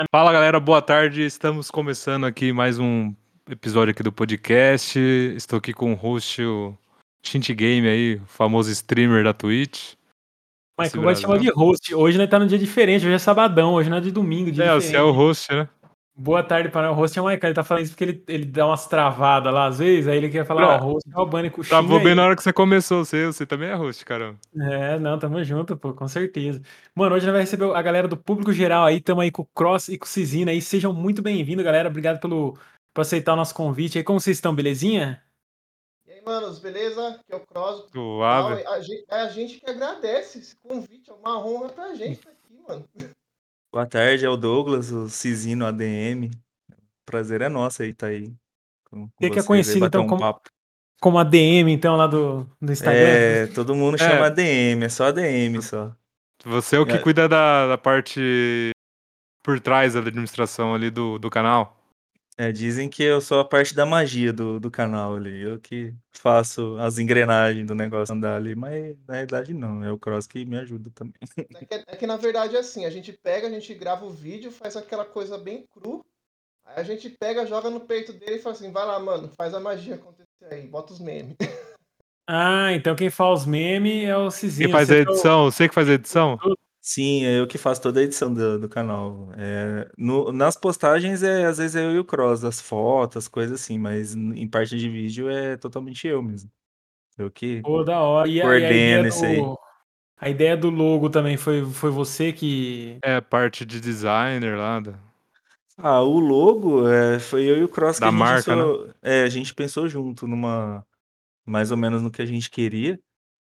Fala galera, boa tarde. Estamos começando aqui mais um episódio aqui do podcast. Estou aqui com o host, o Shinty Game aí, o famoso streamer da Twitch, Michael, esse eu gosto de chamar Brasil. de host. Hoje nós tá num dia diferente, hoje é sabadão, hoje não é de domingo, dia Você é diferente. o host, né? Boa tarde para o host é o Michael, ele tá falando isso porque ele dá umas travadas lá às vezes, aí ele quer falar, ó, host é o Bânico, Travou xinga bem na aí. hora que você começou, você também é host, caramba. Não, tamo junto, pô, com certeza. Mano, hoje nós vai receber a galera do público geral aí, tamo aí com o Cross e com o Cizina aí, sejam muito bem-vindos, galera, obrigado por aceitar o nosso convite aí, como vocês estão, belezinha? E aí, manos, beleza? Aqui é o Cross. Suave. A gente que agradece esse convite, é uma honra pra gente estar aqui, mano. Boa tarde, é o Douglas, o Cizino ADM. Prazer é nosso aí estar aí com Você que é vocês aí, conhecido bater então um papo. como ADM, então, lá do Instagram? Todo mundo É. chama ADM, é só ADM só. Você é o que cuida da parte por trás da administração ali do canal. Dizem que eu sou a parte da magia do canal ali, eu que faço as engrenagens do negócio andar ali, mas na realidade não, é o Cross que me ajuda também. É que na verdade é assim, a gente grava o vídeo, faz aquela coisa bem cru, aí a gente pega, joga no peito dele e fala assim, vai lá, mano, faz a magia acontecer aí, bota os memes. Ah, então quem faz os memes é o Quem Cizinho. faz a edição? Você que faz a edição? Sim, é eu que faço toda a edição do canal. Nas postagens, às vezes é eu e o Cross, as fotos, as coisas assim, mas em parte de vídeo é totalmente eu mesmo. Eu que Pô, da hora. E a ideia coordeno isso aí. a ideia do logo também foi você que. É, parte de designer lá, O logo foi eu e o Cross que da marca, né? a gente pensou junto mais ou menos no que a gente queria.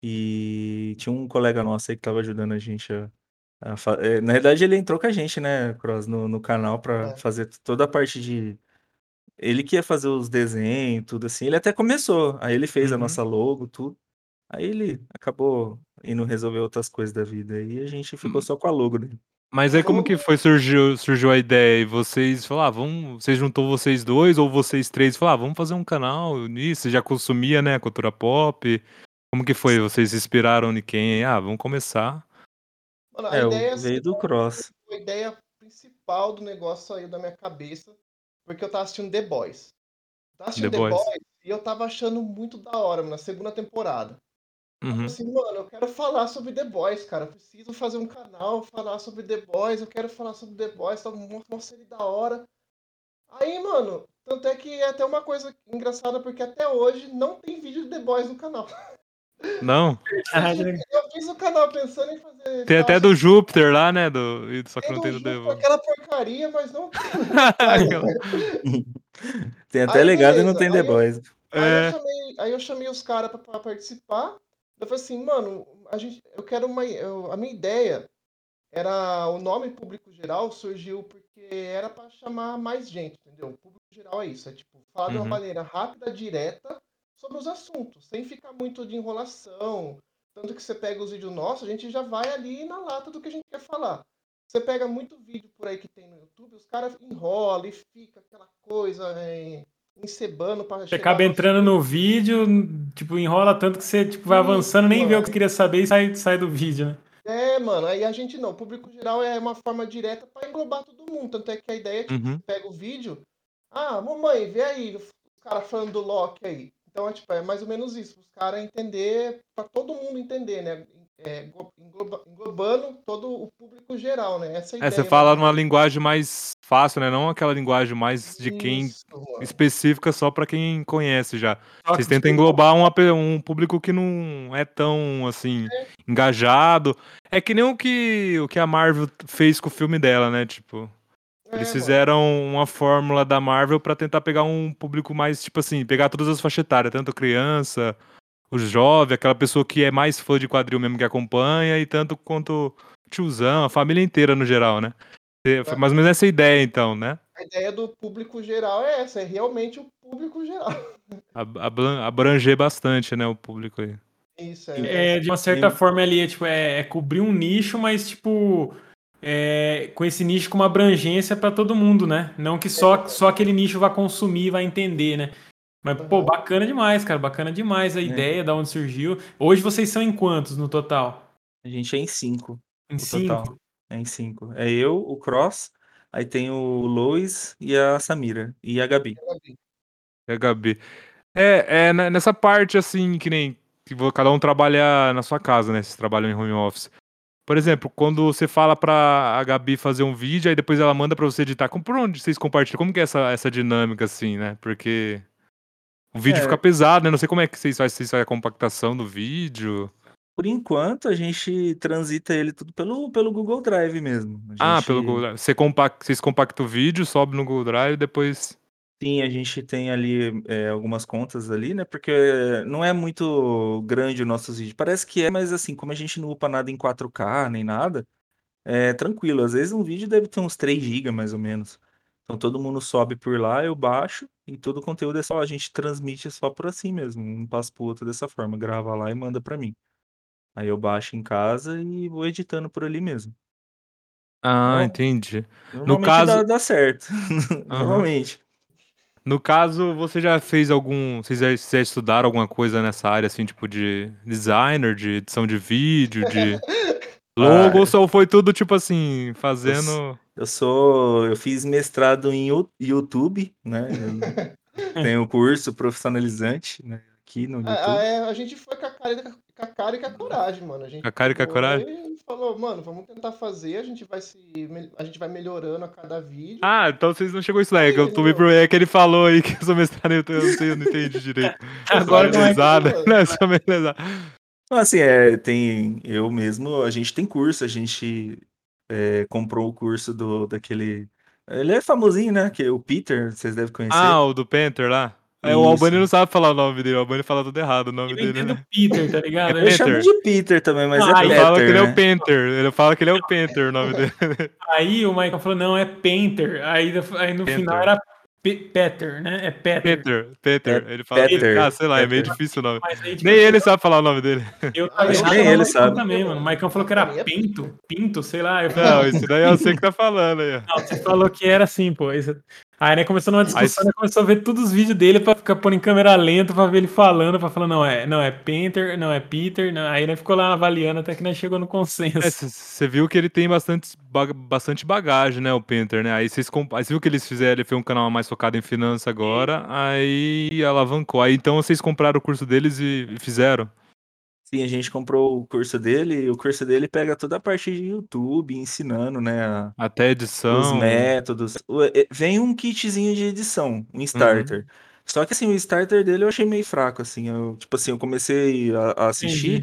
E tinha um colega nosso aí que estava ajudando a gente na verdade, ele entrou com a gente, né, Cross, no canal para É. fazer toda a parte de. Ele que ia fazer os desenhos, tudo assim. Ele até começou. Aí ele fez a Uhum. nossa logo, tudo. Aí ele acabou indo resolver outras coisas da vida. Aí a gente ficou só com a logo dele. Mas aí como que foi, surgiu a ideia? E vocês falaram, você juntou vocês dois ou vocês três e falaram, vamos fazer um canal nisso? Você já consumia, né, cultura pop? Como que foi? Vocês se inspiraram em quem? Vamos começar. Mano, a ideia assim, Veio do Cross. a ideia principal do negócio saiu da minha cabeça, porque eu tava assistindo The Boys. Tava assistindo The The Boys. Boys e eu tava achando muito da hora, mano, na segunda temporada. Eu falei Uhum. assim, mano, eu quero falar sobre The Boys, cara. Eu preciso fazer um canal, falar sobre The Boys. Eu quero falar sobre The Boys, tá uma série da hora. Aí, mano, tanto é que é até uma coisa engraçada, porque até hoje não tem vídeo de The Boys no canal. Não? Eu fiz o canal pensando em fazer. Tem até do Júpiter lá, né? Só que Tem não no tem do The junto Boys. aquela porcaria, mas não tem. Tem até Aí, legado e não beleza. tem The Boys. É. Aí eu chamei os caras pra participar. Eu falei assim, mano, eu quero a minha ideia era o nome público geral surgiu porque era pra chamar mais gente, entendeu? O público geral é isso, é tipo falar de uma Uhum. maneira rápida, direta sobre os assuntos, sem ficar muito de enrolação. Tanto que você pega os vídeos nossos, a gente já vai ali na lata do que a gente quer falar. Você pega muito vídeo por aí que tem no YouTube, os caras enrolam e fica aquela coisa encebando para Você chegar acaba no entrando assunto. no vídeo, tipo, enrola tanto que você tipo, vai avançando, nem vê o que você queria saber e sai do vídeo, né? Mano, aí a gente não. O público geral é uma forma direta para englobar todo mundo. Tanto é que a ideia é que Uhum. você pega o vídeo. Mamãe, vê aí os caras falando do Loki aí. Então é mais ou menos isso. Os caras entender, para todo mundo entender, né? Englobando todo o público geral, né? Essa é a Você ideia. fala numa linguagem mais fácil, né? Não aquela linguagem mais de quem Isso, mano. específica só pra quem conhece já. Só Vocês que, tentam tipo, englobar um público que não é tão assim engajado. É que nem o que a Marvel fez com o filme dela, né? Tipo, eles Mano. fizeram uma fórmula da Marvel pra tentar pegar um público mais, tipo assim, pegar todas as faixas etárias, tanto criança, o jovem, aquela pessoa que é mais fã de quadril mesmo que acompanha, e tanto quanto tiozão, a família inteira no geral, né? Foi mais ou menos essa ideia, então, né? A ideia do público geral é essa, é realmente o público geral. Abranger bastante, né, o público aí. Isso, de uma certa forma ali, tipo, é cobrir um nicho, mas tipo, com esse nicho com uma abrangência para todo mundo, né? Não que só aquele nicho vai consumir, vai entender, né? Mas, pô, bacana demais, cara, bacana demais a ideia, da onde surgiu. Hoje vocês são em quantos no total? A gente é em 5. Em O total. 5? É em 5. É eu, o Cross, Aí tem o Lois e a Samira. E a Gabi. É, Gabi. Nessa parte, assim, que nem que cada um trabalha na sua casa, né? Vocês trabalham em home office. Por exemplo, quando você fala pra a Gabi fazer um vídeo, aí depois ela manda pra você editar, por onde vocês compartilham? Como que é essa dinâmica, assim, né? Porque o vídeo fica É, pesado, né? Não sei como é que vocês fazem a compactação do vídeo. por enquanto a gente transita ele tudo pelo Google Drive mesmo. A Ah, pelo Google gente, Drive. Vocês compactam o vídeo, sobe no Google Drive, depois... sim, a gente tem ali algumas contas ali, né? Porque não é muito grande o nosso vídeo. Parece que é, mas assim, como a gente não upa nada em 4K nem nada, é tranquilo. Às vezes um vídeo deve ter uns 3 GB mais ou menos. Então todo mundo sobe por lá, eu baixo e todo o conteúdo é só, a gente transmite só por assim mesmo, um passo pro outro dessa forma, grava lá e manda pra mim. Aí eu baixo em casa e vou editando por ali mesmo. Ah, Normal- entendi. No Normalmente caso... dá certo. Aham. Normalmente. No caso, você já fez algum. Vocês já estudaram alguma coisa nessa área, assim, tipo de designer, de edição de vídeo, de logo, ou Ah, só foi tudo, tipo assim, eu, s- fazendo. eu fiz mestrado em YouTube, né? Eu tenho curso profissionalizante, né, aqui no YouTube. A gente foi com a cara e com a coragem, mano. A Com a gente cara e com a pegou coragem? e falou, mano, vamos tentar fazer, a gente vai melhorando a cada vídeo. Ah, então vocês não chegou a isso daí, que Aí, eu tomei entendeu? pro é que ele falou aí que eu sou mestrado em YouTube, eu não sei, eu não entendi direito. Só Agora como é que. Exatamente, mesada, mano. né? Só mesada. Então, assim, tem eu mesmo, a gente tem curso, a gente comprou o curso daquele. Ele é famosinho, né? Que é o Peter, vocês devem conhecer. Ah, o do Panther lá. É, o Isso. Albani não sabe falar o nome dele, o Albani fala tudo errado o nome Eu dele, entendo né? Peter, tá É ligado? Eu chamo Panther. de Peter também, mas Não, é Eu aí, falo que ele é Peter, o né? Panther, ele fala que ele é o Panther o nome dele. aí o Michael falou, não, é Painter. Aí no final Panther. era Peter, né? É Peter. Peter, ele fala que. Ah, Peter, sei lá, é meio Peter. difícil o nome. Mas aí, tipo Nem assim, ele sabe falar o nome dele. eu Ah, tava Acho eu que errado nem no chamo ele de Maicon sabe. também, Peter, mano. O mano. Maicon falou que Pra era mim é Pinto. Pinto, sei lá. Eu falei, Não, isso daí eu sei que tá falando aí. não, você falou que era assim, pô. Aí, né, começou numa Aí, discussão, né, começou a ver todos os vídeos dele pra ficar pondo em câmera lenta pra ver ele falando, pra falar, não é Painter, não é Peter, não. Aí, né, ficou lá avaliando até que nós chegou no consenso. você viu que ele tem bastante bagagem, né, o Panther, né? Aí você viu que eles fizeram, ele fez um canal mais focado em finanças agora, aí alavancou. Aí então vocês compraram o curso deles e fizeram. Sim, a gente comprou o curso dele, e o curso dele pega toda a parte de YouTube, ensinando, né, Até os edição. métodos. Vem um kitzinho de edição, um Uhum. starter. Só que assim, o starter dele eu achei meio fraco, assim. Tipo assim, eu comecei a Entendi. assistir,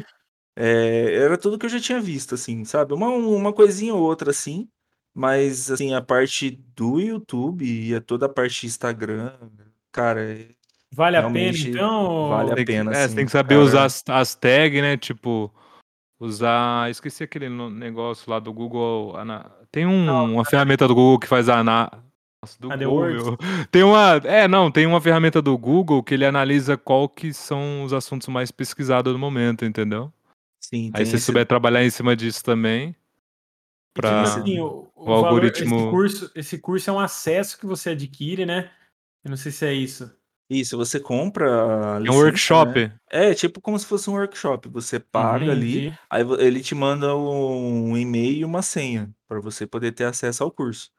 era tudo que eu já tinha visto, assim, sabe? Uma coisinha ou outra, assim. Mas, assim, a parte do YouTube e toda a parte de Instagram, cara, Vale a pena, realmente vale a então? pena, Você tem assim. que saber usar Cara, as tags, né? Tipo, usar. Esqueci aquele negócio lá do Google. Tem uma ferramenta do Google que faz a Nossa, do A The Google, Works? meu. Tem uma. Não, tem uma ferramenta do Google que ele analisa qual que são os assuntos mais pesquisados no momento, entendeu? sim, Aí tem se esse, souber trabalhar em cima disso também, E tipo esse pra assim, o o valor, algoritmo. esse curso é um acesso que você adquire, né? Eu não sei se é isso. Isso, você compra a É um licença, né? workshop. É tipo como se fosse um workshop. Você paga Uhum. ali, Entendi. aí ele te manda um e-mail e uma senha para você poder ter acesso ao curso.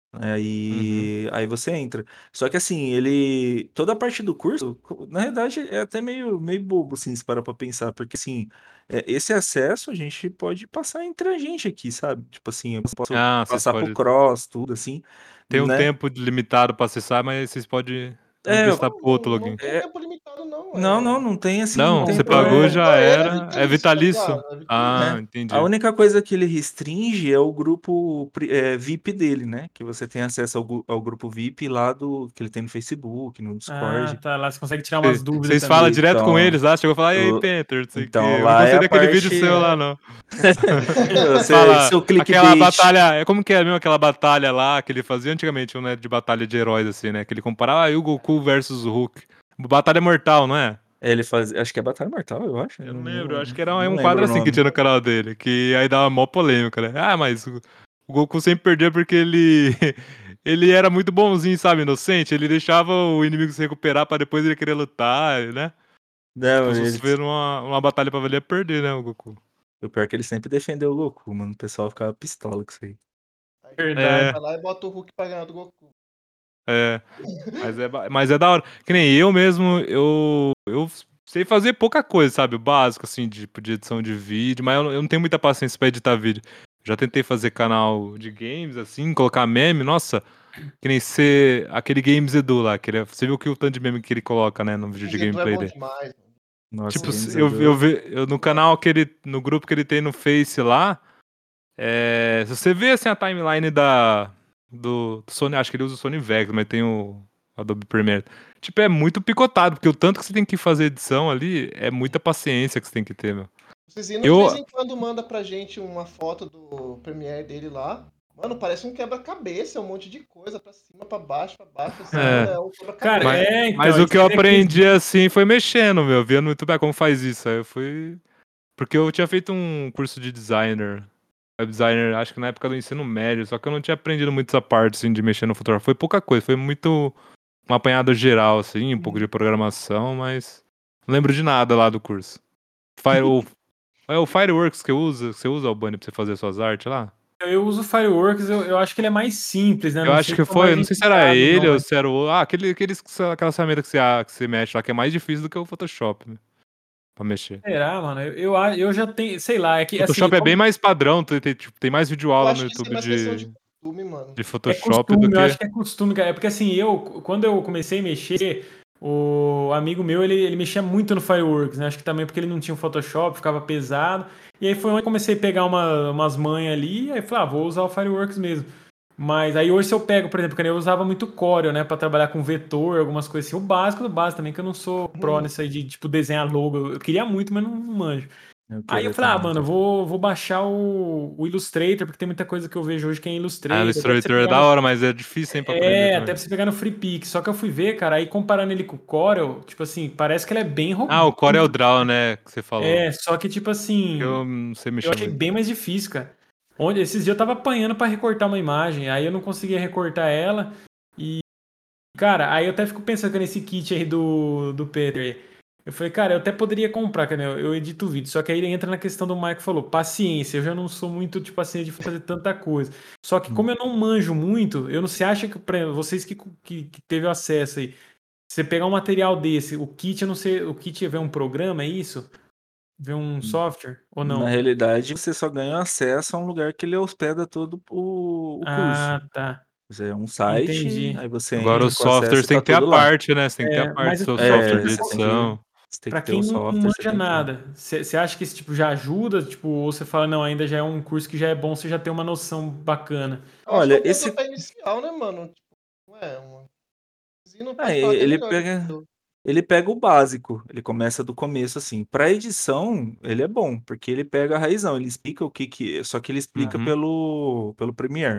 Uhum. Aí você entra. Só que assim, toda a parte do curso, na verdade, é até meio bobo, assim, se parar pra pensar, porque assim, esse acesso a gente pode passar entre a gente aqui, sabe? Tipo assim, eu posso Ah, vocês passar pro podem. cross, tudo assim, Tem um né? tempo limitado pra acessar, mas vocês podem É, emprestar Não, pro outro não login. tem tempo limitado, não. não tem assim, não Não, tem você Comprou, pagou problema. já Comprou ele, é era. É vitalício, tá vitalício? ligado? É Ah, vitalício. A entendi. única coisa que ele restringe é o grupo VIP dele, né? Que você tem acesso ao grupo VIP lá que ele tem no Facebook, no Ah, Discord. tá. Lá você consegue tirar umas dúvidas Vocês falam também. direto com Então, eles lá, chegou a falar, e aí, o- Panther, não sei o quê. então Eu não lá é gostei a daquele vídeo parte. seu lá, não. Você, Fala, seu aquela clickbait. batalha. Como que é mesmo aquela batalha lá que ele fazia antigamente, né? De batalha de heróis, assim, né? Que ele comparava o Goku versus o Hulk. Batalha mortal, não é? Ele faz. Acho que é Batalha Mortal, eu acho. Eu não lembro, eu acho que era Não um lembro quadro o assim que nome. tinha no canal dele, que aí dava mó polêmica, né? Ah, mas o Goku sempre perdia porque ele ele era muito bonzinho, sabe, inocente, ele deixava o inimigo se recuperar pra depois ele querer lutar, né? Não, Tipo, se você ver uma batalha pra valer, é perder, né, o Goku. o pior é que ele sempre defendeu o Goku, mano. O pessoal ficava pistola com isso aí. Verdade. Vai lá e bota o Hulk pra ganhar do Goku. É, mas é da hora. Que nem eu mesmo, eu sei fazer pouca coisa, sabe? O básico, assim, de edição de vídeo, mas eu não tenho muita paciência pra editar vídeo. Já tentei fazer canal de games, assim, colocar meme, nossa, que nem ser aquele Games Edu lá, você viu que o tanto de meme que ele coloca, né, no vídeo de Esse Edu é gameplay bom dele. demais, mano. Nossa, Tipo, Games eu Edu. no canal no grupo que ele tem no Face lá, se você vê assim a timeline do Sony, acho que ele usa o Sony Vegas, mas tem o Adobe Premiere. Tipo, é muito picotado, porque o tanto que você tem que fazer edição ali é muita paciência que você tem que ter, meu. O Cizino de Eu, vez em quando manda pra gente uma foto do Premiere dele lá. Mano, parece um quebra-cabeça, um monte de coisa pra cima, pra baixo, assim. É. É um Cara, quebra-cabeça. então. mas o que eu isso aí é aprendi assim foi mexendo, meu, vendo no YouTube, como faz isso. Aí eu fui. Porque eu tinha feito um curso de designer, web designer, acho que na época do ensino médio, só que eu não tinha aprendido muito essa parte assim, de mexer no Photoshop. Foi pouca coisa, foi muito um apanhado geral, assim, um pouco de programação, mas não lembro de nada lá do curso. É o Fireworks que você usa, Albani, pra você fazer suas artes lá? Eu uso o Fireworks, eu acho que ele é mais simples, né? Eu Não acho sei que se é o mais foi, não sei se era indicado, ele não, ou né? se era o. Ah, aquela ferramenta que você mexe lá, que é mais difícil do que o Photoshop, né? Pra mexer. Será, mano? Eu já tenho, sei lá, é que assim, Photoshop é bem mais padrão, tem mais vídeo Eu aula no acho que isso é YouTube mais questão de costume, mano. de é Photoshop do costume, eu que. acho que é costume, cara. É porque assim, quando eu comecei a mexer, o amigo meu, ele mexia muito no Fireworks, né? Acho que também porque ele não tinha o Photoshop, ficava pesado. E aí foi onde eu comecei a pegar umas manhas ali, aí eu falei, vou usar o Fireworks mesmo. Mas aí hoje se eu pego, por exemplo, que eu usava muito Corel, né, pra trabalhar com vetor, algumas coisas assim, o básico do básico também, que eu não sou pró nisso aí de, tipo, desenhar logo. Eu queria muito, mas não manjo. Eu Aí eu queria falei, também. mano, eu vou baixar o Illustrator, porque tem muita coisa que eu vejo hoje que é em Ah, Illustrator. Illustrator é da hora, mas é difícil, hein, pra aprender Até também. pra você pegar no Free Pick. Só que eu fui ver, cara, aí comparando ele com o Corel, tipo assim, parece que ele é bem Ah, o robusto. Corel Draw, né, que você falou. Só que, tipo assim, Eu não sei eu mexer achei muito. bem mais difícil, cara. Esses dias eu tava apanhando pra recortar uma imagem, aí eu não conseguia recortar ela. E, cara, aí eu até fico pensando nesse kit aí do Peter aí. Eu falei, cara, eu até poderia comprar, cara, eu edito o vídeo. Só que aí ele entra na questão do Mike falou, paciência. Eu já não sou muito, tipo assim, de fazer tanta coisa. Só que como eu não manjo muito, eu não se acha que, pra vocês que teve acesso aí, você pegar um material desse, o kit, eu não sei, o kit vê um programa, é isso? Vê um software ou Na não? realidade, você só ganha acesso a um lugar que ele hospeda todo o curso. Ah, tá. É um site, Entendi. aí você Agora entra os com acesso softwares e tem tá que ter a tudo lá. parte, né? Você tem que ter a parte Mas do seu software É, de você edição. tem pra que ter o quem não software, você manja tem que ter. nada, você acha que esse tipo já ajuda? Tipo, ou você fala, não, ainda já é um curso que já é bom, você já tem uma noção bacana. Eu acho que é Olha, um esse. pontapé inicial, né, mano? Tipo, não é uma... O Zino Ah, pode falar até melhor do que eu. ele pega o básico, ele começa do começo assim. Para edição, ele é bom, porque ele pega a raizão, ele explica o que, só que ele explica Uhum. pelo Premiere.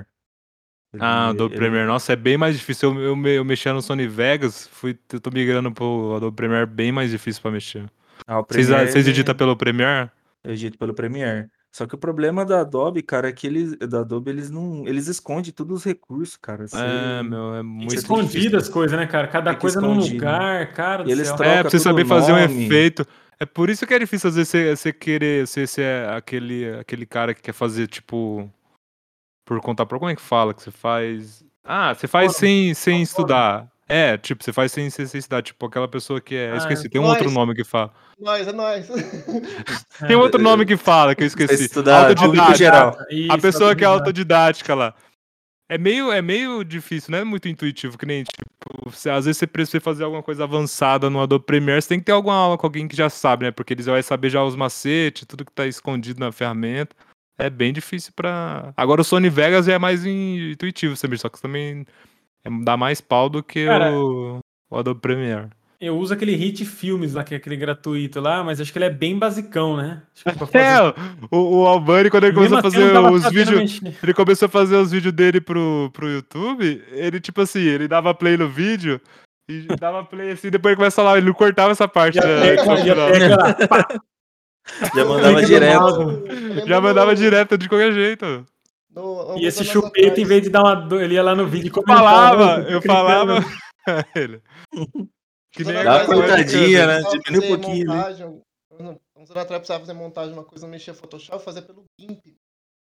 Ah, Adobe Ele, Premiere, nossa, é bem mais difícil. Eu mexia no Sony Vegas, eu tô migrando pro Adobe Premiere, bem mais difícil pra mexer. o Vocês, Premiere vocês editam ele pelo Premiere? é edito pelo Premiere. Só que o problema da Adobe, cara, é que da Adobe eles não, eles escondem todos os recursos, cara. É, meu, é Fica Você muito tem que escondido difícil. as coisas, né, cara? Cada fica coisa num escondido. lugar, cara E do eles céu. É, pra trocam você tudo o saber fazer um nome. efeito. É por isso que é difícil, às vezes, você querer ser aquele cara que quer fazer, tipo, por conta própria. Como é que fala que você faz? Ah, você faz sem Autônomo. estudar. É, tipo, você faz sem estudar. Tipo, aquela pessoa que é. Eu Ah, esqueci, tem um outro Nós, nome que fala. é nós. Tem é. outro nome que fala, que eu Você esqueci. estudar público Autodidática. geral. Autodidata. A Isso, pessoa que é autodidata. autodidática lá. É meio difícil, não é muito intuitivo, que nem, tipo, às vezes você precisa fazer alguma coisa avançada no Adobe Premiere, você tem que ter alguma aula com alguém que já sabe, né? Porque eles vai saber já os macetes, tudo que tá escondido na ferramenta. É bem difícil pra. Agora o Sony Vegas já é mais intuitivo, sabe? Só que também dá mais pau do que Cara, o Adobe Premiere. eu uso aquele Hit Filmes lá, que é aquele gratuito lá, mas acho que ele é bem basicão, né? Acho que pra É, fazer. o Albani, quando ele E começou mesmo a assim eu não fazer tava os sabendo vídeos. mexer. Ele começou a fazer os vídeos dele pro YouTube, ele, tipo assim, ele dava play no vídeo e dava play assim, depois ele começa a falar, ele não cortava essa parte que foi o Já final. pega lá, pá, Já mandava clica no direto. mouse. Eu Já lembro mandava direto de qualquer jeito. E alguns esse anos chupeta, em atrás. vez de dar uma. Ele ia lá no vídeo e Eu comentava. "Ô, falava, fica eu clicando falava. no-" Ele. Que Uns nem anos Dá uma atrás eu webcam. cortadinha, né? precisava Diminui um fazer pouquinho ali. montagem. Uns anos atrás eu precisava fazer montagem, uma coisa, eu mexia Photoshop, fazer pelo GIMP.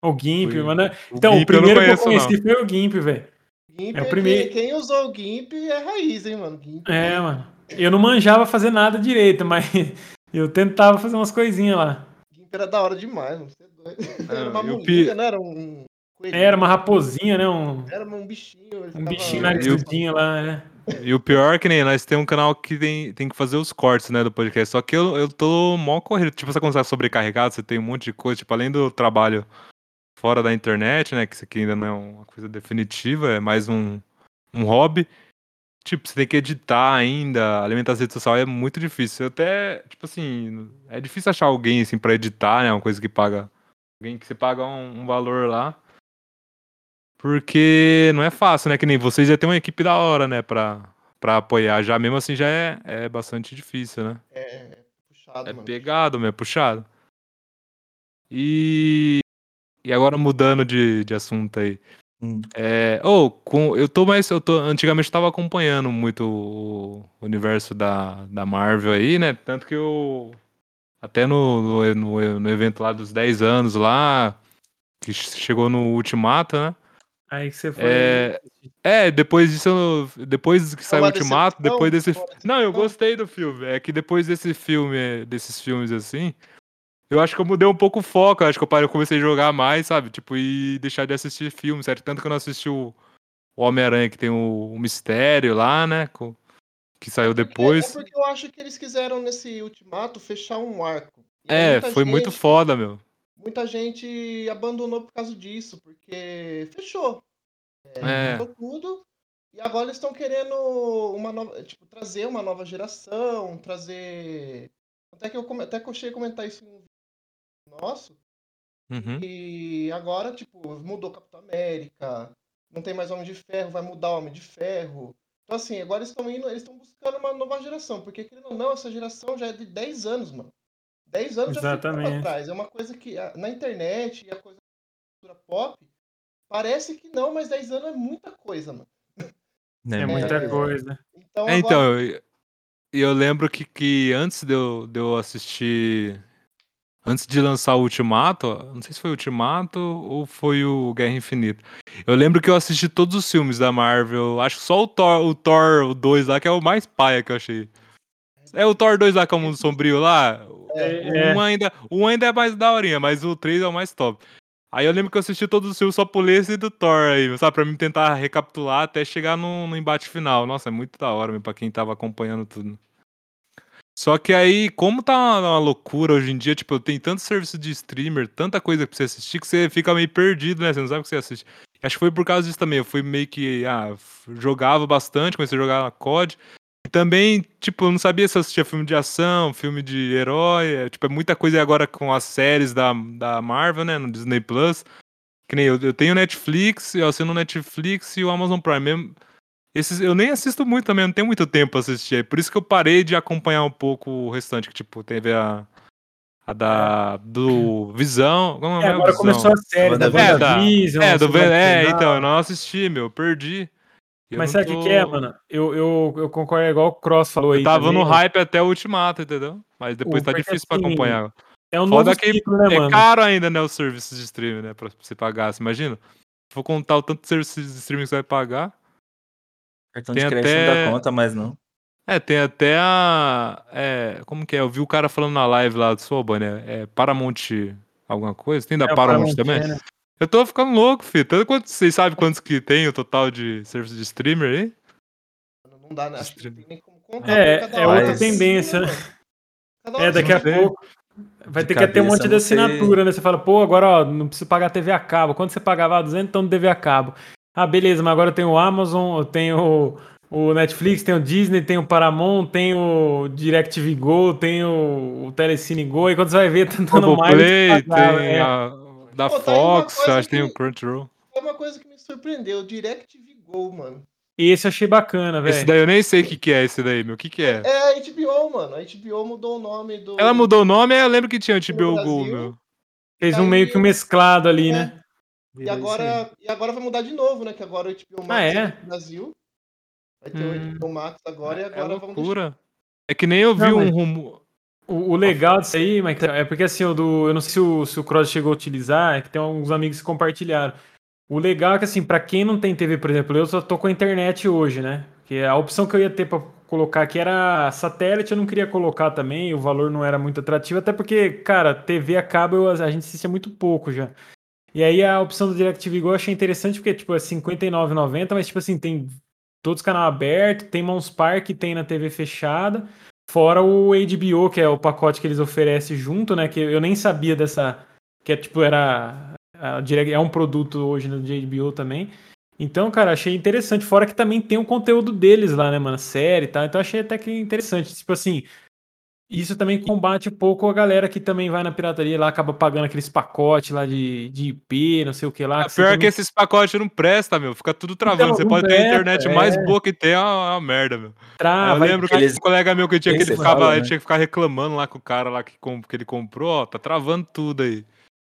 O GIMP, Fui- mano. O Então, o GIMP eu não primeiro que eu conheço, não. conheci foi o GIMP, velho. GIMP É o é primeiro. quem usou o GIMP é raiz, hein, mano. GIMP É, mano. Eu não manjava fazer nada direito, mas eu tentava fazer umas coisinhas lá. GIMP era da hora demais, mano. Você é doido. Era uma E o, mulinha, pi... não era um Era uma coelhinho. raposinha, né? Um, Era um bichinho. Ele um bichinho ficava. e o narigudo lá, é. E o pior é que nem nós temos um canal que tem que fazer os cortes, né, do podcast. Só que eu tô mó corrido. Tipo, você quando você tá sobrecarregado, você tem um monte de coisa. Tipo, além do trabalho fora da internet, né, que isso aqui ainda não é uma coisa definitiva, é mais um hobby. Tipo, você tem que editar ainda, alimentar as redes sociais é muito difícil. Eu até, tipo assim, é difícil achar alguém, assim, pra editar, né, uma coisa que paga... Alguém que você paga um valor lá. Porque não é fácil, né? Que nem vocês já tem uma equipe da hora, né? Pra apoiar. Já mesmo assim já é bastante difícil, né? É puxado, É mano. pegado, é puxado. E, e agora mudando de assunto aí. Hum. Antigamente eu tava acompanhando muito o universo da Marvel aí, né? Tanto que eu. Até no evento lá dos 10 anos lá, que chegou no Ultimato, né? Aí que você foi. Depois disso, depois que É saiu o uma Ultimato, depois decepção? desse. É uma Não, eu decepção? gostei do filme. É que depois desse filme, desses filmes assim, eu acho que eu mudei um pouco o foco. Eu acho que eu comecei a jogar mais, sabe? Tipo, e deixar de assistir filme, certo? Tanto que eu não assisti o Homem-Aranha, que tem o Mistério lá, né? Que saiu É depois. porque eu acho que eles quiseram, nesse ultimato, fechar um arco. E aí É, foi muito foda, meu. muita gente abandonou por causa disso, porque fechou. É. Fechou tudo. E agora eles estão querendo uma nova, tipo, trazer uma nova geração, trazer. Até que eu cheguei a comentar isso em um vídeo nosso. Uhum. E agora, tipo, mudou Capitão América, não tem mais Homem de Ferro, vai mudar o Homem de Ferro. Então, assim, agora eles estão buscando uma nova geração, porque, querendo ou não, essa geração já é de 10 anos, mano. 10 anos já ficou pra Exatamente. trás. É uma coisa que na internet e a coisa da cultura pop, parece que não, mas 10 anos é muita coisa, mano. É Muita muita coisa. coisa. Então É, agora. então, eu lembro que antes de eu assistir. Antes de lançar o Ultimato, não sei se foi o Ultimato ou foi o Guerra Infinita. Eu lembro que eu assisti todos os filmes da Marvel. Acho que só o Thor 2 lá, que é o mais paia que eu achei. É o Thor 2 lá, que é o Mundo Sombrio lá. O É, 1 ainda é mais daorinha, mas o 3 é o mais top. Aí eu lembro que eu assisti todos os filmes, só pulei esse do Thor aí, sabe? Pra mim tentar recapitular até chegar no embate final. Nossa, é muito da hora, meu, pra quem tava acompanhando tudo. Só que aí, como tá uma loucura hoje em dia, tipo, tem tanto serviço de streamer, tanta coisa pra você assistir, que você fica meio perdido, né? Você não sabe o que você assiste. Acho que foi por causa disso também. Eu fui meio que, jogava bastante, comecei a jogar na COD. E também, tipo, eu não sabia se eu assistia filme de ação, filme de herói. Tipo, é muita coisa. E agora com as séries da Marvel, né? No Disney Plus. Que nem eu tenho Netflix, eu assino o Netflix e o Amazon Prime. Mesmo, esses eu nem assisto muito também, não tenho muito tempo pra assistir. É por isso que eu parei de acompanhar um pouco o restante, que tipo, teve É. do Visão, É, não é o agora começou Visão. a série da WandaVision. WandaVision, Soldado Então, eu Invernal. não assisti, meu, perdi. Eu Mas não sabe o que que é, tô. mano? Eu concordo, é igual o Cross falou Eu aí tava no também. hype até o Ultimato, entendeu? Mas depois tá Porque difícil pra assim, acompanhar. é um novo Foda que ciclo, né, é mano? caro ainda, né, os serviços de streaming, né, pra você pagar. Você imagina? Se for contar o tanto de serviços de streaming que você vai pagar, Cartão tem de crédito não dá até. conta, mas não. Tem até a. Como que é? Eu vi o cara falando na live lá do Soba, né? Paramount alguma coisa? Tem da É o Paramount Paramount também? Channel. Eu tô ficando louco, filho. Vocês sabem quantos que tem o total de serviço de streamer aí? não dá, né? De Acho que não streamer. tem nem como contar, porque É cada hora tá outra Mas saindo, né, tendência, né? mano? Cada É, hora daqui Não a sai. sei. pouco vai de ter que ter um cabeça monte eu de não sei. assinatura, né? Você fala, pô, agora ó, não preciso pagar TV a cabo. Quando você pagava 200, então não TV a cabo. Ah, beleza, mas agora eu tenho o Amazon, eu tenho o Netflix, tenho o Disney, tenho o Paramount, tenho o DirecTV Go, tenho o Telecine Go, e quando você vai ver, tá dando mais do que Globoplay, pagava. tem É. a da Pô, tá aí Fox, acho que tem o Crunchyroll. uma coisa que me surpreendeu, o DirecTV Go, mano. E esse eu achei bacana, Esse velho. daí eu nem sei o que é esse daí, meu. O que é? É a HBO, mano. A HBO mudou o nome Ela mudou o nome, eu lembro que tinha o no HBO Go, Brasil. meu. E Fez um meio que um aí, mesclado ali, é, né? Virou isso aí. e agora vai mudar de novo, né? Que agora o HBO Ah, Max é aqui é? no Brasil. Vai ter o Hum. HBO Max agora e É agora vão deixar. loucura. É que nem eu vi Não, um mas rumor. O legal disso aí, Mike, é porque assim, eu não sei se o Cross chegou a utilizar, é que tem alguns amigos que compartilharam. O legal é que assim, pra quem não tem TV, por exemplo, eu só tô com a internet hoje, né? Porque a opção que eu ia ter pra colocar aqui era satélite, eu não queria colocar também, o valor não era muito atrativo, até porque, cara, TV a cabo a gente assistia muito pouco já. E aí a opção do DirecTV Go eu achei interessante porque, tipo, é R$ 59,90, mas, tipo assim, tem todos os canais abertos, tem uns par que tem na TV fechada, fora o HBO, que é o pacote que eles oferecem junto, né, que eu nem sabia dessa, que é, tipo, é um produto hoje no HBO também. Então, cara, achei interessante, fora que também tem o conteúdo deles lá, né, mano, série e tal, então achei até que interessante, tipo assim, isso também combate um pouco a galera que também vai na pirataria lá, acaba pagando aqueles pacotes lá de IP, não sei o que lá. Que Pior que esses pacotes não prestam, meu. Fica tudo travando. Então, Você não pode ter a presta, internet mais boa que tem, é uma merda, meu. Aí eu trava, lembro que Eles- um colega meu que tinha que Você fala, ele né? tinha que ficar reclamando lá com o cara lá que ele comprou, ó, tá travando tudo aí.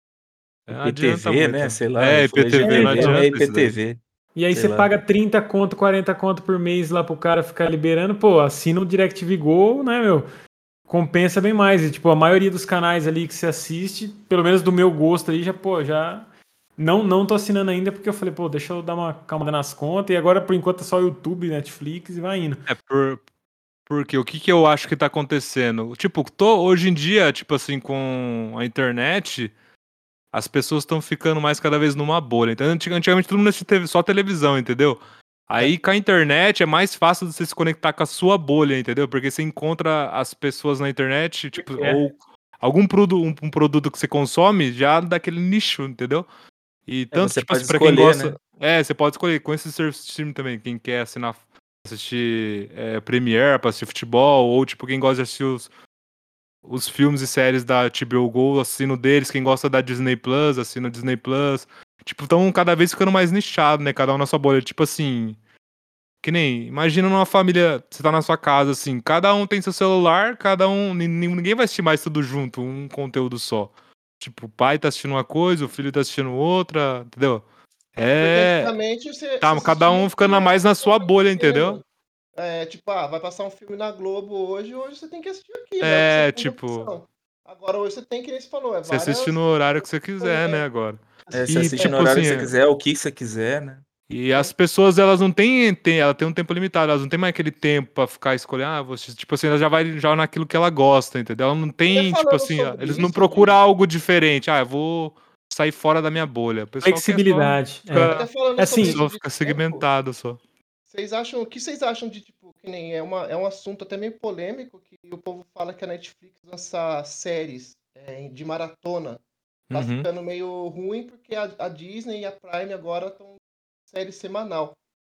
Não adianta IPTV, né? muito. Sei lá, É, ele falou IPTV, não IGTV, então. é adianta isso daí. IPTV. E aí sei você lá. paga 30 conto, 40 conto por mês lá pro cara ficar liberando, pô, assina o DirecTV Go, né, meu? Compensa bem mais. E, tipo, a maioria dos canais ali que você assiste, pelo menos do meu gosto aí, já, pô, já. Não tô assinando ainda porque eu falei, pô, deixa eu dar uma calma nas contas. E agora, por enquanto, é só YouTube, Netflix e vai indo. É porque o que que eu acho que tá acontecendo? Tipo, hoje em dia, tipo assim, com a internet, as pessoas estão ficando mais cada vez numa bolha. Então, antigamente todo mundo assistia só televisão, entendeu? Aí com a internet é mais fácil de você se conectar com a sua bolha, entendeu? Porque você encontra as pessoas na internet, tipo, ou algum um produto que você consome já daquele nicho, entendeu? E tanto, Você tipo assim, pode pra quem escolher, né? gosta. Você pode escolher com esse serviço de streaming também. Quem quer assinar, assistir Premiere pra assistir futebol, ou tipo, quem gosta de assistir os filmes e séries da HBO Go, assino deles. Quem gosta da Disney Plus, assina o Disney Plus. Tipo, estão cada vez ficando mais nichado, né? Cada um na sua bolha. Tipo assim, que nem, imagina numa família, você tá na sua casa, assim, cada um tem seu celular, cada um, ninguém vai assistir mais tudo junto, um conteúdo só. Tipo, o pai tá assistindo uma coisa, o filho tá assistindo outra, entendeu? Porque É, antigamente você tá, cada assistia um o ficando que mais na estava sua bolha, entendeu? acontecendo. Tipo, vai passar um filme na Globo hoje você tem que assistir aquilo, é o que você É, tem de tipo, opção. Agora hoje você tem, que nem você falou, você assiste no horário que você quiser, né, agora. Você E, assiste no tipo horário assim, que você quiser, o que você quiser, né? e as pessoas, elas não têm, ela tem um tempo limitado, elas não têm mais aquele tempo pra ficar escolhendo, tipo assim, ela já vai já naquilo que ela gosta, entendeu? Ela não tem, tipo falando assim, sobre eles não isso, procuram algo diferente, eu vou sair fora da minha bolha. O pessoal quer só Flexibilidade. até falando sobre Assim, isso só de ficar tempo, segmentado só. o que vocês acham de, tipo, que nem é um assunto até meio polêmico, que o povo fala que a Netflix lança séries de maratona, tá Uhum. ficando meio ruim porque a Disney e a Prime agora estão série semanal.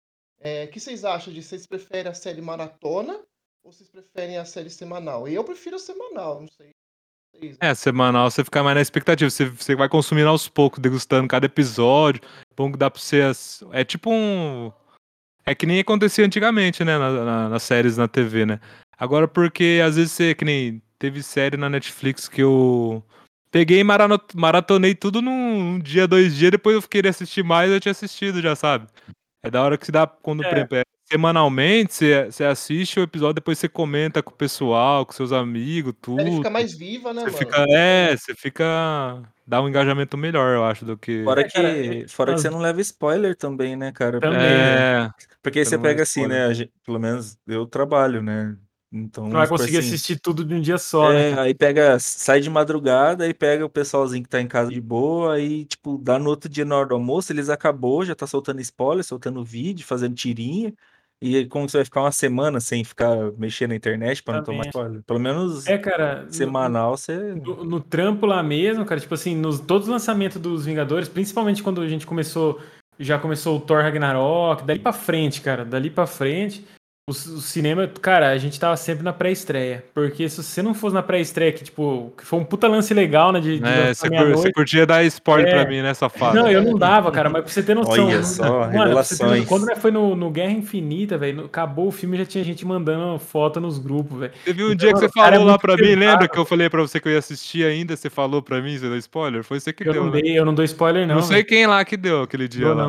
O que vocês acham disso? Vocês preferem a série maratona ou vocês preferem a série semanal? Eu prefiro a semanal, não sei vocês. Semanal você fica mais na expectativa, você vai consumindo aos poucos, degustando cada episódio. Bom que dá pra você. É tipo um. É que nem acontecia antigamente, né? Nas séries na TV, né? Agora, porque às vezes você, que nem teve série na Netflix que eu peguei e maratonei tudo num dia, 2 dias, depois eu queria assistir mais, eu tinha assistido já, sabe? É da hora que se dá quando semanalmente você assiste o episódio, depois você comenta com o pessoal, com seus amigos, A série tudo. fica mais viva, né, Você mano? fica, você fica. Dá um engajamento melhor, eu acho, do que. Fora cara, que você não leva spoiler também, né, cara? também, né? Porque aí Você você não leva pega assim, spoiler. né? Pelo menos eu trabalho, né? Então, Não vamos vai supor conseguir assim. assistir tudo de um dia só, né, cara? Aí sai de madrugada, aí pega o pessoalzinho que tá em casa de boa, aí, tipo, dá no outro dia na hora do almoço, eles acabou, já tá soltando spoiler, soltando vídeo, fazendo tirinha. E aí, como você vai ficar uma semana sem ficar mexendo na internet pra não tomar Também. spoiler? Pelo menos Cara, semanal você. no trampo lá mesmo, cara, tipo assim, todos os lançamentos dos Vingadores, principalmente quando a gente já começou o Thor Ragnarok, dali pra frente, cara, dali pra frente, o cinema, cara, a gente tava sempre na pré-estreia, porque se você não fosse na pré-estreia, que tipo, que foi um puta lance legal, né, de lançar Você meia-noite. curtia dar spoiler pra É. mim, né, safado? Não, eu não dava, cara, mas pra você ter noção, Olha só, mano, pra você ter noção, quando revelações. nós foi no Guerra Infinita, velho, acabou o filme, já tinha gente mandando foto nos grupos, velho. Teve um Então, dia que mano, você o cara é falou lá muito pra mim, lembra que pesado. eu falei pra você que eu ia assistir ainda? Você falou pra mim, você deu spoiler? Foi você que Eu deu, não né? dei, eu não dou spoiler, Não não, sei velho. quem lá que deu aquele dia Dou não. lá.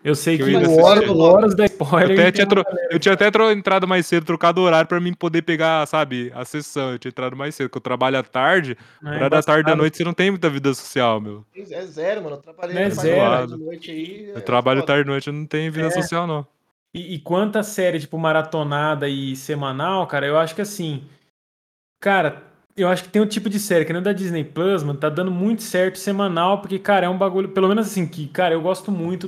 Eu sei Que que eu ia o assistir. Horus da spoiler. Eu tinha até entrado mais cedo, trocado o horário pra mim poder pegar, sabe, a sessão. Eu tinha entrado mais cedo, porque eu trabalho à tarde. Não é Horário da tarde e da embaçado. noite você não tem muita vida social, meu. É zero, mano. Eu trabalhei Não é na parte zero. da tarde de noite aí. Eu É trabalho foda. tarde e noite, eu não tenho vida social, não. E quanta série, tipo, maratonada e semanal, cara, eu acho que assim. Cara, eu acho que tem um tipo de série, que nem o da Disney Plus, mano, tá dando muito certo semanal, porque, cara, é um bagulho, pelo menos assim, que, cara, eu gosto muito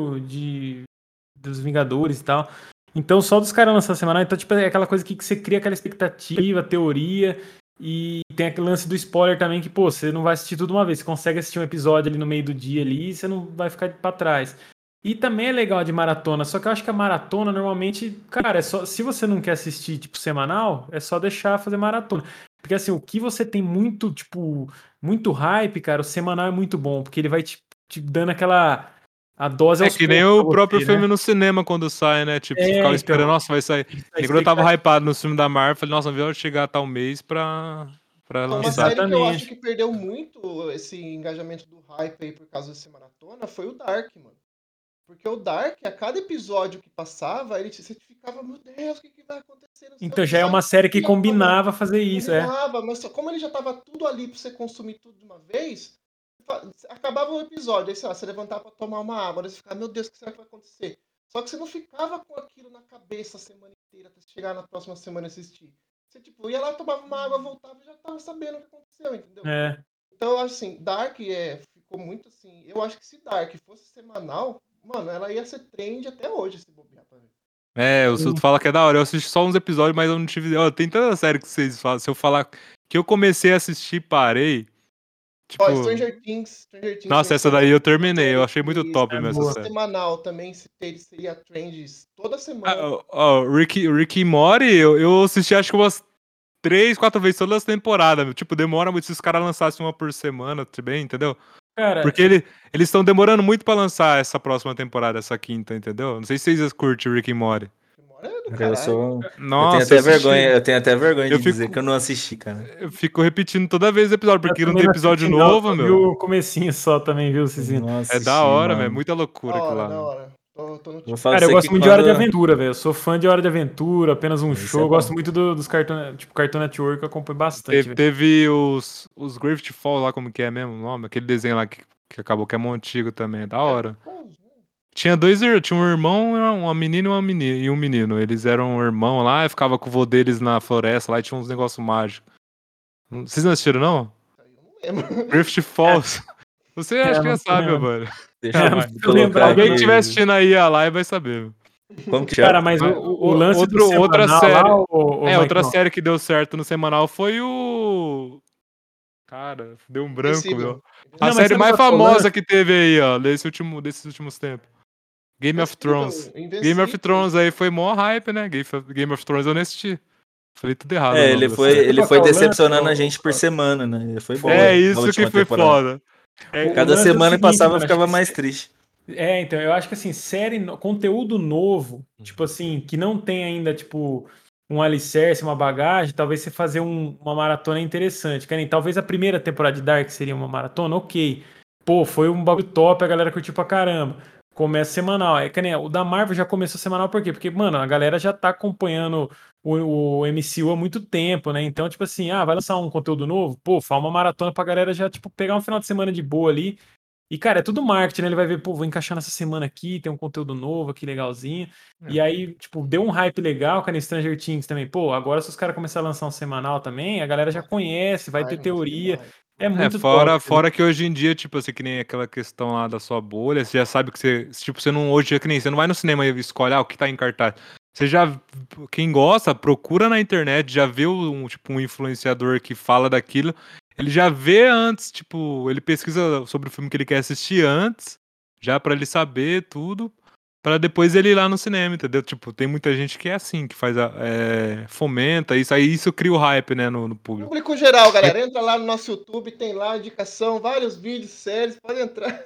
dos Vingadores e tal. Então, só dos caras lançar semanal, então, tipo, é aquela coisa que você cria aquela expectativa, teoria, e tem aquele lance do spoiler também, que, pô, você não vai assistir tudo uma vez, você consegue assistir um episódio ali no meio do dia ali, e você não vai ficar pra trás. E também é legal de maratona, só que eu acho que a maratona normalmente, cara, é só, se você não quer assistir, tipo, semanal, é só deixar fazer maratona. Porque assim, o que você tem muito, tipo, muito hype, cara, o semanal é muito bom, porque ele vai te dando aquela a dose É aos que nem poucos o pra próprio você, filme né? no cinema quando sai, né? Tipo, você ficava esperando, Então, nossa, vai sair. a Igual eu tava expectativa. hypado no filme da Marvel, falei, nossa, viu chegar tal mês pra Então, uma lançar. série que eu acho Exatamente. que perdeu muito esse engajamento do hype aí por causa dessa maratona foi o Dark, mano. Porque o Dark, a cada episódio que passava, você ficava, meu Deus, o que vai acontecer? Não sei o Então que. já é Só uma que série que ele já tava, combinava fazer isso, é. combinava, mas como ele já tava tudo ali pra você consumir tudo de uma vez, acabava o episódio, aí sei lá, você levantava pra tomar uma água, aí você ficava, meu Deus, o que será que vai acontecer? Só que você não ficava com aquilo na cabeça a semana inteira até chegar na próxima semana e assistir. Você, tipo, ia lá, tomava uma água, voltava e já tava sabendo o que aconteceu, entendeu? É. Então, assim, Dark ficou muito assim. Eu acho que se Dark fosse semanal, mano, ela ia ser trend até hoje, se bobear pra mim. É, o Suto fala que é da hora. Eu assisti só uns episódios, mas eu não tive. Ó, tem tanta série que vocês falam. Se eu falar que eu comecei a assistir e parei. Ó, Tipo. Stranger Things Nossa, também essa seria daí eu uma terminei. Eu série achei muito que top É mesmo essa boa. série. semanal também seria trends toda Ah, semana. ó, Rick e Morty, eu assisti acho que umas 3, 4 vezes todas as temporadas. Meu. Tipo, demora muito se os caras lançassem uma por semana, tudo bem, entendeu? Cara, Porque eles estão demorando muito pra lançar essa próxima temporada, essa quinta, entendeu? Não sei se vocês curtem Rick e Morty. Demora é do Cara, eu caralho. sou. Nossa, eu assisti. Eu tenho até vergonha Eu de dizer fico, que eu não assisti, cara. eu fico repetindo toda vez o episódio, eu porque não também tem não episódio assisti, não, novo, só vi meu. o comecinho só também, viu, Cizinho? Não É da assisti, hora, meu. É mano. muita loucura aquilo lá, Da meu. hora. Tô no Vou tipo. falar pra Cara, eu você gosto que muito de Hora de quando. Aventura, velho. Eu sou fã de Hora de Aventura, apenas um Esse show. é Eu gosto bom. muito dos Cartoon, tipo, Cartoon Network, eu acompanho bastante, Teve, velho. teve os Gravity Falls lá, como que é mesmo o nome? Aquele desenho lá que acabou, que é muito antigo também. É da hora. Tinha tinha um irmão, uma menina e um menino. Eles eram irmãos lá, e ficava com o vô deles na floresta lá e tinha uns negócios mágicos. Vocês não assistiram, não? Eu não lembro. Rift Falls. Você acho que Não já tô sabe, meu lembrando. mano. Deixa eu Não Mas tô colocar lembrado, alguém que não. estiver aqui. assistindo aí a live vai saber. Meu. Como que Cara, chama? mas Mas o lance do outra semanal série. lá, ô Outra Maicon, série que deu certo no semanal foi o. Cara, deu um branco, meu. Invencível. A não, mas série sabe mais qual que é o famosa lance? que teve aí, ó, desses últimos tempos. Game of Thrones. Game of Invencível. Thrones aí foi mó hype, né? Game of Thrones eu não assisti. Falei tudo errado o É, nome da Mas série. sabe ele qual que foi é o lance, decepcionando a gente por Cross? semana, né? Ele foi É boa na isso que última foi temporada. foda. O Cada lance é o semana que seguinte, passava eu mano, acho ficava que mais triste. então, eu acho que assim, conteúdo novo, tipo assim, que não tem ainda, tipo, um alicerce, uma bagagem, talvez você fazer uma maratona é interessante. Que nem, talvez a primeira temporada de Dark seria uma maratona, ok. Pô, foi um bagulho top, a galera curtiu pra caramba. Começa semanal. É que nem o da Marvel já começou semanal, por quê? Porque, mano, a galera já tá acompanhando o MCU há muito tempo, né? Então, tipo assim, vai lançar um conteúdo novo? Pô, faz uma maratona pra galera já, tipo, pegar um final de semana de boa ali. E, cara, é tudo marketing, né? Ele vai ver, pô, vou encaixar nessa semana aqui, tem um conteúdo novo aqui, legalzinho. É. E aí, tipo, deu um hype legal, cara, em Stranger Things também. Pô, agora se os caras começarem a lançar um semanal também, a galera já conhece, vai ter teoria. É É, muito top, entendeu? fora que hoje em dia, tipo assim, que nem aquela questão lá da sua bolha, você já sabe que você não, hoje é que nem, você não vai no cinema e escolhe, o que tá em cartaz. Você já, quem gosta, procura na internet, já vê tipo, um influenciador que fala daquilo, ele já vê antes, tipo, ele pesquisa sobre o filme que ele quer assistir antes, já pra ele saber tudo, pra depois ele ir lá no cinema, entendeu? Tipo, tem muita gente que é assim, que faz, fomenta isso, aí isso cria o hype, né, no público. Público geral, galera. Entra lá no nosso YouTube, tem lá indicação, vários vídeos, séries, pode entrar.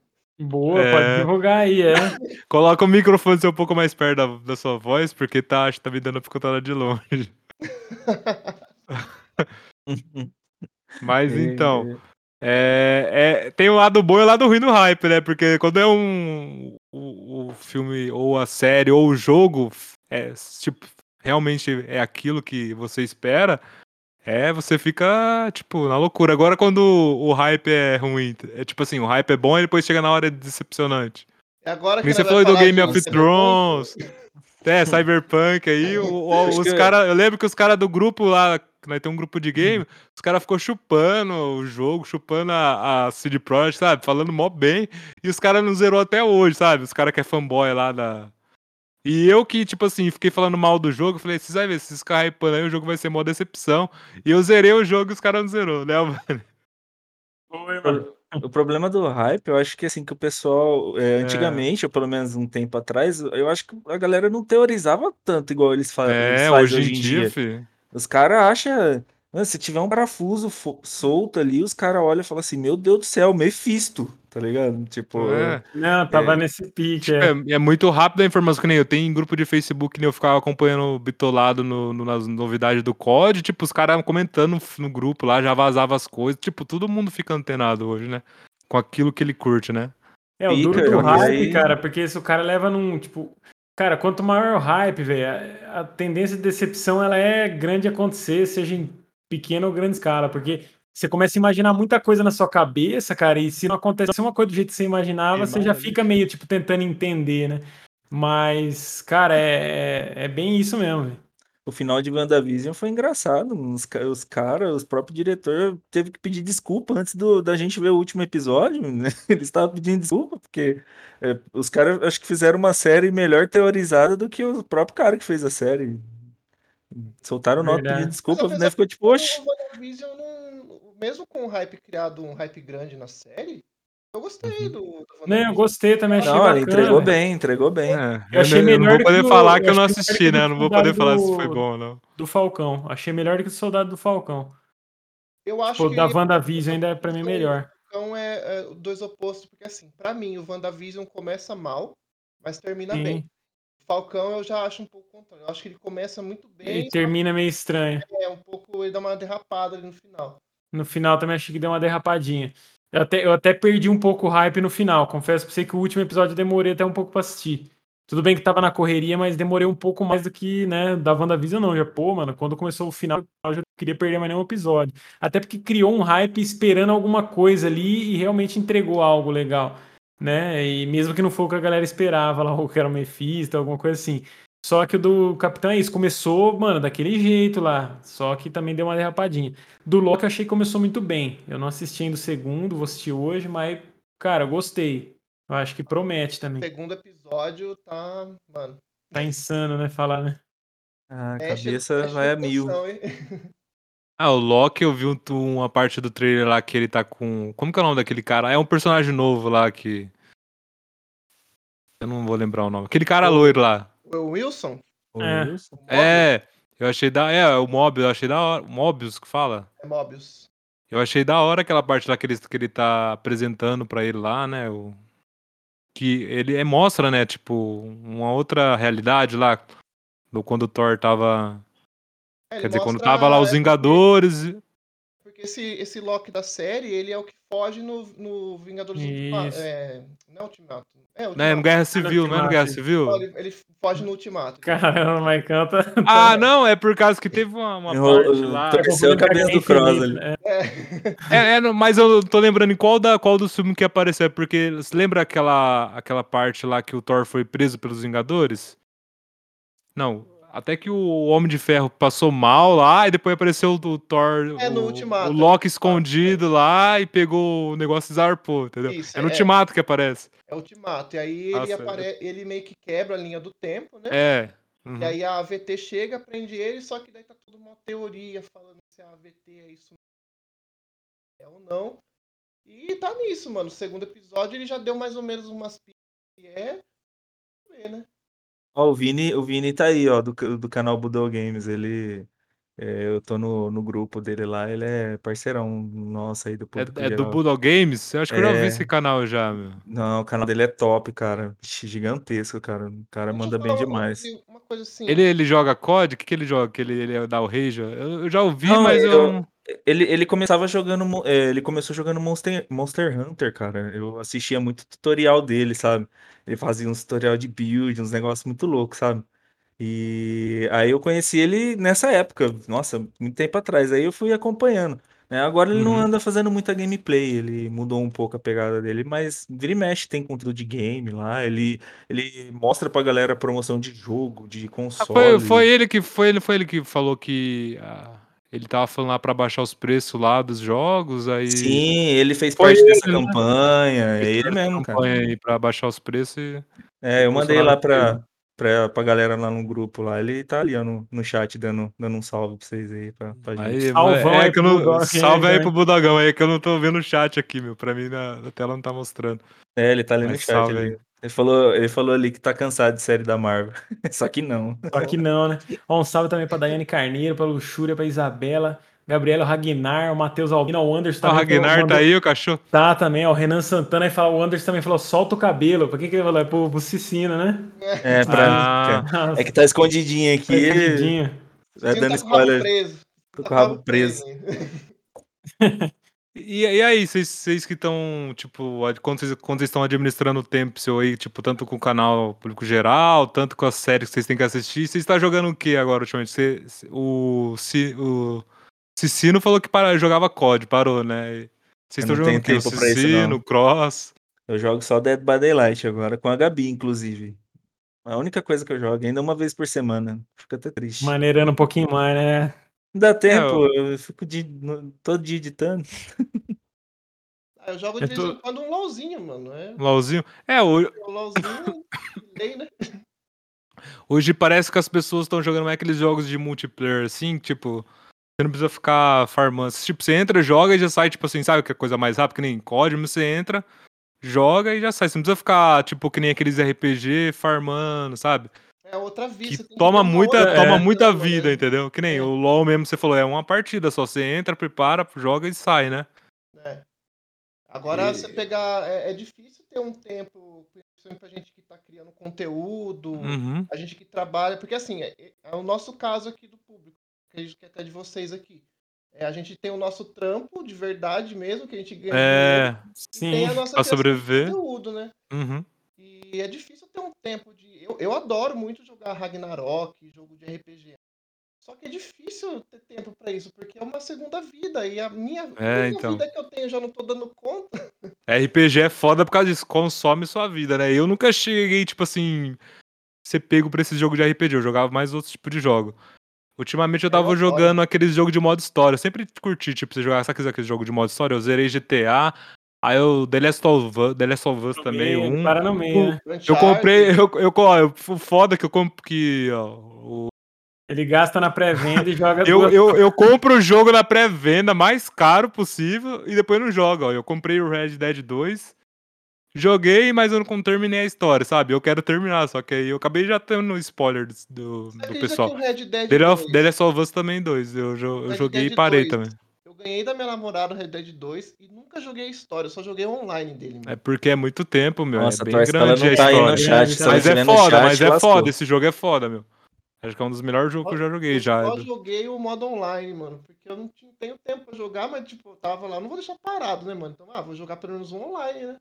Boa, pode divulgar aí, Coloca o microfone ser um pouco mais perto da sua voz, porque acho que tá me dando pra escutar lá de longe. Mas então, tem o lado bom e o lado ruim do hype, né? Porque quando é um o filme, ou a série, ou o jogo tipo, realmente é aquilo que você espera, você fica, tipo, na loucura. Agora, quando o hype é ruim, tipo assim, o hype é bom e depois chega na hora decepcionante. É agora que Nem ela você vai falou do falar Game de of Cyberpunk? Thrones, Cyberpunk aí, Acho os que caras, eu lembro que os caras do grupo lá, que nós temos um grupo de game, os caras ficou chupando o jogo, chupando a CD Projekt, sabe, falando mó bem, e os caras não zerou até hoje, sabe, os caras que é fanboy lá da... E eu que, tipo assim, fiquei falando mal do jogo, falei, vocês vão ver, se vocês ficarem hypando aí, o jogo vai ser mó decepção, e eu zerei o jogo e os caras não zerou, né, mano? Oi, mano. pro- o problema do hype, eu acho que assim, que o pessoal, É, antigamente, ou pelo menos um tempo atrás, eu acho que a galera não teorizava tanto igual eles fazem hoje em hoje em dia, dia. fi, Os caras acham. Se tiver um parafuso solto ali, os caras olham e falam assim: Meu Deus do céu, Mephisto, tá ligado? Tipo, é... Não, tava é, nesse pique, Tipo, é muito rápido a informação, que nem eu tenho em grupo de Facebook, que nem eu ficava acompanhando o Bitolado nas novidades do COD, tipo, os caras comentando no grupo lá, já vazava as coisas, tipo, todo mundo fica antenado hoje, né? Com aquilo que ele curte, né? É, o duro fica, do e hype, aí. cara, porque se o cara leva num, tipo, cara, quanto maior o hype, velho, a tendência de decepção ela é grande a acontecer, seja em pequena ou grande escala, porque você começa a imaginar muita coisa na sua cabeça, cara, e se não acontece uma coisa do jeito que você imaginava, você já Queimado ali. fica meio, tipo, tentando entender, né? Mas, cara, é bem isso mesmo, velho. O final de WandaVision foi engraçado. Os caras, os próprios diretores teve que pedir desculpa antes da gente ver o último episódio, né? Eles estavam pedindo desculpa, porque os caras acho que fizeram uma série melhor teorizada do que o próprio cara que fez a série. Soltaram nota pedindo Verdade. Mas desculpa, né? apesar Ficou que tipo, o oxe. WandaVision, não, mesmo com o hype criado, um hype grande na série, eu gostei Uhum. do Né, eu WandaVision. gostei também, achei Não, ele bacana, entregou velho. bem, entregou bem. Eu achei Eu não melhor vou do que poder o. falar Eu que eu não achei melhor do que assisti, o do né? Eu não vou Soldado poder falar se foi bom ou não. do Falcão. Achei melhor do que o Soldado do Falcão. Eu acho Tipo, que da o WandaVision ainda é pra mim melhor. Falcão é dois opostos, porque assim, pra mim o WandaVision começa mal, mas termina bem. Sim. O Falcão eu já acho um pouco contrário. Eu acho que ele começa muito E bem, só termina meio estranho. que é um pouco, ele dá uma derrapada ali no final. No final também achei que deu uma derrapadinha. Eu até perdi um pouco o hype no final. Confesso pra você que o último episódio eu demorei até um pouco pra assistir. Tudo bem que tava na correria, mas demorei um pouco mais do que, né, da WandaVision não. Já, pô, mano, quando começou o final, eu já não queria perder mais nenhum episódio. Até porque criou um hype esperando alguma coisa ali e realmente entregou algo legal, né? E mesmo que não for o que a galera esperava lá, ou que era o Mephisto, alguma coisa assim. Só que o do Capitão é isso, começou, mano, daquele jeito lá. Só que também deu uma derrapadinha. Do Loki eu achei que começou muito bem. Eu não assisti ainda o segundo, vou assistir hoje, mas, cara, eu gostei. Eu acho que promete O também. segundo episódio tá, mano, Tá insano, né? Falar, né? A mexe, cabeça mexe vai no a mil. coração, hein? Ah, o Loki, eu vi uma parte do trailer lá que ele tá com... Como que é o nome daquele cara? É um personagem novo lá que... Eu não vou lembrar o nome. Aquele cara loiro lá. O Wilson, O É. Wilson. o Mobius, Eu achei da... É, o Mobius, eu achei da hora. O Mobius que fala? é Mobius. Eu achei da hora aquela parte lá que ele tá apresentando pra ele lá, né? Que ele mostra, né, tipo, uma outra realidade lá, quando o Thor tava... Ele Quer dizer, quando mostra, tava lá os Vingadores... porque esse Loki da série, ele é o que foge no Vingadores Ultimato. Isso. Não é Ultimato. É Né, no Ultimato. Guerra É no Civil, não é no Guerra Ultimato. Não, Civil? ele foge no Ultimato. Caramba, mas canta. Ah, não, é por causa que teve uma parte lá... Torceu a cabeça do Cross ali. É. Mas eu tô lembrando em qual dos filmes que apareceu, porque você lembra aquela parte lá que o Thor foi preso pelos Vingadores? Não, até que o Homem de Ferro passou mal lá, e depois apareceu o Thor, É no o Ultimato. Loki escondido lá, e pegou o negócio e zarpou, entendeu? Isso, É no Ultimato que aparece. é Ultimato. E aí Nossa, ele meio que quebra a linha do tempo, né? é. E Uhum. aí a AVT chega, prende ele, só que daí tá toda uma teoria falando se a AVT é isso ou não. E tá nisso, mano. O segundo episódio ele já deu mais ou menos umas pistas que é. Vamos ver, né? Ó, o Vini tá aí, ó, do canal Budol Games. Eu tô no grupo dele lá, ele é parceirão nosso aí do público É do geral. Budol Games? Eu acho que eu já vi esse É, canal já, meu. não, o canal dele é top, cara. Ixi, gigantesco, cara. O cara Deixa eu manda bem falar demais. uma coisa assim. Ele joga COD? O que ele joga? Que ele dá o Rage? Eu já ouvi, Não, mas eu não. Ele começava jogando. Ele começou jogando Monster Hunter, cara. Eu assistia muito tutorial dele, sabe? Ele fazia uns tutorial de build, uns negócios muito loucos, sabe? E aí eu conheci ele nessa época, nossa, muito tempo atrás. Aí eu fui acompanhando, né? Agora ele não Uhum. anda fazendo muita gameplay, ele mudou um pouco a pegada dele, mas vira e mexe, tem conteúdo de game lá, ele mostra pra galera a promoção de jogo, de Foi console. ele que falou que ele tava falando lá pra baixar os preços lá dos jogos, aí Sim, ele fez foi parte dessa ele, né? campanha, é Fez ele parte da mesmo, cara. campanha aí pra baixar os preços e É, o eu mandei Bolsonaro lá apoiou. pra galera lá no grupo lá, ele tá ali ó, no chat dando um salve pra vocês aí, pra gente. Aí, Salvão aí que eu pro não. Bulldog aí Salve aí pro também. Budogão aí, que eu não tô vendo o chat aqui, meu. Pra mim na tela não tá mostrando. É, ele tá ali no Mas chat salve aí. ali. Ele falou ali que tá cansado de série da Marvel. Só que não. Só que não, né? Ó, um salve também pra Daiane Carneiro, pra Luxúria, pra Isabela, Gabriela Ragnar, o Matheus Albino, o Anderson Ó, o também Ragnar tá mandou. aí, o cachorro. Tá também, ó, o Renan Santana aí fala, o Anderson também falou, solta o cabelo. Pra que que ele falou? É pro Cicino, né? É, Cicino. Ah. é que tá escondidinho Tá aqui, escondidinho. vai Cecino dando tá com o rabo spoiler, preso. tô Tá com o com o rabo rabo preso preso. ainda. E aí, vocês que estão, tipo, quando vocês estão administrando o tempo seu aí, tipo, tanto com o canal público geral, tanto com as séries que vocês têm que assistir, vocês estão jogando o que agora ultimamente? O Cicino falou que jogava COD, parou, né? E vocês Eu estão não jogando tenho o quê? O tempo pra isso, Cicino, não. o Cross? Eu jogo só Dead by Daylight agora, com a Gabi, inclusive. A única coisa que eu jogo, ainda uma vez por semana. Fico até triste. Maneirando um pouquinho mais, né? Não dá É, tempo, eu fico todo dia editando. Ah, eu jogo Eu de vez em tô... quando um LOLzinho, mano. um LOLzinho. É, hoje, O LOLzinho, lei, né? hoje parece que as pessoas estão jogando mais aqueles jogos de multiplayer, assim, tipo, você não precisa ficar farmando. Tipo, você entra, joga e já sai, tipo assim, sabe que é coisa mais rápida, que nem COD, mas você entra, joga e já sai. Você não precisa ficar, tipo, que nem aqueles RPG farmando, sabe? É outra vida, Que você tem que ver uma toma outra muita dinâmica, vida, né? entendeu? Que nem É, o LoL mesmo, você falou, é uma partida só. Você entra, prepara, joga e sai, né? é. Agora, você E... pegar. É difícil ter um tempo, principalmente pra gente que tá criando conteúdo, Uhum. a gente que trabalha, porque assim, é o nosso caso aqui do público, acredito que até de vocês aqui. A gente tem o nosso trampo de verdade mesmo, que a gente ganha dinheiro, É, e tem Sim. a nossa pra criação de sobreviver. conteúdo, né? Uhum. E é difícil ter um tempo de. Eu adoro muito jogar Ragnarok, jogo de RPG. Só que é difícil ter tempo pra isso, porque é uma segunda vida. E a minha É, única então. vida que eu tenho eu já não tô dando conta. RPG é foda por causa disso, consome sua vida, né? Eu nunca cheguei, tipo assim, ser pego pra esse jogo de RPG. Eu jogava mais outros tipos de jogo. Ultimamente eu Eu tava adoro. jogando aqueles jogos de modo história. Eu sempre curti, tipo, você jogar, sabe aquele jogo de modo história? Eu zerei GTA, aí eu The Last of Us No também, meio, o ele 1. para no meio, né? Eu comprei, Uncharted. o foda é que eu compro que, ó, Ele gasta na pré-venda e joga duas. eu compro o jogo na pré-venda mais caro possível e depois não jogo, ó. Eu comprei o Red Dead 2, joguei, mas eu não terminei a história, sabe? Eu quero terminar, só que aí eu acabei já tendo spoiler Você do acredita que pessoal. o Red Dead 2, The Last of Us também 2, eu Red joguei e Dead parei 2, também. eu ganhei da minha namorada o Red Dead 2 e nunca joguei a história, eu só joguei o online dele, É mano. porque é muito tempo, meu. É Nossa, bem torce pra ela grande não a tá aí no É história. chat. grande Se ela Mas também. é estiver no foda, mas chat, é foda. lascou. Esse jogo é foda, meu. Acho que é um dos melhores jogos que eu já joguei Eu já. só joguei o modo online, mano, porque eu não tenho tempo pra jogar, mas tipo, eu tava lá, não vou deixar parado, né, mano? Então, vou jogar pelo menos um online, né?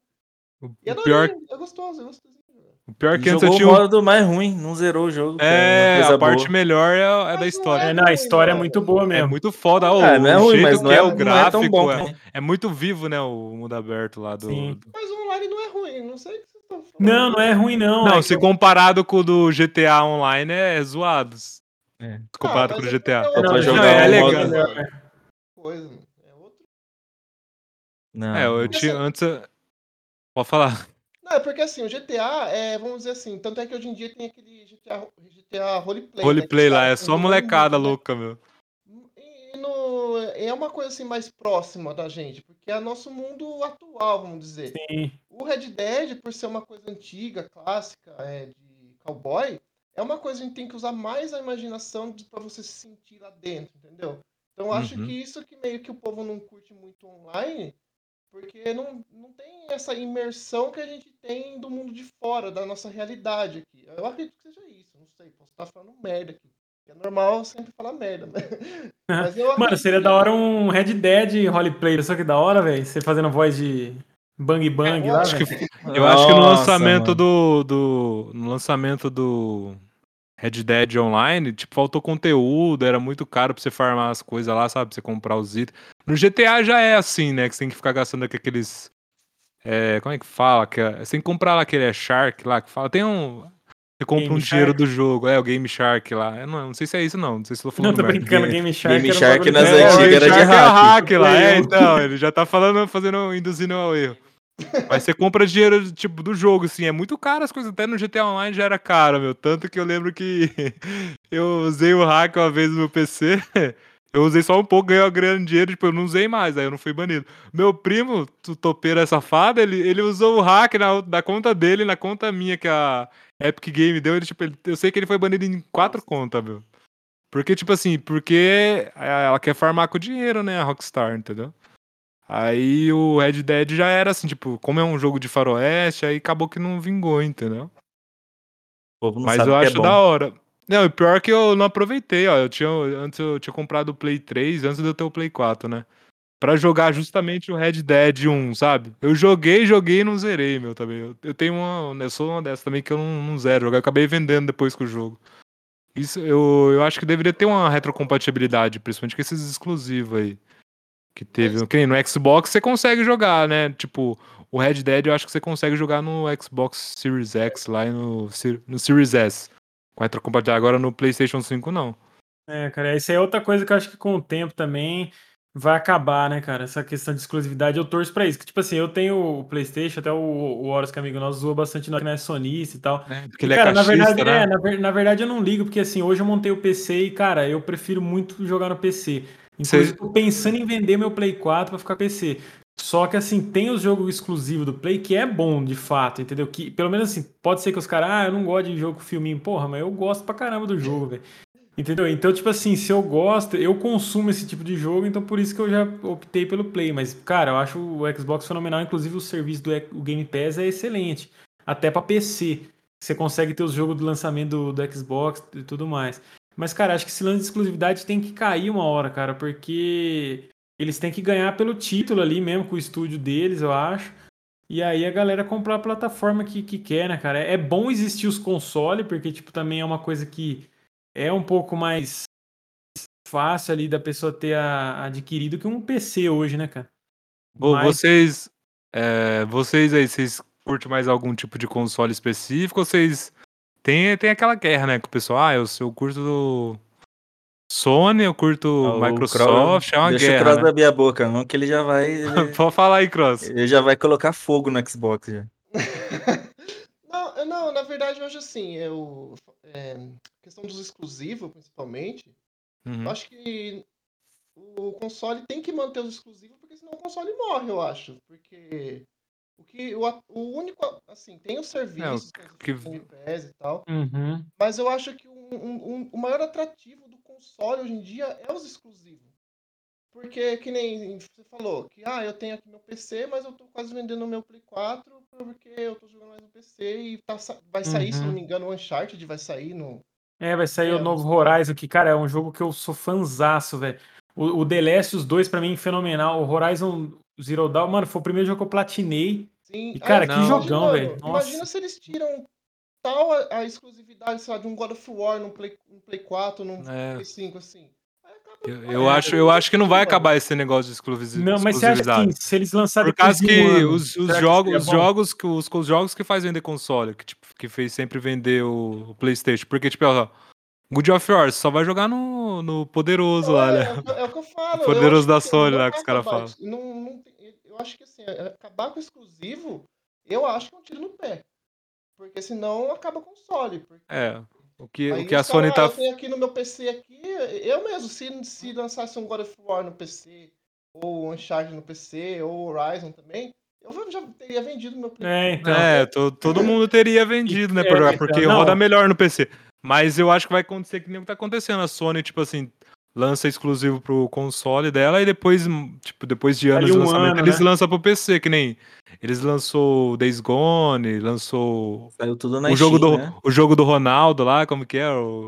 E O pior, adorei, é gostoso, é gostosinho. o pior é E que antes eu jogou o tinha um. modo mais ruim, não zerou o jogo, que é uma É, a coisa parte boa. melhor é da Mas não história. é É, não, a ruim, história é mano. muito boa É mesmo. muito foda. Ah, não é O ruim, jeito mas que é o não é tão bom gráfico. também. É muito vivo, né? O mundo aberto lá do. Sim. Mas o online não é ruim, não sei o que vocês estão Não, falando. não é ruim, não. Não, É que se comparado com o do GTA Online, é zoado. Se É. Ah, comparado com o mas do é porque é GTA. Só não, pra outra do Não, jogar GTA é um é legal. bem modo. melhor. mano. Coisa, mano. É outro. É, Não, eu Porque, tinha. assim, Antes. Pode falar. não, é porque assim, o GTA vamos dizer assim, tanto é que hoje em dia tem aquele GTA Roleplay, né? Que os Roleplay lá, caras é estão só jogando molecada muito, né? louca, meu. É uma coisa assim mais próxima da gente, porque é nosso mundo atual, vamos dizer. Sim. O Red Dead, por ser uma coisa antiga, clássica, de cowboy, é uma coisa que a gente tem que usar mais a imaginação para você se sentir lá dentro, entendeu? Então eu acho que Uhum. isso que meio que o povo não curte muito online, porque não tem essa imersão que a gente tem do mundo de fora, da nossa realidade aqui. Eu acredito que seja isso, não sei, posso estar falando merda aqui. É normal sempre falar merda, né? Mas eu Mano, acredito seria que da hora um Red Dead roleplay, só que da hora, velho. Você fazendo voz de Bang Bang lá, Acho que, velho. eu acho que no Nossa, lançamento mano. no lançamento do Red Dead Online, tipo, faltou conteúdo, era muito caro pra você farmar as coisas lá, sabe? Pra você comprar os itens. No GTA já é assim, né? Que você tem que ficar gastando com aqueles. Como é que fala? Você tem que comprar lá aquele Shark lá que fala. Tem um. Você compra Game um dinheiro Shark. do jogo, o Game Shark lá. Eu não sei se é isso, não. Não sei se eu tô Não, falando tô merda. brincando, Game Shark Game era um Shark bagulho nas que O antigas Game era de Shark é hack. hack lá. Play 1. Então, ele já tá falando, induzindo ao erro. Mas você compra dinheiro, tipo, do jogo, assim. É muito caro as coisas. Até no GTA Online já era caro, meu. Tanto que eu lembro que eu usei o hack uma vez no meu PC. Eu usei só um pouco, ganhei uma grana de dinheiro, tipo, eu não usei mais, aí eu não fui banido. Meu primo, topeira safado, ele usou o hack da conta dele, na conta minha, que a Epic Game deu. Ele, tipo, eu sei que ele foi banido em 4 contas, meu. Porque, tipo assim, porque ela quer farmar com dinheiro, né, a Rockstar, entendeu? Aí o Red Dead já era assim, tipo, como é um jogo de faroeste, aí acabou que não vingou, entendeu? O povo não Mas sabe eu o que é acho da bom. hora. Não, e pior que eu não aproveitei, ó. Antes eu tinha comprado o Play 3 antes de eu ter o Play 4, né? Pra jogar justamente o Red Dead 1, sabe? Eu joguei e não zerei, meu, também. Eu tenho uma. Eu sou uma dessas também que eu não zero. Eu acabei vendendo depois com o jogo. Isso eu acho que deveria ter uma retrocompatibilidade, principalmente com esses exclusivos aí. Que Mas, teve. Que nem no Xbox você consegue jogar, né? Tipo, o Red Dead eu acho que você consegue jogar no Xbox Series X lá e no Series S. Com retrocompatibilidade. Agora no PlayStation 5 não. É, cara, isso aí é outra coisa que eu acho que com o tempo também vai acabar, né, cara? Essa questão de exclusividade, eu torço pra isso. Que, tipo assim, eu tenho o PlayStation, até o Horus, que é amigo nosso, zoa bastante nós que não é sonista e tal. É, porque E, ele é cara, na verdade, cachista, né? na verdade eu não ligo, porque assim, hoje eu montei o PC e, cara, eu prefiro muito jogar no PC. Inclusive, Você. tô pensando em vender meu Play 4 pra ficar PC. Só que assim, tem os jogos exclusivos do Play que é bom, de fato, entendeu? Que, pelo menos assim, pode ser que os caras, eu não gosto de jogo com filminho. Porra, mas eu gosto pra caramba do jogo, velho. Entendeu? Então, tipo assim, se eu gosto, eu consumo esse tipo de jogo, então por isso que eu já optei pelo Play. Mas, cara, eu acho o Xbox fenomenal, inclusive o serviço o Game Pass é excelente. Até pra PC. Você consegue ter os jogos do lançamento do Xbox e tudo mais. Mas, cara, acho que esse lance de exclusividade tem que cair uma hora, cara, porque eles têm que ganhar pelo título ali mesmo, com o estúdio deles, eu acho. E aí a galera comprar a plataforma que quer, né, cara? É bom existir os consoles, porque, tipo, também é uma coisa que é um pouco mais fácil ali da pessoa ter adquirido que um PC hoje, né, cara? Mas, Vocês. Vocês aí, vocês curtem mais algum tipo de console específico ou vocês. Tem aquela guerra, né? Que o pessoal, eu curto do Sony, eu curto Microsoft, é uma Deixa o guerra, Cross né? abrir a boca, não, que ele já vai. Ele, Pode falar aí, Cross. ele já vai colocar fogo no Xbox já. não, na verdade, hoje assim, questão dos exclusivos, principalmente, eu Uhum. acho que o console tem que manter os exclusivos, porque senão o console morre, eu acho. Porque o único, assim, tem os É, o serviços, tem que. os Game Pass e tal, uhum, mas eu acho que o maior atrativo do console hoje em dia é os exclusivos. Porque, que nem você falou, que eu tenho aqui meu PC, mas eu tô quase vendendo o meu Play 4 porque eu tô jogando mais no PC e vai sair, se não me uhum. engano, o Uncharted vai sair no. Vai sair o No novo cinema. Horizon, que, cara, é um jogo que eu sou fanzaço, velho. O The Last, os dois, pra mim, fenomenal. O Horizon Zero Dawn, mano, foi o primeiro jogo que eu platinei. Sim, E, aí eu cara, fico que Não, jogão, velho. imaginando. Imagina Nossa. se eles tiram tal a exclusividade, sei lá, de um God of War no Play 4, num é, Play 5, assim. Aí acaba eu, com a eu É. acho, eu acho que não vai mano. acabar esse negócio de Não, mas você acha assim, exclusividade. se eles lançar Por depois causa de um que ano, será que seria bom? os jogos que faz vender console, que, tipo, que fez sempre vender o PlayStation. Porque, tipo, ó, God of War, você só vai jogar no poderoso Então, lá, né? é o que eu O falo. Eu acho poderoso que da assim, ele Sony não lá que vai os caras acabar. falam. Eu acho que assim, acabar com o exclusivo, eu acho que é um tiro no pé. Porque senão acaba com o console. É, o Aí que a os caras, Sony tá. eu tenho aqui no meu PC aqui, eu mesmo, se lançasse um God of War no PC, ou Uncharted no PC, ou Horizon também, já teria vendido meu Play 4. Então. Todo mundo teria E- vendido, né, pra jogar, então, porque roda não. melhor no PC. Mas eu acho que vai acontecer que nem o que tá acontecendo. A Sony, tipo assim, lança exclusivo pro console dela e depois, tipo, depois de anos Ali de um lançamento, ano, eles né? lançam pro PC, que nem eles lançou o Days Gone, lançou Saiu tudo na Steam, né? o jogo do Ronaldo lá, como que é?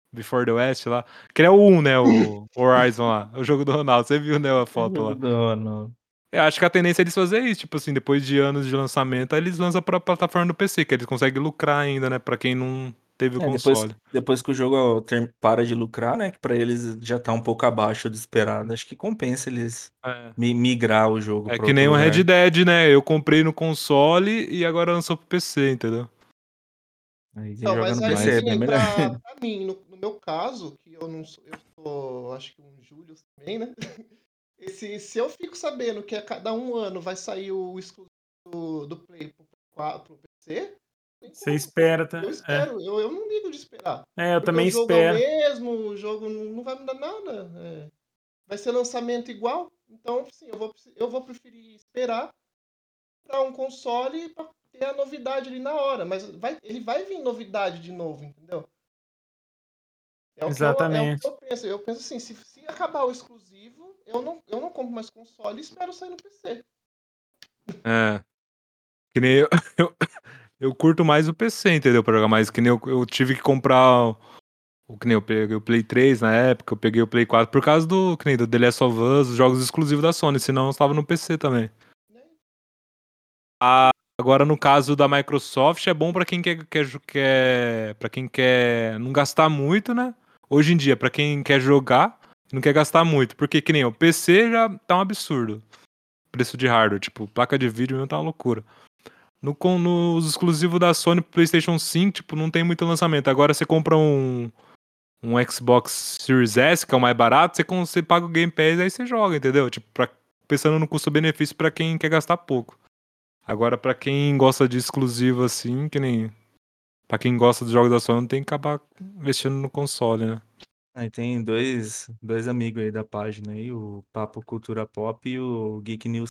Before the West lá. Que é o 1, né? O Horizon lá. O jogo do Ronaldo. Você viu, né? A foto lá. Não. Eu acho que a tendência é eles fazerem isso. Tipo assim, depois de anos de lançamento, aí eles lançam pra plataforma do PC, que eles conseguem lucrar ainda, né? Pra quem não teve o console. Depois que o jogo para de lucrar, né? Que pra eles já tá um pouco abaixo do esperado. Acho que compensa eles É. migrar o jogo É pra que nem outro o lugar. Red Dead, né? Eu comprei no console e agora lançou pro PC, entendeu? Aí quem Não, joga mas no aí, PC é que bem nem melhor. pra mim, no meu caso, que eu não sou, eu sou, acho que um Júlio também, né? Se eu fico sabendo que a cada um ano vai sair o exclusivo do Play pro PC, tem Você como. espera, tá? Eu espero, eu não ligo de esperar. Eu Porque também o jogo é o espero. mesmo, o jogo não vai mudar nada. Vai ser lançamento igual. Então, sim, eu vou preferir esperar para um console para ter a novidade ali na hora. Mas ele vai vir novidade de novo, entendeu? É o que Exatamente. eu penso. Eu penso assim, se acabar o exclusivo, eu não compro mais console e espero sair no PC. É. Que nem eu, eu, eu curto mais o PC, entendeu? Pra jogar mais. Que nem eu tive que comprar. Que nem eu peguei o Play 3 na época, eu peguei o Play 4 por causa que nem do The Last of Us, os jogos exclusivos da Sony, senão eu estava no PC também. Né? Agora, no caso da Microsoft, é bom pra quem para quem quer não gastar muito, né? Hoje em dia, pra quem quer jogar, não quer gastar muito, porque que nem o PC já tá um absurdo. Preço de hardware, tipo, placa de vídeo mesmo tá uma loucura. Nos exclusivos da Sony pro PlayStation 5, tipo, não tem muito lançamento. Agora você compra um Xbox Series S, que é o mais barato, você paga o Game Pass aí você joga, entendeu? Tipo, pensando no custo-benefício pra quem quer gastar pouco. Agora, pra quem gosta de exclusivo assim, que nem. Pra quem gosta dos jogos da Sony, tem que acabar investindo no console, né? Aí tem dois amigos aí da página aí, o Papo Cultura Pop e o Geek News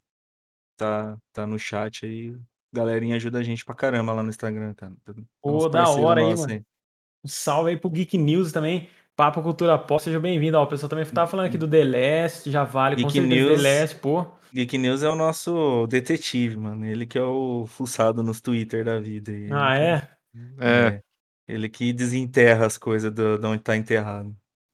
tá no chat aí. Galerinha ajuda a gente pra caramba lá no Instagram, cara. Tem uns Da parceiros hora aí, nossos mano. aí. Um salve aí pro Geek News também. Papo Cultura Pop, seja bem-vindo. Ó, o pessoal também tava falando aqui do The Last, já vale, com Geek certeza The News, Last, pô. Geek News é o nosso detetive, mano. Ele que é o fuçado nos Twitter da vida. Ele que, É? É. ele que desenterra as coisas de onde tá enterrado.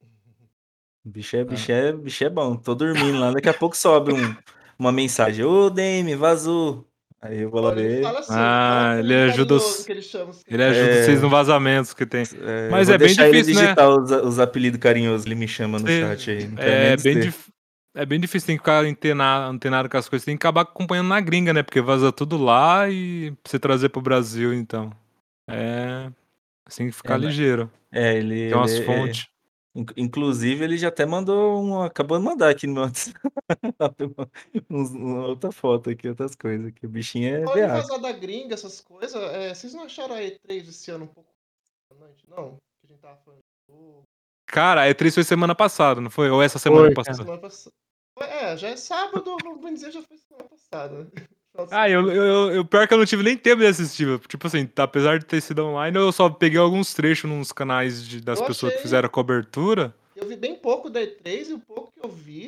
Bicho é bom. Tô dormindo lá, daqui a pouco sobe uma mensagem. Ô, Demi, vazou. Aí eu vou lá Olha, ele ver. fala assim, ele fala com Ele um ajuda carinhoso que ele chama. ele ajuda vocês no É, vazamentos que tem. eu Mas vou é bem deixar ele difícil, né? digitar os apelidos carinhosos que ele me chama no chat aí. Não quero nem É bem, dizer. é bem difícil, tem que ficar antenado com as coisas, tem que acabar acompanhando na gringa, né? Porque vaza tudo lá e pra você trazer pro Brasil, então. É. Você tem que É, ficar ligeiro. Tem ele umas fontes. inclusive, ele já até mandou acabou de mandar aqui no meu WhatsApp uma outra foto aqui, outras coisas aqui. O bichinho é Falando em veaco. vazar da gringa, essas coisas, vocês não acharam a E3 esse ano um pouco impressionante, não? Que a gente tava falando de jogo, Cara, a E3 foi semana passada, não foi? Ou essa semana Foi, cara. passada? semana passada. Já é sábado, vamos dizer, já foi semana passada. Né? Final de Ah, semana. pior que eu não tive nem tempo de assistir. Tipo assim, apesar de ter sido online, eu só peguei alguns trechos nos canais das Eu pessoas que achei. fizeram a cobertura. Eu vi bem pouco da E3 e o pouco que eu vi.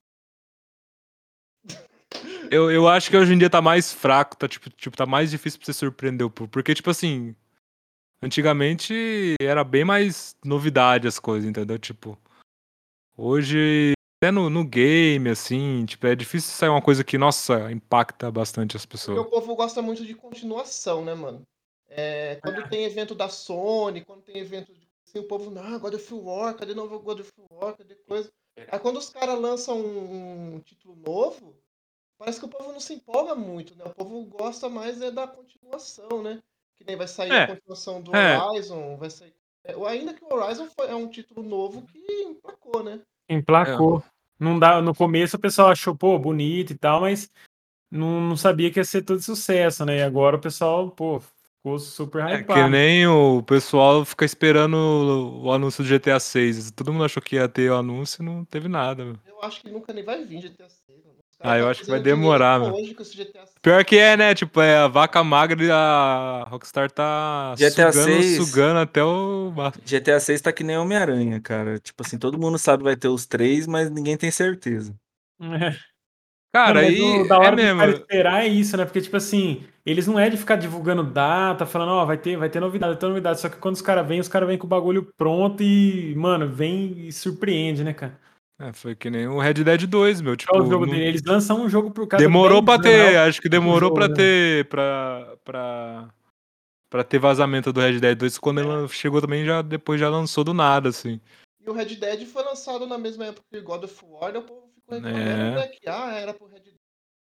Eu acho que hoje em dia tá mais fraco, tá, tá mais difícil pra você surpreender o público. Porque, tipo assim, antigamente era bem mais novidade as coisas, entendeu? Tipo, hoje, até no game, assim, tipo, é difícil sair uma coisa que, nossa, impacta bastante as Porque pessoas. o povo gosta muito de continuação, né, mano? Quando tem evento da Sony, quando tem evento de. Assim, o povo, não, God of War, cadê novo God of War, cadê coisa? Aí quando os caras lançam um título novo, parece que o povo não se empolga muito, né? O povo gosta mais da continuação, né? Que nem vai sair a É, continuação do é. Horizon, vai sair. Ainda que o Horizon é um título novo que emplacou, né? Emplacou. Não dá, no começo o pessoal achou, pô, bonito e tal, mas não sabia que ia ser todo sucesso, né? E agora o pessoal, pô, ficou super É que hypado. nem o pessoal fica esperando o anúncio do GTA 6. Todo mundo achou que ia ter o anúncio e não teve nada, meu. Eu acho que nunca nem vai vir GTA 6. Mano. Os caras Ah, eu estão acho que vai fazendo dinheiro demorar, até meu. hoje com esse GTA 6. Pior que é, né? Tipo, é a vaca magra e a Rockstar tá GTA sugando, 6, sugando até o. GTA 6 tá que nem Homem-Aranha, cara. Tipo assim, todo mundo sabe que vai ter os três, mas ninguém tem certeza. Cara, Mano, mas aí da é hora dos mesmo. caras esperar é isso, né? Porque, tipo assim, eles não é de ficar divulgando data, falando, ó, vai ter novidade, vai ter novidade. Só que quando os caras vêm com o bagulho pronto e, mano, vem e surpreende, né, cara? Foi que nem o Red Dead 2, meu. Qual é o Tipo, jogo dele? Eles lançam um jogo por cada demorou 10 pra anos, é ter. o Acho que mesmo demorou pra jogo, né? ter. Pra ter vazamento do Red Dead 2. Quando ele chegou também, depois já lançou do nada, assim. E o Red Dead foi lançado na mesma época que o God of War, e o povo ficou reclamando, É. né? Que era pro Red Dead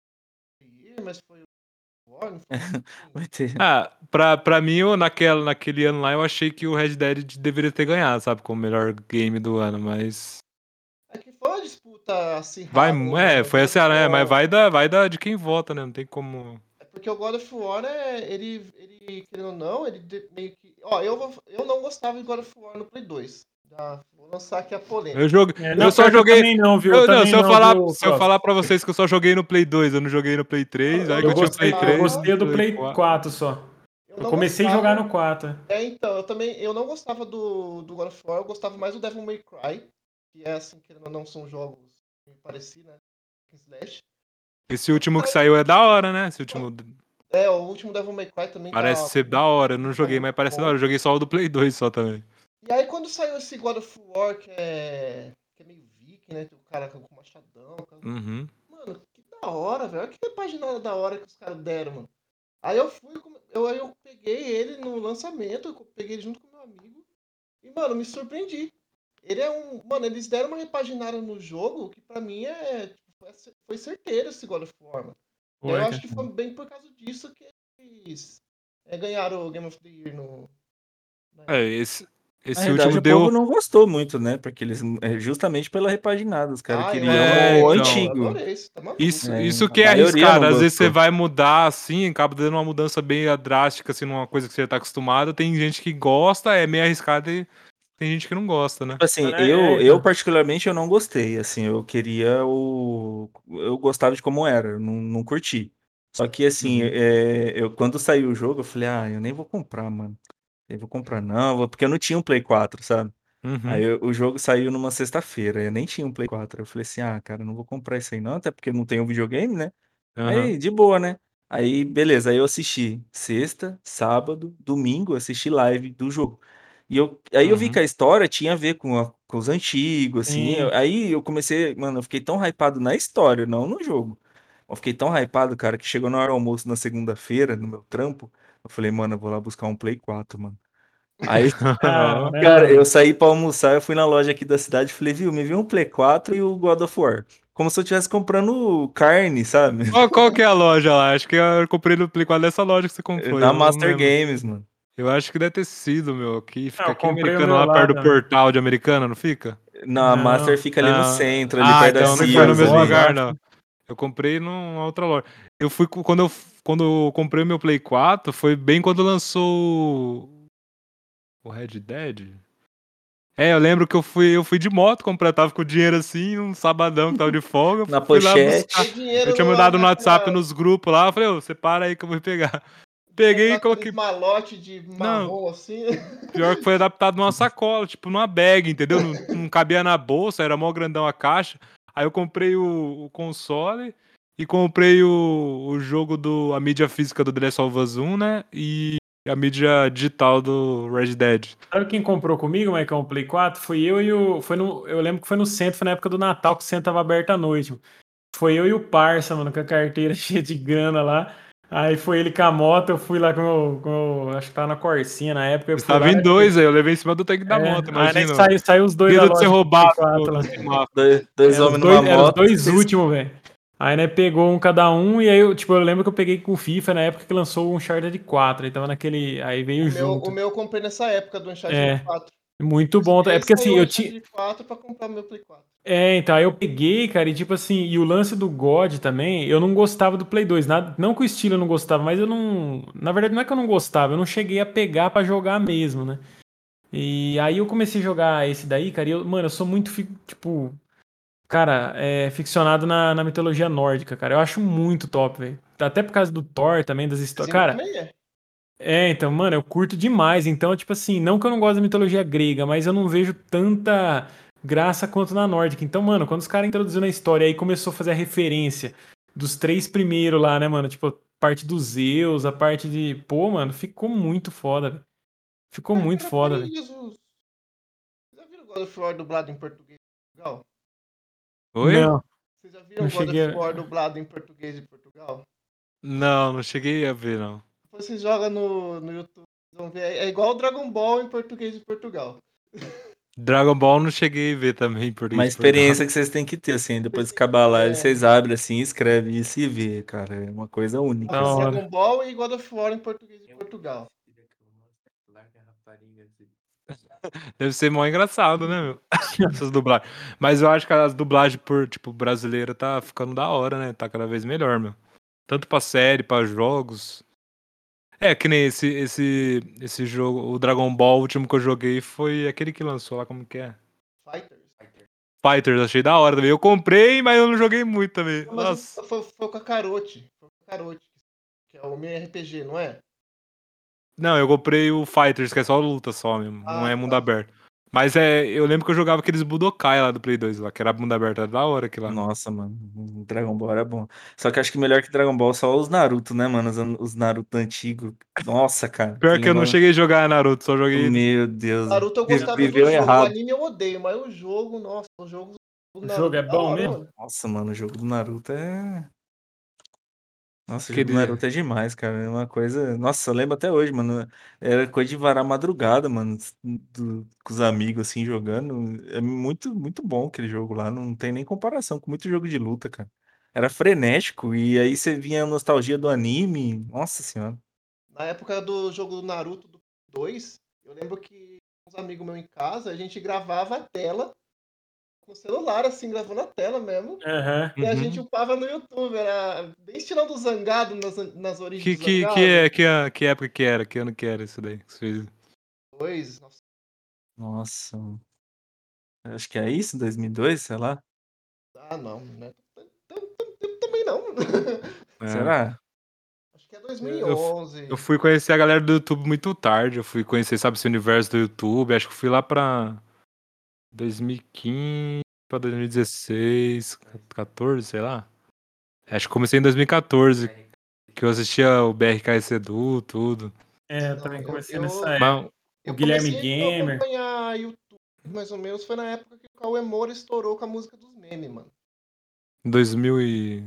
ir, mas foi o War, não foi assim. Vai ter. Pra mim, naquele ano lá, eu achei que o Red Dead deveria ter ganhado, sabe? Como o melhor game do ano, mas. É que foi uma disputa acirrada, né? Foi God assim, of né? Mas War. vai dar de quem vota, né? Não tem como. É porque o God of War, ele querendo ou não, meio que... Ó, eu não gostava de God of War no Play 2. Já vou lançar aqui a polêmica. Não, Eu só pior que eu joguei. também não, viu? Eu Não, também não, viu, se eu Cross? falar pra vocês que eu só joguei no Play 2, eu não joguei no Play 3, Eu aí que eu tinha o Play Eu 3, gostei do Play Play 4. 4 só. Eu Eu não comecei a gostava- jogar no 4. Então, eu não gostava do God of War, eu gostava mais do Devil May Cry, que é assim, querendo ou não, são jogos parecidos, né? Slash. Esse último que saiu é da hora, né? Esse último O último Devil May Cry também parece tá ser da hora. Eu não joguei, mas parece da hora. Eu joguei só o do Play 2 só também. E aí quando saiu esse God of War, que é meio viking, né? Tem o cara com machadão. Uhum. Mano, que da hora, velho. Olha que página da hora que os caras deram, mano. Aí eu fui, eu peguei ele no lançamento, eu peguei ele junto com meu amigo. E, mano, me surpreendi. Ele é um. Mano, eles deram uma repaginada no jogo que pra mim foi certeiro esse God of War, mano. E aí eu acho que foi bem por causa disso que eles ganharam o Game of the Year no. Esse Na verdade, último o povo deu. não gostou muito, né? Porque eles. Justamente pela repaginada. Os caras Eu queriam adorei, o então. antigo. Eu adorei, você tá maluco. Isso A que é maioria arriscado. não Às vezes gostou. você vai mudar assim, acaba dando uma mudança bem drástica, assim, numa coisa que você já tá acostumado. Tem gente que gosta, é meio arriscado e tem gente que não gosta, né? Tipo assim, Então. eu particularmente eu não gostei, assim, eu queria o... Eu gostava de como era, eu não curti. Só que assim, Uhum. eu quando saiu o jogo, eu falei, eu nem vou comprar, mano. Nem vou comprar não, porque eu não tinha um Play 4, sabe? Uhum. Aí o jogo saiu numa sexta-feira, eu nem tinha um Play 4. Eu falei assim, cara, eu não vou comprar isso aí não, até porque não tem um videogame, né? Aham. Aí, de boa, né? Aí, beleza, aí eu assisti sexta, sábado, domingo, eu assisti live do jogo. Aí eu vi que Uhum. a história tinha a ver com os antigos, assim. Sim. Aí eu comecei, mano, eu fiquei tão hypado na história, não no jogo. Eu fiquei tão hypado, cara, que chegou na hora do almoço na segunda-feira, no meu trampo. Eu falei, mano, eu vou lá buscar um Play 4, mano. Aí, cara, eu Caramba. saí pra almoçar, eu fui na loja aqui da cidade e falei, viu, me viu um Play 4 e o God of War. Como se eu estivesse comprando carne, sabe? Qual que é a loja lá? Acho que eu comprei no Play 4 dessa loja que você comprou. Na Eu não Master lembro. Games, mano. Eu acho que deve ter sido, meu. Que Não, fica eu aqui em comprei o Americana, meu lá lá perto do também. portal de Americana, não fica? Na Master Não. fica ali no Não. centro, ali perto da Então não Foi foi no Sears mesmo Barbosa, ali. eu lugar, acho. não. Eu comprei numa outra loja. Eu fui quando eu comprei o meu Play 4, foi bem quando lançou o Red Dead. Eu lembro que eu fui de moto comprar, tava com dinheiro assim, um sabadão que tava de folga, Na fui lá buscar. O pochete. dinheiro Eu tinha no, mandado no WhatsApp naquela, nos grupos lá, eu falei, você para aí que eu vou pegar. dinheiro Peguei e naqueles coloquei. malote de Não, marrom assim. pior que foi adaptado numa sacola, tipo numa bag, entendeu? Não cabia na bolsa, era mó grandão a caixa. Aí eu comprei o console e comprei o jogo a mídia física do The Last of Us 1, né? E a mídia digital do Red Dead. Sabe quem comprou comigo, Maicon, o Play 4? Foi eu e o. Eu lembro que foi no centro, foi na época do Natal, que o centro tava aberto à noite. Mano. Foi eu e o Parça, mano, com a carteira cheia de grana lá. Aí foi ele com a moto, eu fui lá acho que tava na Corsinha na época, eu Você fui tava lá. em dois aí, eu levei em cima do tanque da moto, Aí nós imagina. saiu os dois da Medo de ser loja com o Play roubado 4 no lá. semáforo. Dois homens numa Eram os moto. dois últimos, velho. Aí, né, pegou um cada um, e aí, eu lembro que eu peguei com o FIFA na época que lançou o Uncharted 4, aí tava naquele, aí veio junto. O meu eu comprei nessa época do Uncharted É, 4. muito bom. É porque assim, Saiu o eu tinha... Uncharted 4 pra comprar o meu Play 4. Então, aí eu peguei, cara, e tipo assim, e o lance do God também, eu não gostava do Play 2, nada, não que o estilo eu não gostava, mas eu não, na verdade não é que eu não gostava, eu não cheguei a pegar pra jogar mesmo, né? E aí eu comecei a jogar esse daí, cara, e mano, eu sou muito, tipo, cara, ficcionado na mitologia nórdica, cara, eu acho muito top, velho. Até por causa do Thor também, das histórias, Esse cara... também é. Então, mano, eu curto demais. Então, tipo assim, não que eu não gosto da mitologia grega, mas eu não vejo tanta graça quanto na nórdica. Então, mano, quando os caras introduziram na história aí começou a fazer a referência dos 3 primeiros lá, né, mano? Tipo, a parte dos Zeus, a parte de. Pô, mano, ficou muito foda, velho. Ficou Mas muito era foda, velho. país. Vocês já viram God of War dublado em português de Portugal? Oi? Não, Vocês já viram não God cheguei. of War dublado em português de Portugal? Não, não cheguei a ver, não. Depois vocês jogam no YouTube, vocês vão ver. É igual o Dragon Ball em português de Portugal. Dragon Ball não cheguei a ver também em Uma português de Portugal. experiência que vocês têm que ter, assim, depois de acabar a live, É, vocês abrem assim, escrevem isso e vê, cara. É uma coisa única, Da bota assim. hora. Dragon Ball e God of War em português de Portugal. Deve ser mó engraçado, né, meu? Essas dublagens. Mas eu acho que as dublagens por, tipo, brasileira tá ficando da hora, né? Tá cada vez melhor, meu. Tanto pra série, pra jogos. É, que nem esse jogo, o Dragon Ball, o último que eu joguei foi aquele que lançou lá, como que é? Fighters. Fighters, achei da hora também. Eu comprei, mas eu não joguei muito também. Não, mas Nossa. foi o Kakarote. Foi o Kakarote, que é o meu RPG, não é? Não, eu comprei o Fighters, que é só luta só mesmo. Não Ah, é mundo tá. aberto. Mas eu lembro que eu jogava aqueles Budokai lá do Play 2 lá, que era mundo aberto, era da hora aquilo lá. Nossa, mano, Dragon Ball era bom. Só que acho que melhor que Dragon Ball só os Naruto, né, mano? Os Naruto antigos. Nossa, cara. Pior que eu não cheguei a jogar Naruto, só joguei. Meu Deus. Naruto eu gostava do Viveu jogo. O errado. anime eu odeio, mas o jogo, nossa, o jogo do O jogo Naruto é da bom hora, mesmo? mano. Nossa, mano, o jogo do Naruto é. Nossa, o jogo do Aquele. Naruto é demais, cara. É uma coisa. Nossa, eu lembro até hoje, mano. Era coisa de varar madrugada, mano. Com os amigos, assim, jogando. É muito, muito bom aquele jogo lá. Não tem nem comparação com muito jogo de luta, cara. Era frenético. E aí você vinha a nostalgia do anime. Nossa senhora. Na época do jogo do Naruto do 2, eu lembro que uns amigos meus em casa, a gente gravava a tela com o celular, assim, gravando a tela mesmo. Aham. E a gente Uhum. upava no YouTube, era bem estilão do Zangado, nas origens do Que Zangado. que época que era? Que ano que era isso daí? Que você fez? 2, nossa, Nossa. Acho que é isso, 2002, sei lá. não, né? Tanto tempo também não. É. Será? Acho que é Eu 2011. fui conhecer a galera do YouTube muito tarde. Eu fui conhecer, sabe, esse universo do YouTube. Acho que fui lá pra 2015 pra 2016, 14, sei lá. Acho que comecei em 2014, que eu assistia o BRKS Edu, tudo. É, eu Não, também comecei eu, nessa época. Mas O eu Guilherme comecei a Gamer. acompanhar YouTube, mais ou menos, foi na época que o Cauê Moura estourou com a música dos memes, mano. em 2000 e...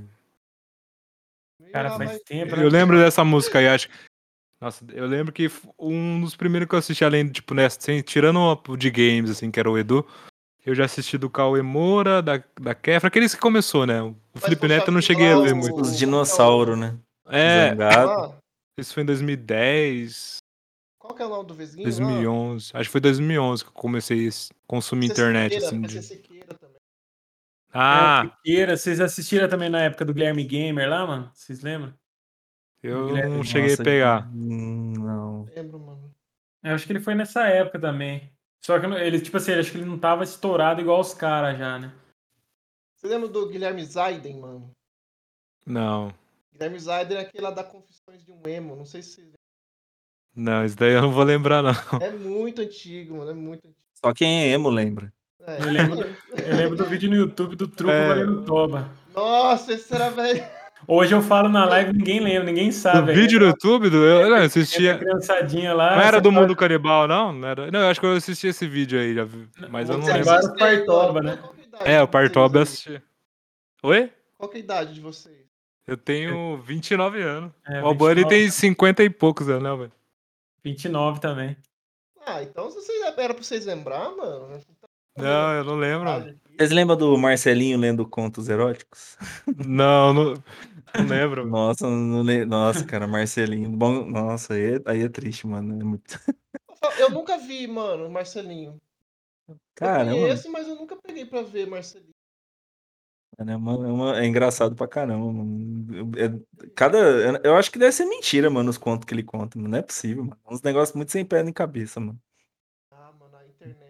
Meio Cara, lá faz vai. tempo, Eu né? lembro dessa música aí, acho. Nossa, eu lembro que um dos primeiros que eu assisti, além, tipo, nessa, tirando o de games, assim, que era o Edu, eu já assisti do Cauê Moura, da Kefra, aqueles que começou, né? O Mas Felipe poxa Neto eu não vida cheguei a lá, ver muito. Os como que é o dinossauros, né? É, vesguinho Zangado. lá? isso foi em 2010, Qual que é o nome do vesguinho lá? 2011. Acho que foi 2011 que eu comecei a consumir internet, assim, PC Siqueira também. É, o Ah, Siqueira. Vocês assistiram também na época do Guilherme Gamer lá, mano? Vocês lembram? Do eu não Guilherme. cheguei a Nossa, pegar. não. Lembro, mano. Eu acho que ele foi nessa época também. Só que ele, tipo assim, acho que ele não tava estourado igual os caras já, né? Você lembra do Guilherme Zaiden, mano? Não, Guilherme Zaiden é aquele lá da Confissões de um Emo. Não sei se vocês lembram. não, isso daí eu não vou lembrar, não. É muito antigo, mano. É muito antigo. Só quem é emo lembra. É, Eu lembro do vídeo no YouTube do Truco É, Valendo Toba. Nossa, esse era velho. Hoje eu falo na live, ninguém lembra, ninguém do sabe. vídeo no YouTube, eu não, Entra assistia. criançadinha Não lá, era você do fala, Mundo Canibal, não? Não, era... não, eu acho que eu assisti esse vídeo aí, já vi, mas eu não Quantos anos lembro. Canibal era vocês o têm agora? Partoba, né? Qual que é a idade É, de o Partob eu vocês aí? assisti. Oi? Qual que é a idade de vocês? Eu tenho 29 anos. É, O Albani 29, tem 50 e poucos anos, né, velho? 29 também. Ah, então era pra vocês lembrar, mano. Não, eu não lembro. Vocês lembram do Marcelinho lendo contos eróticos? Não, não lembro. Nossa, nossa, cara, Marcelinho. Bom, nossa, aí é triste, mano. É muito... Eu nunca vi, mano, Marcelinho. Eu Caramba, conheço, mas eu nunca peguei pra ver Marcelinho. mano, é engraçado pra caramba, mano. Eu acho que deve ser mentira, mano, os contos que ele conta, mano. Não é possível, mano. Uns negócios muito sem pé nem cabeça, mano. Ah, mano, a internet.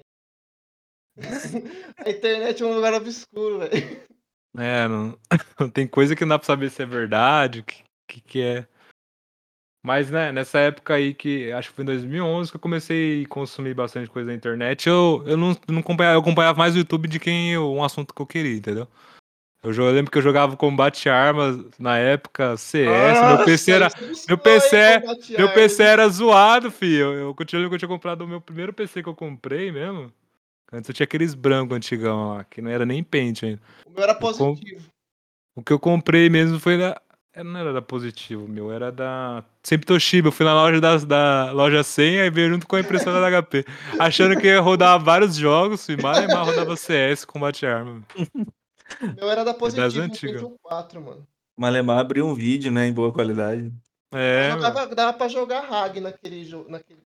A internet é um lugar obscuro, velho. É, não tem coisa que não dá pra saber se é verdade, o que é. Mas, né, nessa época aí que, acho que foi em 2011 que eu comecei a consumir bastante coisa na internet, eu não acompanhava, eu acompanhava mais o YouTube de um assunto que eu queria, entendeu? Eu lembro que eu jogava Combate Armas na época, CS, Nossa, meu PC aí era. você Meu buscou, PC, hein, Combate meu PC Arms. era zoado, filho. Eu continuo que eu tinha comprado o meu primeiro PC que eu comprei mesmo. Antes eu tinha aqueles brancos antigão lá, que não era nem Paint ainda. O meu era Eu com- positivo. O que eu comprei mesmo foi da. Não era da Positivo, meu, era da. Sempre Toshiba. Eu fui na loja da loja 100 aí veio junto com a impressora da HP. Achando que ia rodar vários jogos, e mais rodava CS, Combate Arma. O meu era da É das positivo, um antigas. Pentium 4, mano. Malemar abriu um vídeo, né, em boa qualidade. É, meu. Dava pra jogar RAG naquele jogo.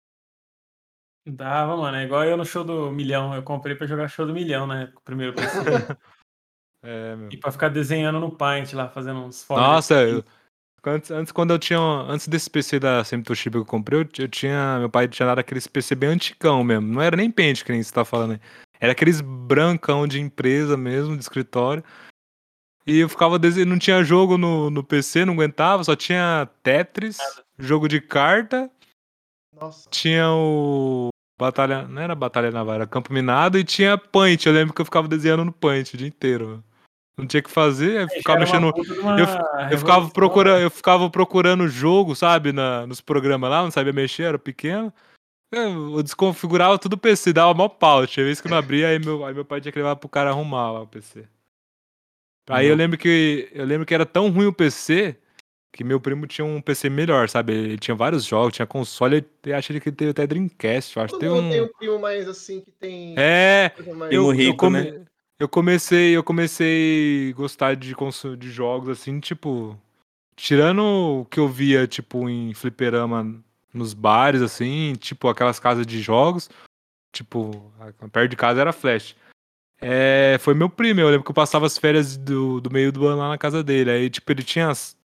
Dava, mano. É igual eu no show do Milhão. Eu comprei pra jogar show do Milhão, né? O primeiro PC. É, meu. E pra ficar desenhando no Paint lá, fazendo uns fogos de Nossa, artifício. antes desse PC da Sempre Toshiba que eu comprei, eu tinha. Meu pai tinha dado aqueles PC bem anticão mesmo. Não era nem Paint que nem você tá falando aí. Era aqueles brancão de empresa mesmo, de escritório. E eu ficava desenhando, não tinha jogo no PC, não aguentava, só tinha Tetris, jogo de carta, Nossa. tinha o Batalha, não era Batalha Naval, era Campo Minado e tinha Paint. Eu lembro que eu ficava desenhando no Paint o dia inteiro. Não tinha o que fazer, eu Já ficava era uma mexendo, puta de uma eu ficava revolução, né? eu ficava procurando jogo, sabe, nos programas lá, não sabia mexer, era pequeno. Eu desconfigurava tudo o PC, dava mó pau. Tinha vez que não abria, aí meu pai tinha que levar pro cara arrumar lá o PC. Aí Meu- eu lembro que era tão ruim o PC que meu primo tinha um PC melhor, sabe? Ele tinha vários jogos, tinha console, eu acho que ele teve até Dreamcast, eu acho. Todo Teve mundo tem um. um primo mais assim que tem É, coisa mais. Primo rico, né? eu comecei a gostar de jogos assim, tipo, tirando o que eu via, tipo, em fliperama nos bares, assim, tipo, aquelas casas de jogos, tipo, perto de casa era Flash. É, foi meu primo, eu lembro que eu passava as férias do meio do ano lá na casa dele. Aí, tipo, ele tinha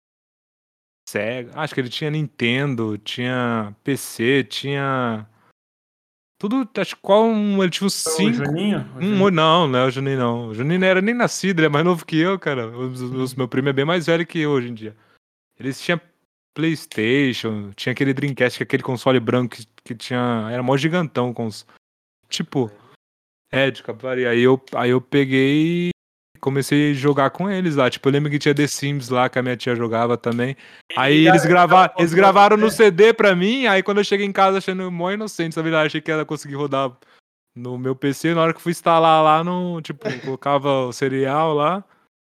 Sega, acho que ele tinha Nintendo, tinha PC, tinha. Tudo, acho que ele tinha uns O 5. Juninho? O Juninho. Não é o Juninho, não. O Juninho não era nem nascido, ele é mais novo que eu, cara. Meu primo é bem mais velho que eu hoje em dia. Eles tinham PlayStation, tinha aquele Dreamcast, que é aquele console branco que tinha. Era mó gigantão com os. Tipo. É, de Capivari. Aí eu peguei e comecei a jogar com eles lá. Tipo, eu lembro que tinha The Sims lá que a minha tia jogava também. Aí eles gravaram no CD pra mim, aí quando eu cheguei em casa achando mó inocente, sabe? Eu achei que ela conseguir rodar no meu PC, na hora que eu fui instalar lá, não, tipo, colocava o serial lá.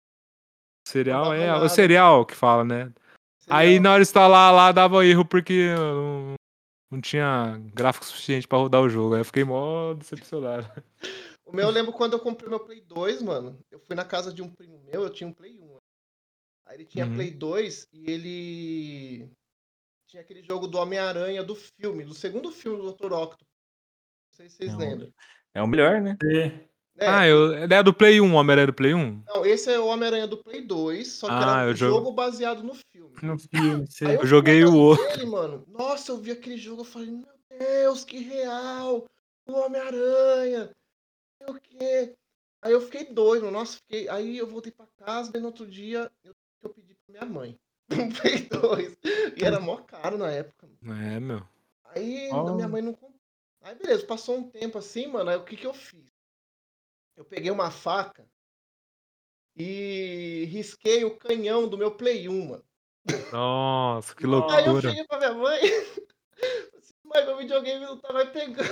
Não Serial dava é o nada. serial que fala, né? Aí na hora de instalar lá dava erro porque eu não tinha gráfico suficiente pra rodar o jogo. Aí eu fiquei mó decepcionado. O meu eu lembro quando eu comprei meu Play 2, mano. Eu fui na casa de um primo meu, eu tinha um Play 1. Aí ele tinha Uhum. Play 2 e ele tinha aquele jogo do Homem-Aranha do filme, do segundo filme do Dr. Octopus. Não sei se vocês lembram. É o melhor, né? Ah, é do Play 1, Homem-Aranha do Play 1? Não, esse é o Homem-Aranha do Play 2, só que era Ah, um jogo baseado no filme. No filme, Aí sei. eu fui joguei na o casa outro. dele, mano. Nossa, eu vi aquele jogo, eu falei, meu Deus, que real! O Homem-Aranha! Não sei o quê. Aí eu fiquei doido, nossa, fiquei. Aí eu voltei pra casa, daí no outro dia eu pedi pra minha mãe. Um Play 2. E era mó caro na época. É, meu. Aí Oh. minha mãe não comprou. Aí beleza, passou um tempo assim, mano. Aí o que eu fiz? Eu peguei uma faca e risquei o canhão do meu Play 1, mano. Nossa, que Aí eu loucura. cheguei pra minha mãe. Mãe, meu videogame não tá mais pegando.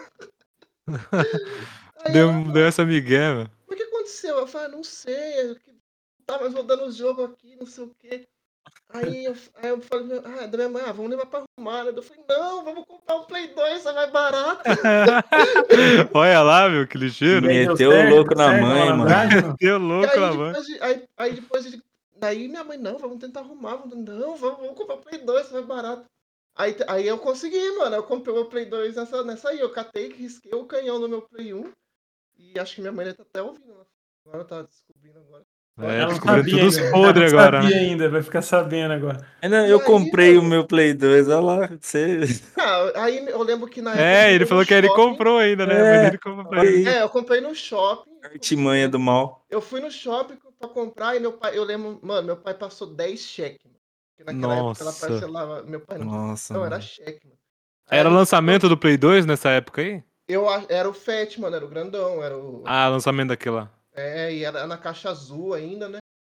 Aí ela, Deu essa migué, meu. o que aconteceu? Eu falei, não sei, não tá mais rodando o jogo aqui, não sei o quê. Aí eu falei, da minha mãe, vamos levar pra arrumar. Eu falei, não, vamos comprar um Play 2, é mais barato. Olha lá, meu, que ligeiro. Meteu o louco na mãe, mano. Deu E louco na mãe. aí minha mãe, não, vamos tentar arrumar. Vamos comprar o Play 2, é mais barato. Aí eu consegui, mano. Eu comprei o meu Play 2 nessa aí. Eu catei, risquei o canhão no meu Play 1. E acho que minha mãe tá até ouvindo. Agora tá descobrindo agora. É, Ela não descobrindo sabia tudo ainda. podre Ela não agora, sabia né? ainda, vai ficar sabendo agora. Ainda E eu aí, comprei o mano? meu Play 2, olha lá. Você... Aí eu lembro que na época. É, ele falou que ele shopping. comprou ainda, né? A mãe dele comprou pra ele. Eu comprei no shopping. Artimanha do mal. Eu fui no shopping pra comprar e meu pai, eu lembro, mano, meu pai passou 10 cheques. Mano. Porque naquela época ela Nossa. parcelava. Meu pai Nossa, não era mano. cheque, mano. Aí Era a gente- lançamento do Play 2 nessa época aí? Era o Fat, mano, era o grandão, era o. Ah, lançamento daquele lá. E era na caixa azul ainda, né?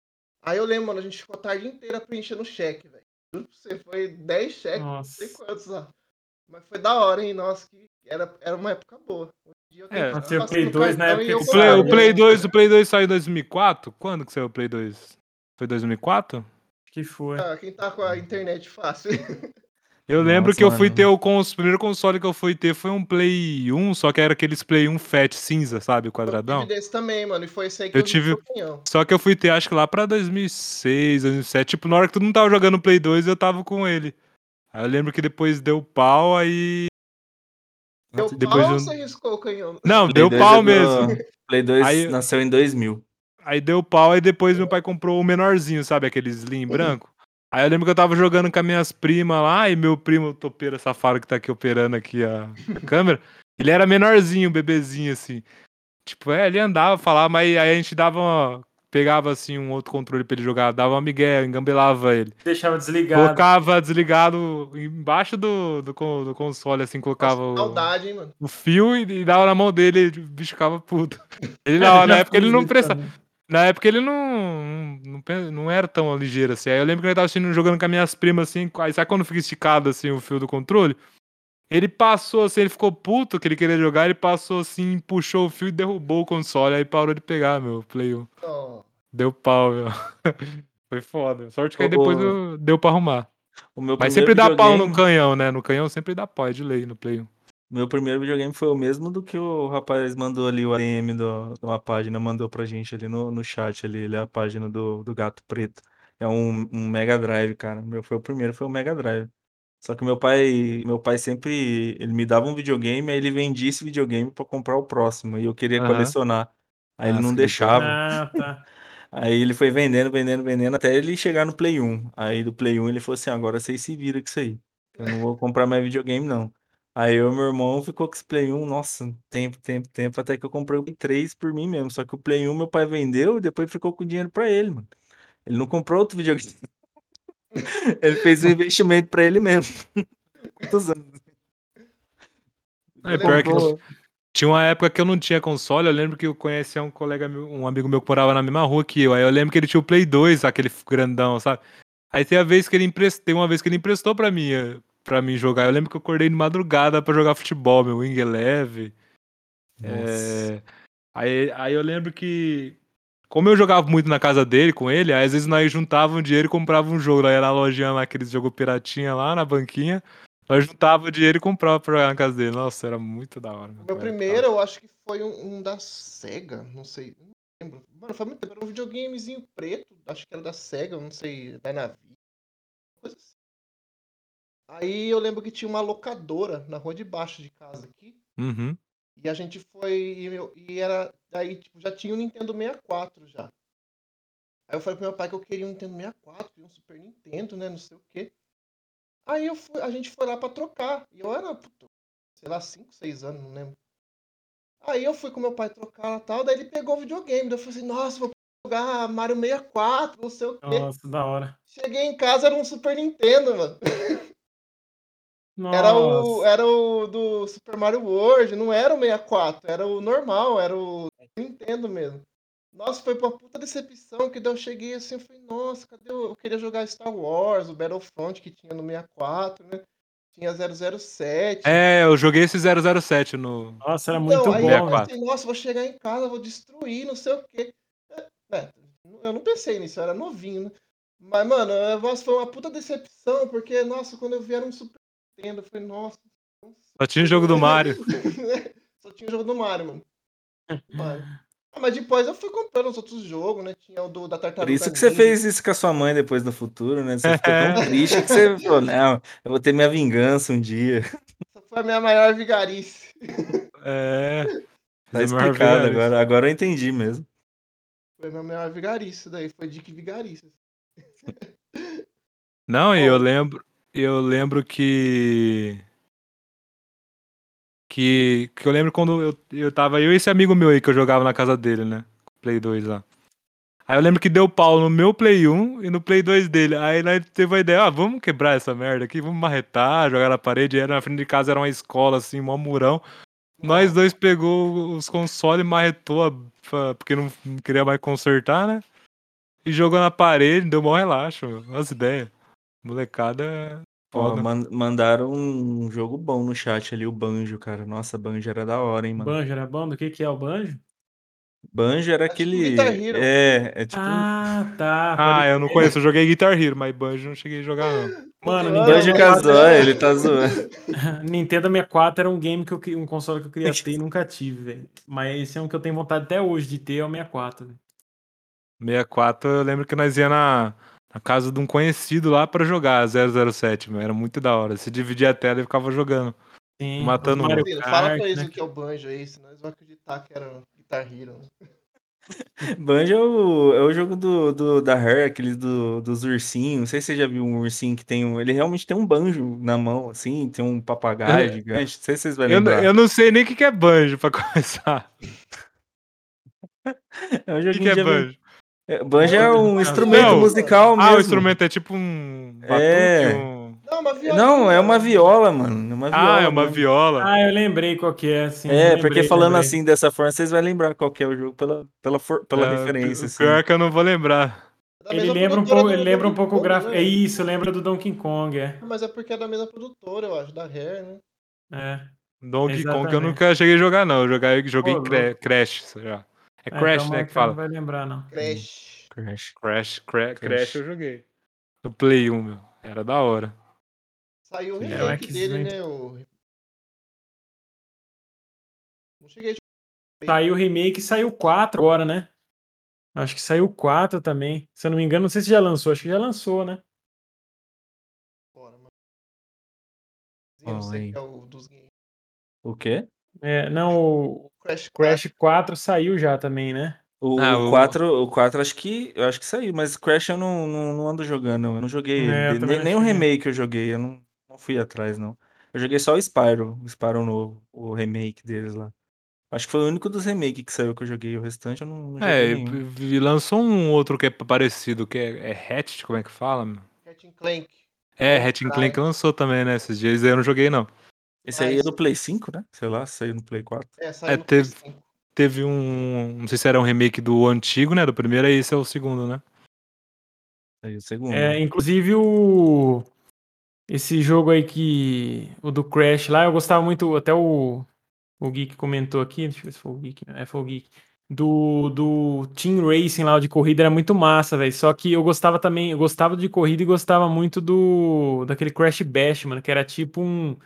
Aí eu lembro, mano, a gente ficou a tarde inteira preenchendo cheque, velho. Juro pra você, foi 10 cheques, não sei Nossa. quantos lá. Mas foi da hora, hein? Nossa, que era uma época boa. Hoje em dia eu tenho É, que Nossa, ficar o Play passando 2 na cartão época e eu que O Play, o saiu, Play gostaria. 2, o Play 2 saiu em 2004? Quando que saiu o Play 2? Foi 2004? que foi. Ah, quem tá com a internet fácil. Eu lembro Nossa, que eu fui ter mano. o primeiro console que eu fui ter foi um Play 1, só que era aqueles Play 1 Fat cinza, sabe, o Eu tive quadradão. desse também, mano. E foi esse aí que Eu eu vi tive, pro canhão. só que eu fui ter acho que lá pra 2006, 2007, tipo, na hora que todo mundo tava jogando Play 2, eu tava com ele. Aí eu lembro que depois deu pau, aí Deu depois pau de ou um... você riscou o canhão? Não, Play deu 2 é pau mesmo. do. Play 2 Aí nasceu em 2000. Aí deu pau, aí depois meu pai comprou o menorzinho, sabe? Aquele slim branco. Aí eu lembro que eu tava jogando com as minhas primas lá, e meu primo, o topeira safado que tá aqui operando aqui a câmera, ele era menorzinho, bebezinho, assim. Tipo, ele andava, falava, mas aí a gente pegava assim um outro controle pra ele jogar, dava uma migué, engambelava ele. Deixava desligado. Colocava desligado embaixo do console, assim, Nossa, colocava saudade, hein, mano. o fio e dava na mão dele, o bicho ficava puto. Ele na Já época ele fiz não isso prestava. também. Na época ele não era tão ligeiro assim. Aí eu lembro que ele tava assistindo, jogando com as minhas primas assim. Aí sabe quando fica esticado assim o fio do controle? Ele passou assim, ele ficou puto que ele queria jogar. Ele passou assim, puxou o fio e derrubou o console. Aí parou de pegar, meu, Play 1. Ó, Deu pau, meu. Foi foda. Sorte que O, aí depois o, deu pra arrumar. o meu Mas primeiro sempre dá pau no videogame. canhão, né? No canhão sempre dá pau, é de lei no Play 1. Meu primeiro videogame foi o mesmo do que o rapaz mandou ali, o ADM de uma página, mandou pra gente ali no chat ali, ele é a página do Gato Preto. É um Mega Drive, cara. Meu foi o primeiro, foi o Mega Drive. Só que meu pai sempre, ele me dava um videogame, aí ele vendia esse videogame pra comprar o próximo, e eu queria Aham. colecionar. Aí ele Ah, não escritor. deixava. Ah, tá. Aí ele foi vendendo, vendendo, vendendo, até ele chegar no Play 1. Aí do Play 1 ele falou assim, agora vocês se viram com isso aí. Eu não vou comprar mais videogame, não. Aí eu e meu irmão ficou com esse Play 1, nossa, tempo, tempo, tempo, até que eu comprei o Play 3 por mim mesmo. Só que o Play 1 meu pai vendeu e depois ficou com o dinheiro pra ele, mano. Ele não comprou outro videogame. Ele fez um investimento pra ele mesmo. Quantos anos? eu É, lembro pior que que Comprou. tinha uma época que eu não tinha console, eu lembro que eu conhecia um colega meu, um amigo meu que morava na mesma rua que eu. Aí eu lembro que ele tinha o Play 2, aquele grandão, sabe? Aí tem uma vez que ele emprestou pra mim jogar. Eu lembro que eu acordei de madrugada pra jogar futebol, meu Wing Eleven. Nossa. É... Aí eu lembro que, como eu jogava muito na casa dele, com ele, aí às vezes nós juntava um dinheiro e comprava um jogo. Aí era na lojinha lá, aqueles jogos piratinha lá na banquinha. Nós juntava o dinheiro e comprava pra jogar na casa dele. Nossa, era muito da hora, o meu meu pai. Tá. primeiro, eu acho que foi um da Sega, não sei. Não lembro. Mano, foi muito tempo. Era um videogamezinho preto, acho que era da Sega, não sei, da Navi, coisa assim. Aí eu lembro que tinha uma locadora na rua de baixo de casa aqui. Uhum. E a gente foi. E era. Aí, tipo, já tinha o Nintendo 64 já. Aí eu falei pro meu pai que eu queria um Nintendo 64, queria um Super Nintendo, né? Não sei o quê. Aí a gente foi lá pra trocar. E eu era, puta, sei lá, 5, 6 anos, não lembro. Aí eu fui com meu pai trocar e tal, daí ele pegou o videogame. Daí eu falei assim, nossa, vou jogar Mario 64, não sei o quê. Nossa, da hora. Cheguei em casa, era um Super Nintendo, mano. Nossa. Era o do Super Mario World, não era o 64, era o normal, era o Nintendo mesmo. Nossa, foi uma puta decepção que daí eu cheguei assim, eu falei, nossa, cadê eu queria jogar Star Wars, o Battlefront que tinha no 64, né? Tinha 007. É, eu joguei esse 007 no Nossa, era Então, muito aí eu bom, velho. 64. pensei, nossa, vou chegar em casa, vou destruir, não sei o quê. É, eu não pensei nisso, eu era novinho, né? Mas, mano, nossa, foi uma puta decepção, porque, nossa, quando eu vi era um Super Nintendo, eu falei, nossa, Só tinha o jogo do Mario. só tinha o jogo do Mario, mano. Mario. Ah, mas depois eu fui comprando os outros jogos, né? Tinha o da Por Tartaruga isso que você Ninja. fez isso com a sua mãe depois no futuro, né? Você ficou tão triste que você falou, não, eu vou ter minha vingança um dia. Essa foi a minha maior vigarice. É, fiz Tá a maior explicado vigarice. agora. Agora eu entendi mesmo. Foi a minha maior vigarice daí, foi Dick Vigarice. Não, e Ó, eu lembro que eu lembro quando eu tava, eu e esse amigo meu aí que eu jogava na casa dele, né? Play 2 lá. Aí eu lembro que deu pau no meu Play 1 e no Play 2 dele. Aí nós teve a ideia, vamos quebrar essa merda aqui, vamos marretar, jogar na parede. E era na frente de casa, era uma escola assim, mó murão. Nós dois pegou os consoles e marretou, porque não queria mais consertar, né? E jogou na parede, deu mó relaxo, meu. Nossa ideia. Molecada é Ó, foda. mandaram um jogo bom no chat ali, o Banjo, cara. Nossa, Banjo era da hora, hein, mano. Banjo era bom? Do que é o banjo? Banjo era É tipo Guitar aquele. Hero. É tipo. Ah, tá. Ah, Pode eu não crer. conheço. Eu joguei Guitar Hero, mas Banjo não cheguei a jogar, não. Mano, Mano, Nintendo Banjo mas 64, casou, ele tá zoando. Nintendo 64 era um game que um console que eu queria ter e nunca tive, velho. Mas esse é um que eu tenho vontade até hoje de ter, é o 64, velho. 64, eu lembro que nós ia na casa de um conhecido lá pra jogar 007, meu. Era muito da hora. Se dividia a tela e ficava jogando. Sim, os Matando um. Mario Zino, fala pra Kart, eles né? o que é o banjo aí, senão eles vão acreditar que era Guitar Hero. Né? Banjo é o jogo da Rare, aquele dos ursinhos. Não sei se você já viu um ursinho que tem um. Ele realmente tem um banjo na mão, assim, tem um papagaio gigante. Não sei se vocês vão Eu lembrar. não sei nem o que é banjo, pra começar. É um O que joguinho é de aventura. banjo? Banjo é um instrumento Não. musical Ah, o mesmo. instrumento é tipo um batuque, É. um... Não, uma Não, é violinha. uma viola, mano. É uma Ah, é viola uma mesmo. viola. Ah, eu lembrei qual que é, sim. É, porque falando Lembrei. assim dessa forma, vocês vão lembrar qual que é o jogo pela referência, O pior assim. é que eu não vou lembrar. É da mesma produtora Ele do lembra um Donkey pouco o Kong, gráfico. É né? isso, lembra do Donkey Kong, é. Mas é porque é da mesma produtora, eu acho, da Rare, né? É, Donkey Kong eu exatamente. nunca cheguei a jogar, não. Joguei Ô, louco. Crash já. É Então Crash, o né, que Marcão não fala. vai lembrar, não. Crash. Crash. Crash eu Crash. joguei. No Play 1, meu. Era da hora. Saiu o Sim. É, o remake dele, X-Men. né? Não cheguei a Saiu o remake e saiu o 4 agora, né? Acho que saiu o 4 também. Se eu não me engano, não sei se já lançou. Acho que já lançou, né? fora, mano. Não Ó, sei aí. que é o dos games. O quê? É, não, o Crash 4. Crash 4 saiu já também, né? Ah, O 4, o 4 eu acho que saiu, mas Crash eu não ando jogando, não. Eu não joguei ele. É, eu também não Nem o cheguei. remake eu joguei, eu não fui atrás, não. Eu joguei só o Spyro novo, o remake deles lá. Acho que foi o único dos remakes que saiu que eu joguei, o restante eu não joguei nenhum. e lançou um outro que é parecido, que é Hatchet, como é que fala, meu? Ratchet Clank. É, Bom, Ratchet Clank caralho. lançou também, né? Esses dias eu não joguei, não. Esse aí é Mas, do Play 5, né? Sei lá, saiu no Play 4. É, saiu no Play 5. teve um. Não sei se era um remake do antigo, né? Do primeiro, aí esse é o segundo, né? Saiu o segundo. É, inclusive esse jogo aí o do Crash lá, eu gostava muito, até o Geek comentou aqui, deixa eu ver se foi o Geek, foi o Geek, do Team Racing lá, o de corrida, era muito massa, velho, só que eu gostava também, eu gostava de corrida e gostava muito daquele Crash Bash, mano, que era tipo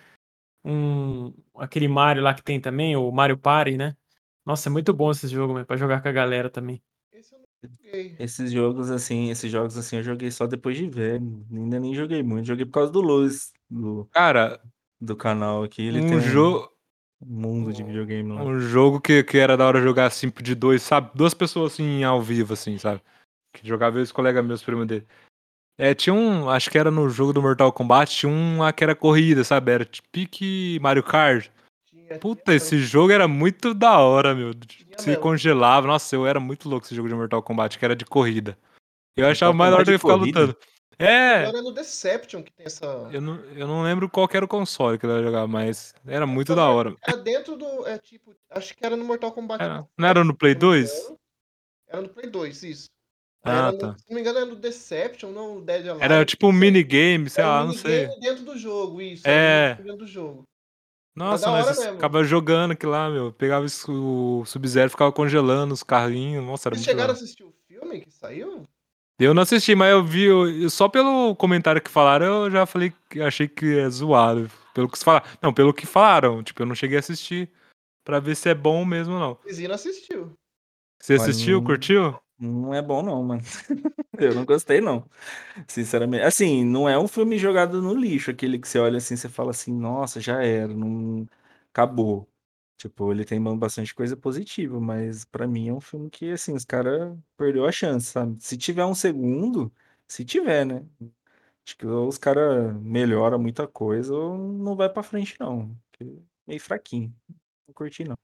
aquele Mario lá que tem também, o Mario Party, né? Nossa, é muito bom esse jogo, mano, pra jogar com a galera também. Esse eu não joguei. Esses jogos assim eu joguei só depois de velho. Ainda nem joguei muito. Joguei por causa do Luiz, Cara, do canal aqui. Ele tem um um jogo. mundo de videogame lá. Um jogo que era da hora jogar assim de dois, sabe? Duas pessoas assim ao vivo, assim, sabe? Que jogava eu e os colegas meus, primo dele. É, tinha um. Acho que era no jogo do Mortal Kombat, tinha um lá que era corrida, sabe? Era tipo pique Mario Kart. Tinha Puta, mesmo. esse jogo era muito da hora, meu. Tinha Se mesmo. congelava. Nossa, eu era muito louco esse jogo de Mortal Kombat, que era de corrida. Eu achava Mortal mais da hora Kombat do de que ficar corrida? lutando. É, Agora é no Deception que tem essa. eu não lembro qual que era o console que ele ia jogar, mas era muito da hora. Era dentro do. É tipo. Acho que era no Mortal Kombat Não era 7, no Play se não me 2? engano. Era no Play 2, isso. Aí Ah, era no, tá. se não me engano, era no Deception, não no Dead Era Alive. tipo um minigame, sei Era um lá, não sei. minigame dentro do jogo, isso. Era um minigame É. dentro do jogo. Era Nossa, da hora nós mesmo. ficava jogando aquilo lá, meu. Pegava o Sub-Zero, ficava congelando os carrinhos. Nossa, era Vocês muito da chegaram a hora. assistir o filme que saiu? Eu não assisti, mas eu vi, só pelo comentário que falaram, eu já falei que achei que é zoado. Pelo que se falaram. Não, pelo que falaram. Tipo, eu não cheguei a assistir pra ver se é bom mesmo ou não. Zina assistiu. Você Olha, assistiu, curtiu? não é bom não, mano. Eu não gostei não. Sinceramente. Assim, não é um filme jogado no lixo, aquele que você olha assim, você fala assim, nossa, já era, não acabou. Tipo, ele tem bastante coisa positiva, mas pra mim é um filme que, assim, os caras perdeu a chance, sabe? Se tiver um segundo, se tiver, né? Acho que ou os caras melhoram muita coisa ou não vai pra frente, não. Porque é meio fraquinho. Não curti, não.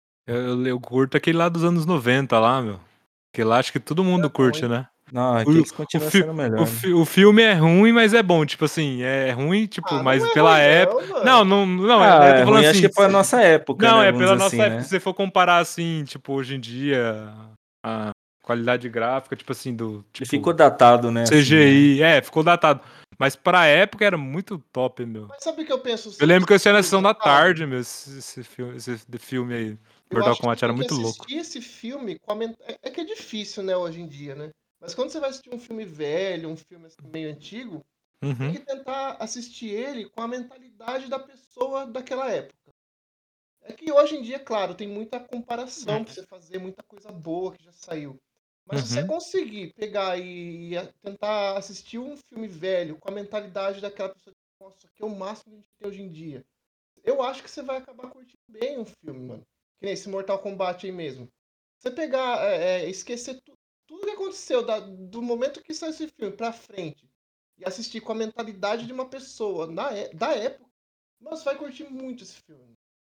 Eu curto aquele lá dos anos 90 lá, meu. Que lá acho que todo mundo Era bom, curte, hein? né? Não, O, aqueles o, continua fi- sendo melhor, né? o filme é ruim, mas é bom. Tipo assim, é ruim, tipo, Ah, não mas é pela ruim, época. não, Não, mano. não, Ah, eu é tô falando ruim, acho assim. que pra nossa época, Não, né? é Vamos pela dizer nossa assim, época. Se né? você for comparar assim, tipo, hoje em dia, qualidade gráfica, tipo assim, do Ele tipo ficou datado, né? Assim, né? CGI. Ficou datado. Mas pra época era muito top, meu. Mas sabe o que eu penso Eu sobre lembro que eu esse assisti na filme sessão da datado? tarde, meu, esse filme aí. Eu Mortal acho que você Kombat era tem que muito louco. assistir esse filme com a é que é difícil, né, hoje em dia, né? Mas quando você vai assistir um filme velho, um filme assim, meio antigo, tem Uhum. que tentar assistir ele com a mentalidade da pessoa daquela época. É que hoje em dia, claro, tem muita comparação pra você fazer, muita coisa boa que já saiu. Mas se você Uhum. conseguir pegar e tentar assistir um filme velho com a mentalidade daquela pessoa, nossa, isso aqui é o máximo que a gente tem hoje em dia. Eu acho que você vai acabar curtindo bem o filme, mano. Que nem esse Mortal Kombat aí mesmo. Você pegar, esquecer tudo que aconteceu do momento que saiu esse filme pra frente e assistir com a mentalidade de uma pessoa da época, mano, você vai curtir muito esse filme.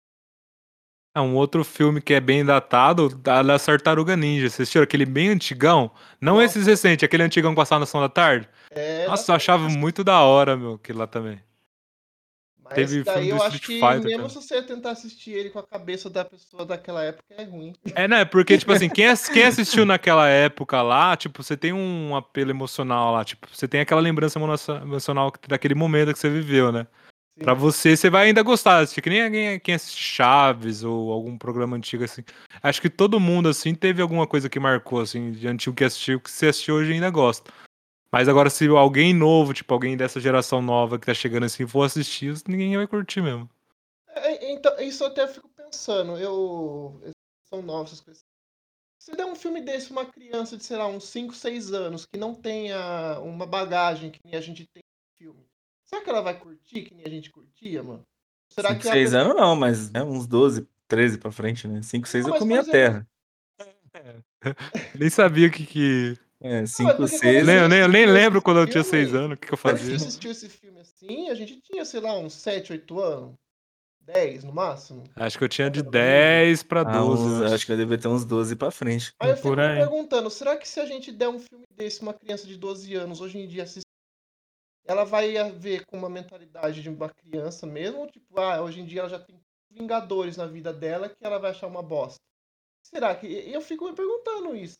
Um outro filme que é bem datado, da Tartaruga Ninja. Vocês assistiram aquele bem antigão? Não Nossa, esses recentes, aquele antigão que passava na sessão da tarde. da Nossa, eu achava muito da hora, meu, aquele lá também. Mas esse Teve filme daí do eu acho Street que Fighter mesmo também. se você tentar assistir ele com a cabeça da pessoa daquela época, é ruim. Né? Porque, tipo assim, quem assistiu naquela época lá, tipo, você tem um apelo emocional lá, tipo, você tem aquela lembrança emocional daquele momento que você viveu, né? Pra Sim. você vai ainda gostar, assim, que nem quem assiste Chaves ou algum programa antigo, assim. Acho que todo mundo, assim, teve alguma coisa que marcou, assim, de antigo que você assistiu hoje e ainda gosta. Mas agora, se alguém novo, tipo, alguém dessa geração nova que tá chegando assim, for assistir, ninguém vai curtir mesmo. Então, isso eu até fico pensando. São novos essas coisas. Se der um filme desse pra uma criança de, sei lá, uns 5, 6 anos, que não tenha uma bagagem que nem a gente tem no filme, será que ela vai curtir que nem a gente curtia, mano? Será 5, que a 6 pessoa. anos não, mas uns 12, 13 pra frente, né? 5, 6 Não, eu mas, por comia exemplo. terra. Nem sabia que... Não, mas 5, porque quando a 6. gente Eu nem assistiu esse lembro quando eu tinha 6 filme. anos, o que eu Quando a gente fazia. assistiu esse filme assim, a gente tinha, sei lá, uns 7, 8 anos. 10 no máximo. Acho que eu tinha de Tartaruga Ninja. 10 pra 12, eu Acho acho. que eu devia ter uns 12 pra frente. Aí eu Por fico me aí. perguntando, será que se a gente der um filme desse, uma criança de 12 anos, hoje em dia assistir, ela vai ver com uma mentalidade de uma criança mesmo? Ou tipo, hoje em dia ela já tem Vingadores na vida dela que ela vai achar uma bosta? Será que. Eu fico me perguntando isso.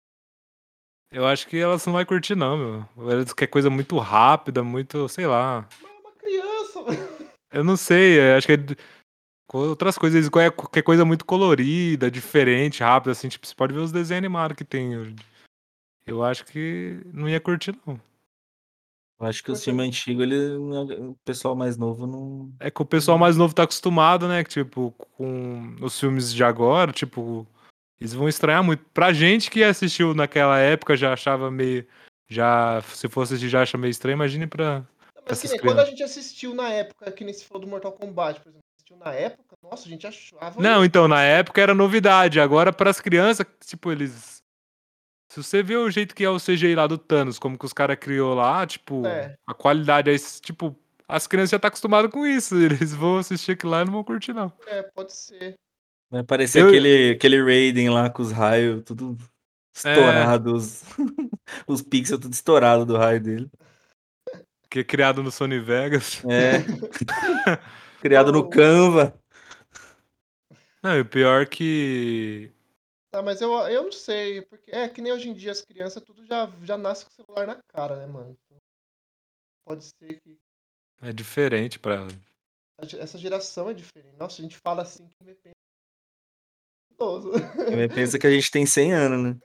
Eu acho que elas não vai curtir, não, meu. Elas querem coisa muito rápida, muito, sei lá. Mas é uma criança. Eu não sei, acho que outras coisas, qualquer coisa muito colorida, diferente, rápida, assim, tipo, você pode ver os desenhos animados que tem hoje. Eu acho que não ia curtir, não. Eu acho que os filmes antigos, o pessoal mais novo não. É que o pessoal mais novo tá acostumado, né? Que, tipo, com os filmes de agora, tipo, eles vão estranhar muito. Pra gente que assistiu naquela época já achava meio. Já, se fosse assistir, já acha meio estranho, imagine pra Mas que essas nem quando a crianças. gente assistiu na época, que nem se falou do Mortal Kombat, por exemplo, assistiu na época, nossa, a gente achava. Não, então, na época era novidade. Agora, pras crianças, tipo, eles. Se você vê o jeito que é o CGI lá do Thanos, como que os caras criou lá, tipo, É. a qualidade é, tipo, as crianças já tá acostumadas com isso. Eles vão assistir aquilo lá e não vão curtir, não. Pode ser. Vai parecer Eu, aquele Raiden lá com os raios tudo é, estourado, os pixels tudo estourado do raio dele. que é criado no Sony Vegas. É, criado no Oh, Canva. Não, e o pior que. tá, mas eu não sei, porque é que nem hoje em dia as crianças tudo já nasce com o celular na cara, né, mano? Então, pode ser que É diferente pra ela. essa geração é diferente. Nossa, a gente fala assim que me pensa idoso. Ele pensa que a gente tem 100 anos, né?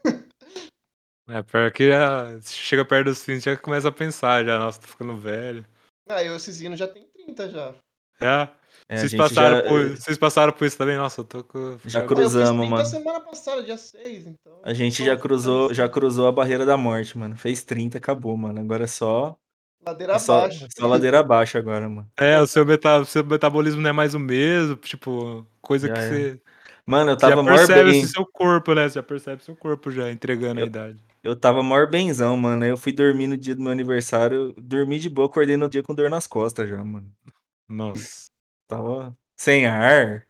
É, pior que já chega perto dos fins, já começa a pensar, já, nossa, tô ficando velho. Esses hinos já tem 30 já. Já? A gente Vocês passaram por isso também? Nossa, eu tô com. já Eu fiz cruzamos, 30 mano. semana passada, dia 6, então. A gente Tô ficando já assim, cruzou a barreira da morte, mano. Fez 30, acabou, mano. Agora ladeira abaixo. é só ladeira abaixo agora, mano. O seu metabolismo não é mais o mesmo, tipo, coisa Já que é. você. Mano, eu Você já tava maior percebe assim, bem. seu corpo, né? Você já percebe seu corpo já entregando a Eu, idade. eu tava maior benzão, mano. Aí eu fui dormir no dia do meu aniversário. Dormi de boa, acordei no dia com dor nas costas já, mano. Nossa, Tava sem ar.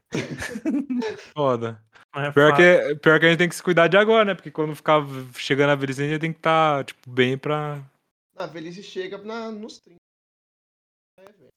foda. É Pior que a gente tem que se cuidar de agora, né? Porque quando ficar chegando a velhice, a gente tem que estar, tipo, bem pra. A velhice chega nos 30. Velho.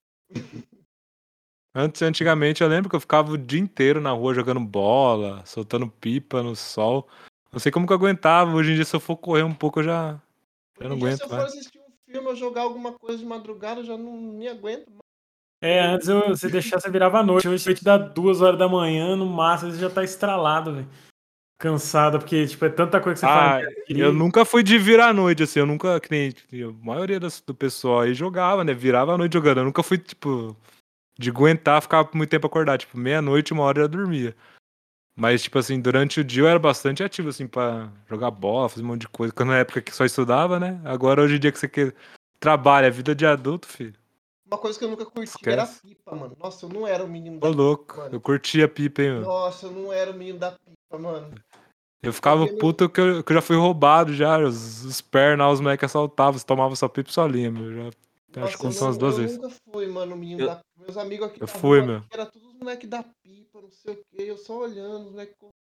Antigamente, eu lembro que eu ficava o dia inteiro na rua jogando bola, soltando pipa no sol. Não sei como que eu aguentava. Hoje em dia, se eu for correr um pouco, eu já Hoje não em dia, se aguento eu for mais. assistir um filme ou jogar alguma coisa de madrugada, eu já não me aguento mais. Antes você deixar, você virava à noite. Hoje te dá 2 horas da manhã, no máximo, você já tá estralado, velho. Cansado, porque, tipo, é tanta coisa que você faz no dia a Eu dia. nunca fui de virar a noite, assim. Eu nunca, que nem a maioria do pessoal aí jogava, né? Virava a noite jogando. Eu nunca fui, tipo, de aguentar ficar muito tempo acordado. Tipo, meia-noite, 1 hora eu já dormia. Mas, tipo assim, durante o dia eu era bastante ativo, assim, pra jogar bola, fazer um monte de coisa. Quando na época que só estudava, né? Agora, hoje em dia que você quer... trabalha, vida de adulto, filho, Uma coisa que eu nunca curti era a esquece. pipa, mano. Nossa, eu não era o menino Ô, da pipa, louco, eu mano. curtia a pipa, hein, mano. Nossa, eu não era o menino da pipa, mano. Eu Eu ficava via meu... puto que eu já fui roubado já. Os pernas, os moleques assaltavam, você tomava sua pipa e sua linha, meu. Já, acho que Nossa, aconteceu umas 2 eu vezes. nunca fui, mano, o menino Eu, da pipa. Meus amigos aqui Eu da fui, rua, meu. era todos os moleques da pipa, não sei o quê. Eu só olhando, os moleques...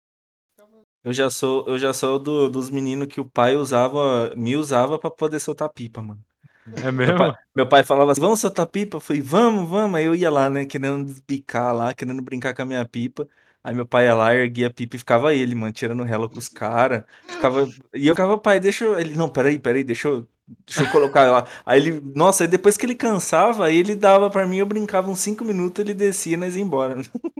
eu já sou dos meninos que o pai me usava pra poder soltar pipa, mano. É mesmo? Meu pai falava assim, vamos soltar pipa? Eu falei, vamos, vamos. Aí eu ia lá, né, querendo picar lá, querendo brincar com a minha pipa. Aí meu pai ia lá, erguia a pipa e ficava ele, mano, tirando rela com os caras. E eu ficava, pai, deixa eu... Ele, não, peraí, deixa eu colocar lá. Aí ele, nossa, aí depois que ele cansava, aí ele dava pra mim, eu brincava uns 5 minutos, ele descia e nós ia embora.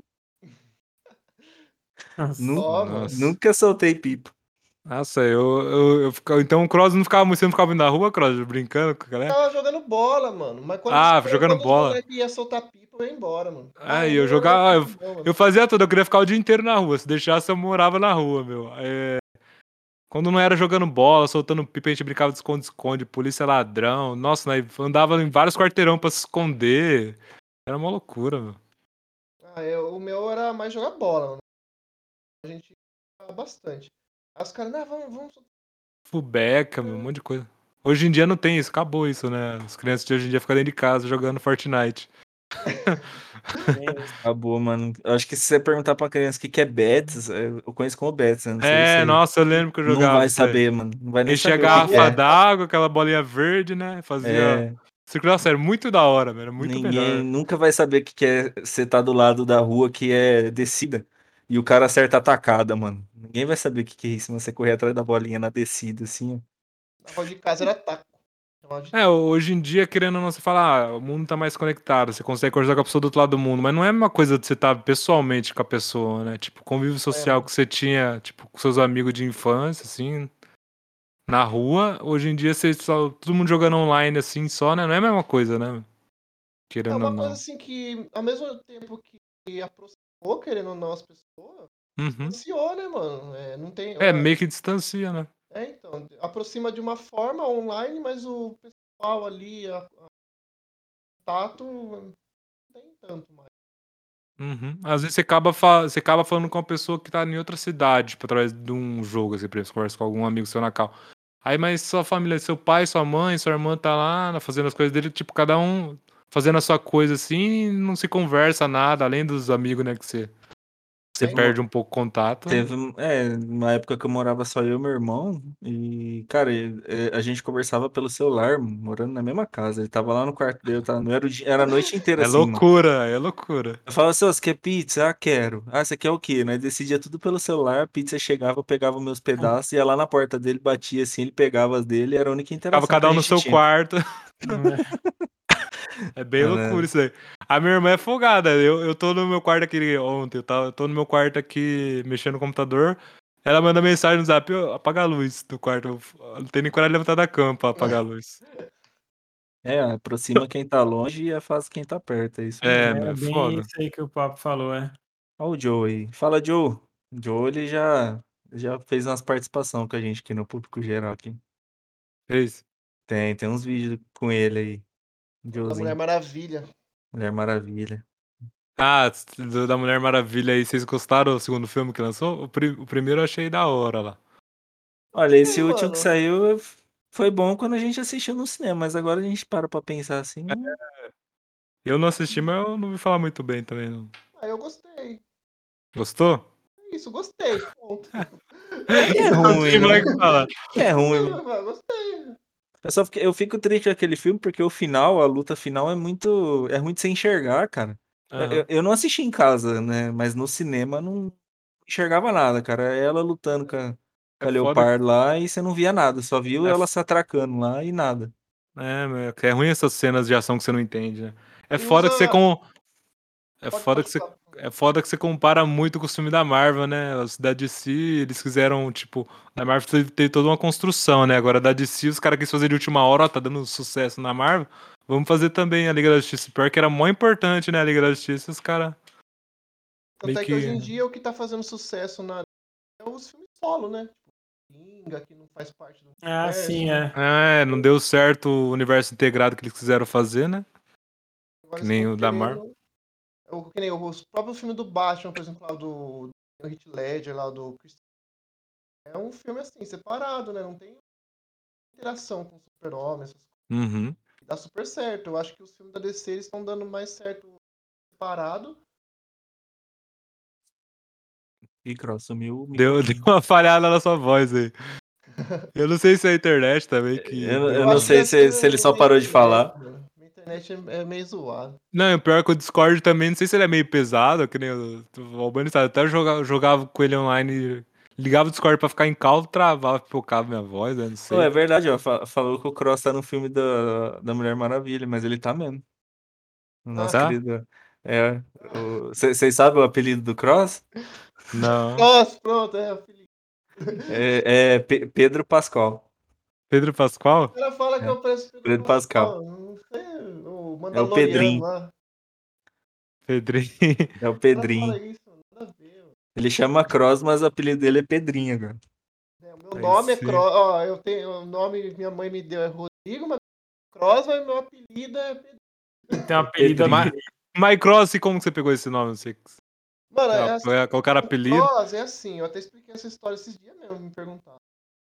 Nossa. Ó, mano. Nossa. Nunca soltei pipa. Nossa, eu ficava. Então o Cross não ficava muito. Você não ficava muito na rua, Cross, brincando com a galera? Tava jogando bola, mano. Mas Ah, jogando quando os bola. moleques iam soltar pipa, eu ia embora, mano. Na Aí eu rua eu jogava. fico Eu, de boa, mano. eu fazia tudo, eu queria ficar o dia inteiro na rua. Se deixasse, eu morava na rua, meu. Quando não era jogando bola, soltando pipa, a gente brincava de esconde-esconde, polícia ladrão. Nossa, né? Andava em vários quarteirão pra se esconder. Era uma loucura, meu. O meu era mais jogar bola, mano. A gente jogava bastante. Aí os caras, não, vamos. Fubeca, meu, um monte de coisa. Hoje em dia não tem isso, acabou isso, né? As crianças de hoje em dia ficam dentro de casa jogando Fortnite. Acabou, mano. Eu acho que se você perguntar pra criança o que que é Betis, eu conheço como Betis, né? Não sei É, se nossa, eu lembro que eu não jogava vai isso aí. saber, mano. Não vai nem Enchia a saber o que que garrafa é. d'água, aquela bolinha verde, né? Fazia É, circulação, era muito da hora, velho, era muito ninguém melhor. nunca vai saber o que que é você tá do lado da rua que é descida e o cara acerta a tacada, mano. Ninguém vai saber o que que é isso, você correr atrás da bolinha na descida, assim, ó. Na rua de casa era taco. Hoje em dia, querendo ou não, você fala, o mundo tá mais conectado, você consegue conversar com a pessoa do outro lado do mundo, mas não é a mesma coisa de você estar pessoalmente com a pessoa, né? Tipo, convívio social mano. que você tinha, tipo, com seus amigos de infância, assim, na rua, hoje em dia todo mundo jogando online assim só, né? Não é a mesma coisa, né? É Querendo ou uma coisa não. assim que, ao mesmo tempo que aproximou, querendo ou não, as pessoas, Uhum. distanciou, né, mano? Não tem. É, meio que distancia, né? Então, aproxima de uma forma online, mas o pessoal ali, tato, não tem tanto mais. Uhum. Às vezes você acaba falando com uma pessoa que tá em outra cidade, tipo, através de um jogo, assim, por exemplo, você conversa com algum amigo seu na cal. Aí, mas sua família, seu pai, sua mãe, sua irmã tá lá fazendo as coisas dele, tipo, cada um fazendo a sua coisa assim, e não se conversa nada, além dos amigos, né, que você Então, perde um pouco o contato. Uma época que eu morava só eu e meu irmão, e, cara, a gente conversava pelo celular, morando na mesma casa. Ele tava lá no quarto dele, não era, era a noite inteira É assim, mano. loucura, é loucura. Eu falava assim, ó, você quer pizza? Ah, quero. Ah, você quer o quê? Nós decidia tudo pelo celular, a pizza chegava, eu pegava meus pedaços, ia lá na porta dele, batia assim, ele pegava as dele, era a única Ficava interação que cada a um no gente seu tinha. quarto. É. É bem loucura Mano, isso aí. A minha irmã é folgada. Eu tô no meu quarto aqui ontem. Eu tô no meu quarto aqui mexendo no computador. Ela manda mensagem no zap: "Ô, apaga a luz do quarto." Eu não tenho nem coragem de levantar da cama pra apagar a luz. aproxima quem tá longe e afasta quem tá perto, é isso É, mesmo. meu, É é bem foda. isso aí que o papo falou, é. Olha o Joe aí. Fala, Joe. O Joe, ele já fez umas participações com a gente aqui no público geral aqui. É isso. Tem uns vídeos com ele aí. da Mulher Joezinho. Maravilha. Mulher Maravilha. Ah, da Mulher Maravilha aí, vocês gostaram do segundo filme que lançou? O primeiro eu achei da hora lá. Olha, esse Ei, último que mano. saiu foi bom quando a gente assistiu no cinema, mas agora a gente para pra pensar assim. Eu não assisti, mas eu não vi falar muito bem também, não. Eu gostei. Gostou? É isso, gostei. Ponto. É Não ruim, tem mais o né? que falar. É ruim. Eu gostei. Eu fico triste com aquele filme porque o final, a luta final é muito sem enxergar, cara. Aham. Eu não assisti em casa, né? Mas no cinema não enxergava nada, cara. É ela lutando com com a foda. Leopard lá e você não via nada, só viu É ela se atracando lá e nada. É ruim essas cenas de ação que você não entende, né? É E foda que você usa. com. É Pode, foda pode que você. falar. É foda que você compara muito com os filmes da Marvel, né? Os da DC, eles quiseram, tipo, da Marvel teve toda uma construção, né? Agora da DC, os caras quis fazer de última hora, ó, tá dando sucesso na Marvel. Vamos fazer também a Liga da Justiça. Pior que era mó importante, né? A Liga da Justiça, os caras Tanto meio é que hoje que. em dia o que tá fazendo sucesso é os filmes solo, né? Tipo, Kinga, que não faz parte do Ah, sim, universo. é. Não deu certo o universo integrado que eles quiseram fazer, né? Agora Que eles nem estão o da Marvel. querendo. Que nem os próprios filmes do Batman, por exemplo, lá do Heath Ledger, lá do Christian. É um filme assim, separado, né? Não tem interação com o Super-Homem, essas coisas. Uhum. E dá super certo. Eu acho que os filmes da DC eles estão dando mais certo separado. Ih, Cross, sumiu o Deu microfone. uma falhada na sua voz aí. Eu não sei se é a internet também que Eu, deu eu Eu não acho uma. que sei às vezes se ele só minha parou de internet, falar. mano. Minha internet é meio zoada. Não, o pior é que o Discord também, não sei se ele é meio pesado, que nem o Albani sabe, até eu jogava com ele online, ligava o Discord pra ficar em call, travava, pipocava minha voz, né, não Não, é sei. verdade, ó. Falou que o Cross tá no filme da Mulher Maravilha, mas ele tá mesmo. O nosso Ah, Tá? querido. Vocês sabem o apelido do Cross? Não. nossa, pronto, é o Felipe. Pedro Pascal. Pedro O Pascoal? cara fala que É, eu pareço Pedro Pedro Pascal. Pascal. Não sei, o É o Mandaloriano Pedrinho. lá. Pedrinho. É o O cara fala Pedrinho. isso, nada a ver. Mano. Ele chama Cross, mas o apelido dele é Pedrinho agora. O meu Aí nome é sim. Cross. Ó, eu tenho o nome que minha mãe me deu é Rodrigo, mas Cross, mas meu apelido é Pedro. Tem um apelido Pedrinho. Mycross, como que você pegou esse nome? Você Mano, é assim, colocaram o apelido? Cross é assim, eu até expliquei essa história esses dias mesmo, me perguntaram.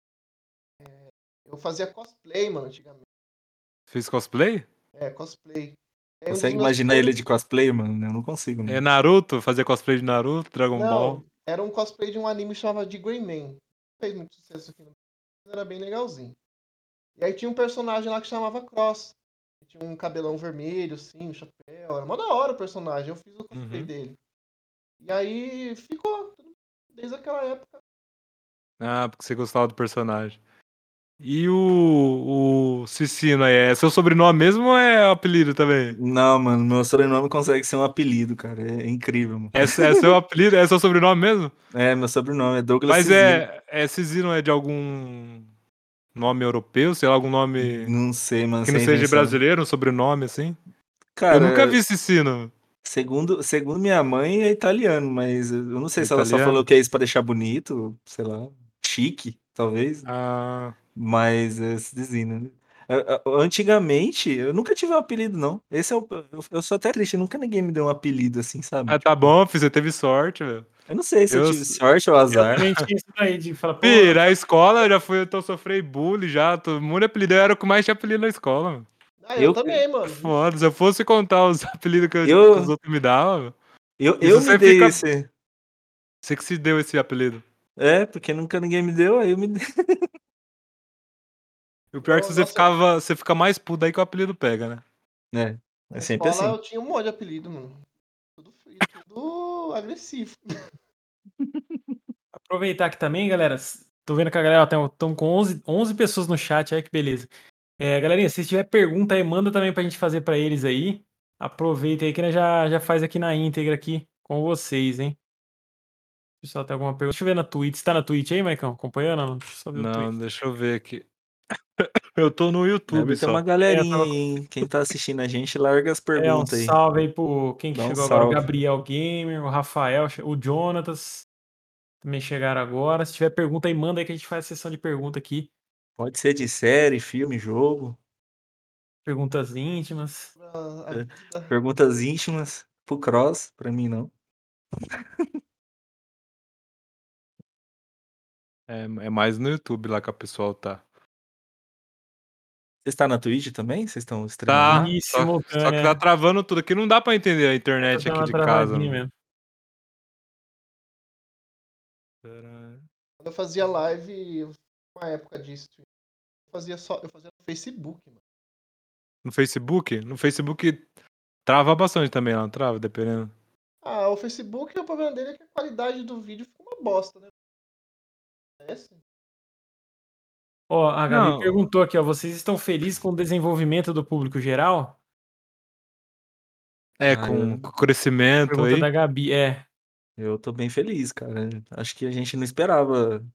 Eu fazia cosplay, mano, antigamente. Fez cosplay? É, cosplay. É um dos Consegue meus imaginar primeiros. ele de cosplay, mano? Eu não consigo, É mano. Naruto? Fazia cosplay de Naruto, Dragon Ball? Não, era um cosplay de um anime que chamava de Greyman. Não fez muito sucesso aqui no Brasil, mas era bem legalzinho. E aí tinha um personagem lá que chamava Cross. Tinha um cabelão vermelho, assim, um chapéu. Era mó da hora o personagem. Eu fiz o cosplay Uhum. dele. E aí ficou desde aquela época. Ah, porque você gostava do personagem. E o Cicino aí, é seu sobrenome mesmo ou é apelido também? Não, mano, meu sobrenome consegue ser um apelido, cara. É incrível, mano. É seu apelido? É seu sobrenome mesmo? É, meu sobrenome é Douglas Mas Cizino. Cicino é de algum nome europeu? Sei lá, algum nome Não sei, mano, que não sem seja invenção. brasileiro, um sobrenome assim? Eu nunca Cara, vi Cicino. segundo minha mãe é italiano, mas eu não sei É se ela só falou italiano? que é isso pra deixar bonito, sei lá, chique, talvez, Ah, mas é Cizino, né? Antigamente, eu nunca tive um apelido, não. Eu sou até triste, nunca ninguém me deu um apelido assim, sabe? tá Tipo, bom, filho, você teve sorte, velho. eu não sei se eu Eu, tive sorte ou Eu azar. também tinha isso daí, de falar, pô, na escola eu já fui, eu sofri bullying já, todo mundo apelido, eu era o que mais tinha apelido na escola, mano. Ah, eu Eu, também, mano. Vixe. Foda, se eu fosse contar os apelidos que os eu, outros me davam, eu isso me você dei fica, esse. você que se deu esse apelido. É, porque nunca ninguém me deu, aí eu me dei. E o pior é que Nossa, você fica mais puto aí que o apelido pega, né? É na sempre escola assim. eu tinha um monte de apelido, mano. Tudo agressivo. aproveitar aqui também, galera. Tô vendo que a galera estão com 11 pessoas no chat, aí que beleza. Galerinha, se tiver pergunta aí, manda também pra gente fazer pra eles aí. Aproveita aí que nós já faz aqui na íntegra aqui com vocês, hein? O pessoal tem alguma pergunta? Deixa eu ver na Twitch. Você tá na Twitch aí, Maicon? Acompanhando? Não? Deixa eu só ver o Twitch. Não, deixa eu ver aqui. Eu tô no YouTube Deve ter uma só. Eu galerinha tava aí, hein? Quem tá assistindo a gente, larga as um perguntas aí. salve aí pro quem que Dá um chegou agora, o salve. Gabriel Gamer, o Rafael, o Jonatas também chegaram agora. Se tiver pergunta aí, manda aí que a gente faz a sessão de pergunta aqui. Pode ser de série, filme, jogo. Perguntas íntimas. A É, vida. perguntas íntimas. Pro Cross, pra mim não. É mais no YouTube lá que o pessoal tá. Você está na Twitch também? Vocês estão streamando Tá, lá? E só que tá simultânea. travando tudo. Aqui não dá pra entender a Tá internet dando aqui uma de casa, travadinha mano. mesmo. Quando eu fazia live, uma época disso, eu fazia no Facebook, mano. No Facebook? No Facebook trava bastante também lá, não trava, dependendo. Ah, o Facebook, o problema dele é que a qualidade do vídeo fica uma bosta, né? Parece. Ó, a Gabi Não, perguntou aqui, ó, vocês estão felizes com o desenvolvimento do público geral? Ah, com o crescimento Pergunta aí. da Gabi, eu tô bem feliz, cara. Acho que a gente não esperava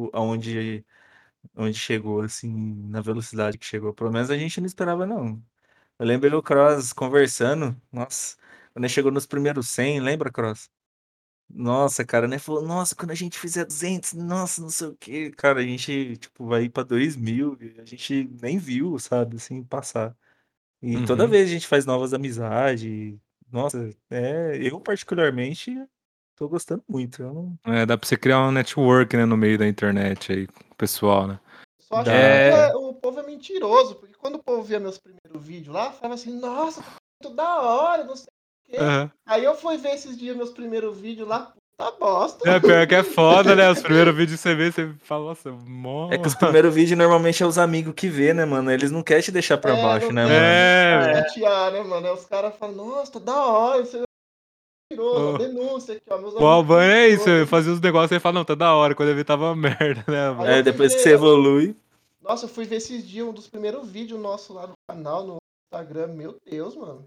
onde chegou, assim, na velocidade que chegou. Pelo menos a gente não esperava, não. Eu lembro o Cross conversando, nossa, quando ele chegou nos primeiros 100, lembra, Cross? Nossa, cara, né? Falou, nossa, quando a gente fizer 200, nossa, não sei o quê. Cara, a gente, tipo, vai ir pra 2000 e a gente nem viu, sabe, assim, passar. E toda Uhum. vez a gente faz novas amizades. Nossa, eu particularmente tô gostando muito. Eu não Dá pra você criar um network, né, no meio da internet aí, com o pessoal, né? Só acho que dá, cara. o povo é mentiroso, porque quando o povo via meus primeiros vídeos lá, falava assim, nossa, tá muito da hora, não sei o quê. Aham. Aí eu fui ver esses dias meus primeiros vídeos lá, puta bosta. Pior que é foda, né? Os primeiros vídeos que você vê, você fala, nossa, mó. É que os primeiros vídeos normalmente é os amigos que vê, né, mano? Eles não querem te deixar pra baixo, Não né, quer mano? É, chatear, né, mano? Aí os caras falam, nossa, tá da hora, você é mentiroso, ó, o, denúncia aqui, ó, meus o amigos Albani é isso, eu mentirosos. fazia os negócios e fala, não, tá da hora, quando eu vi tava uma merda, né, Aí mano? eu É, fui depois que você ver, evolui. nossa, eu fui ver esses dias um dos primeiros vídeos nossos lá no canal, no Instagram, meu Deus, mano.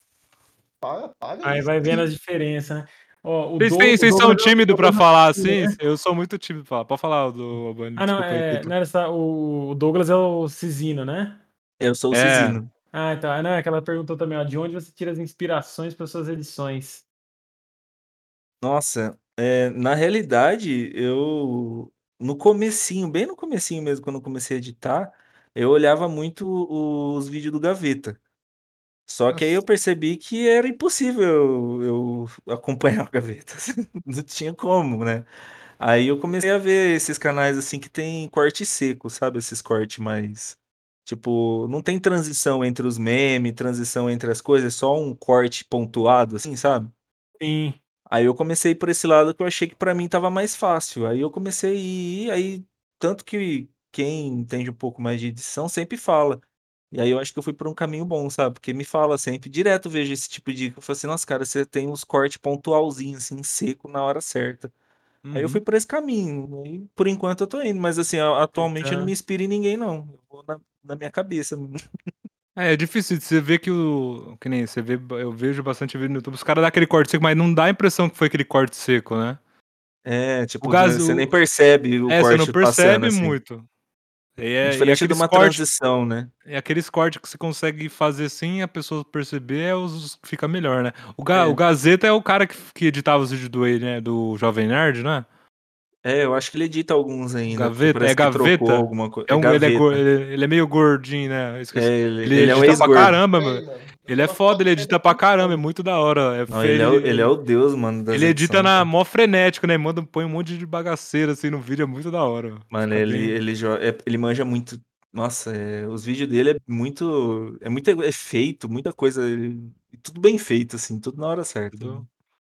Paga aí isso. vai vendo as diferenças, né? Ó, o Vocês são Douglas tímidos pra Douglas falar Martins, assim? né? Eu sou muito tímido pra falar. Pode falar do Albani, Ah, não, desculpa aí. não era o Douglas é o Cisino, né? Eu sou o É, Cisino. Ah, então, não, é que ela perguntou também, ó, de onde você tira as inspirações para suas edições? Nossa, na realidade, eu no comecinho, bem no comecinho mesmo, quando eu comecei a editar, eu olhava muito os vídeos do Gaveta. Só que aí eu percebi que era impossível eu acompanhar o Gaveta. Não tinha como, né? Aí eu comecei a ver esses canais assim que tem corte seco, sabe? Esses cortes mais. Tipo, não tem transição entre os memes, transição entre as coisas, é só um corte pontuado, assim, sabe? Sim, Aí eu comecei por esse lado que eu achei que pra mim tava mais fácil. Aí eu comecei a ir, aí tanto que quem entende um pouco mais de edição sempre fala. E aí eu acho que eu fui por um caminho bom, sabe? Porque me fala sempre, direto eu vejo esse tipo de dica. Eu falo assim, nossa, cara, você tem uns cortes pontualzinhos, assim, seco na hora certa. Aí eu fui uhum. por esse caminho. Aí, por enquanto eu tô indo, mas assim, atualmente eu não me então, inspiro em ninguém, não. Eu vou na minha cabeça. É difícil de você ver que o. Que nem você vê, eu vejo bastante vídeo no YouTube. Os caras dão aquele corte seco, mas não dá a impressão que foi aquele corte seco, né? É, O tipo, gás. você nem percebe o Você não corte passando, percebe assim. muito. E Diferente de aqueles uma cortes. transição, né? E aqueles cortes que você consegue fazer sem a pessoa perceber é os que fica melhor, né? O É. Gazeta é o cara que editava os vídeos do ele, né? Do Jovem Nerd, né? Eu acho que ele edita alguns O ainda, porque Gaveta? É parece que trocou Gaveta? alguma coisa. É É um, Gaveta. ele é meio gordinho, né? Eu esqueci. Ele Ele é um edita pra ex-gordo. caramba, Sei, meu. mano. Eu Ele vi é uma foda, foto ele dele edita pra caramba, é cantando. muito da hora. Não, ele é o deus, mano, das Ele edita edições, cara. mó frenético, né? Põe um monte de bagaceira assim no vídeo, é muito da hora. Mano, Fica bem. ele manja muito. Nossa, os vídeos dele é muito efeito, muita coisa, tudo bem feito, assim, tudo na hora certa. Tudo...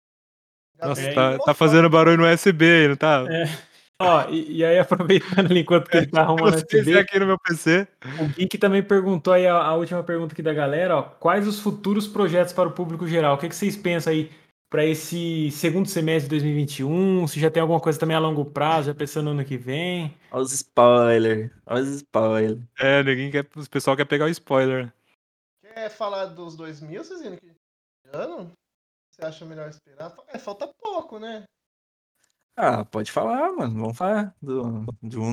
Nossa, Gaveta é, é tá fazendo embaçado, barulho no mano. USB aí, não tá? é. Ó, e aí aproveitando ali enquanto que ele tá Eu não arrumando o sei se é USB, aqui no meu PC. o Geek também perguntou aí a última pergunta aqui da galera, ó, quais os futuros projetos para o público geral? O que vocês pensam aí para esse segundo semestre de 2021? Se já tem alguma coisa também a longo prazo, já pensando no ano que vem? Olha os spoilers, olha os spoilers. Ninguém quer. O pessoal quer pegar o spoiler. Quer falar dos 2000, Cezinho? Que ano? Você acha melhor esperar? Falta pouco, né? Ah, pode falar, mano, vamos falar de um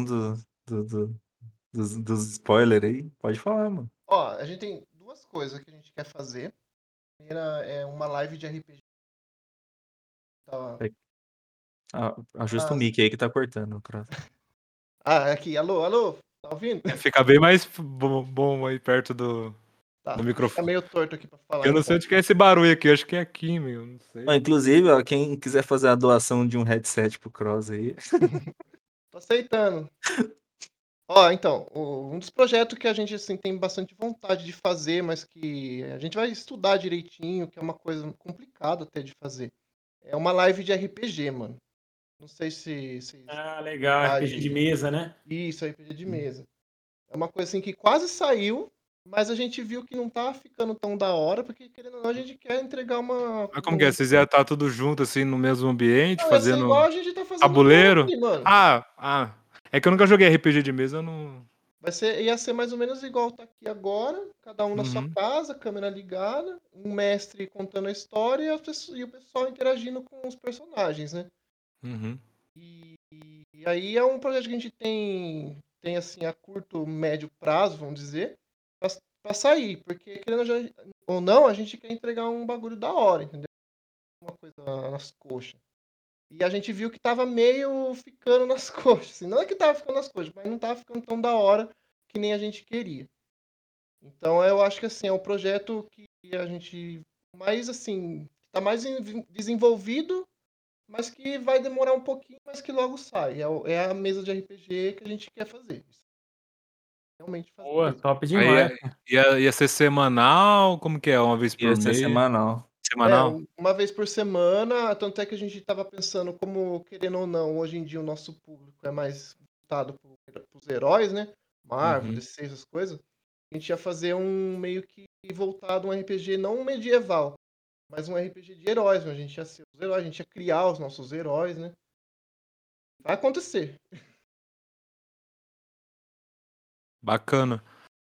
dos spoilers aí, pode falar, mano. Ó, a gente tem duas coisas que a gente quer fazer. A primeira é uma live de RPG. Tá. Ajusta o mic aí que tá cortando. Aqui, alô, alô, tá ouvindo? Fica bem mais bom aí perto do Tá, tá microfone. meio torto aqui pra falar, Eu não sei então. onde que é esse barulho aqui, eu acho que é aqui, meu. Não sei. Ó, inclusive, ó, quem quiser fazer a doação de um headset pro Cross aí. Tô aceitando. Ó, então, um dos projetos que a gente assim, tem bastante vontade de fazer, mas que a gente vai estudar direitinho, que é uma coisa complicada até de fazer. É uma live de RPG, mano. Não sei se Ah, legal, RPG de mesa, né? Isso, RPG de mesa. É uma coisa assim que quase saiu, mas a gente viu que não tá ficando tão da hora, porque querendo ou não, a gente quer entregar uma. Mas como que é? Vocês iam estar tudo junto, assim, no mesmo ambiente, Não, ia ser igual fazendo a gente tá fazendo agora tabuleiro? aqui, mano. Ah. É que eu nunca joguei RPG de mesa, eu não. Ia ser mais ou menos igual tá aqui agora, cada um na sua Uhum. casa, câmera ligada, um mestre contando a história e o pessoal interagindo com os personagens, né? Uhum. E aí é um projeto que a gente tem assim, a curto, médio prazo, vamos dizer, pra sair, porque ou não, a gente quer entregar um bagulho da hora, entendeu? Uma coisa nas coxas. E a gente viu que tava meio ficando nas coxas. Assim. Não é que tava ficando nas coxas, mas não tava ficando tão da hora que nem a gente queria. Então eu acho que assim, é um projeto que a gente mais assim, tá mais desenvolvido, mas que vai demorar um pouquinho, mas que logo sai. É a mesa de RPG que a gente quer fazer. Realmente fazer Boa, mesmo. top Aí demais. ia ser semanal? Como que é? Uma vez por Ia ser mês? semanal. Semanal? Uma vez por semana, tanto é que a gente estava pensando como, querendo ou não, hoje em dia o nosso público é mais voltado para os heróis, né? Marvel, Uhum. DC, essas coisas. A gente ia fazer um meio que voltado um RPG não medieval, mas um RPG de heróis, né? A gente ia ser os heróis, a gente ia criar os nossos heróis, né? Vai acontecer. Bacana.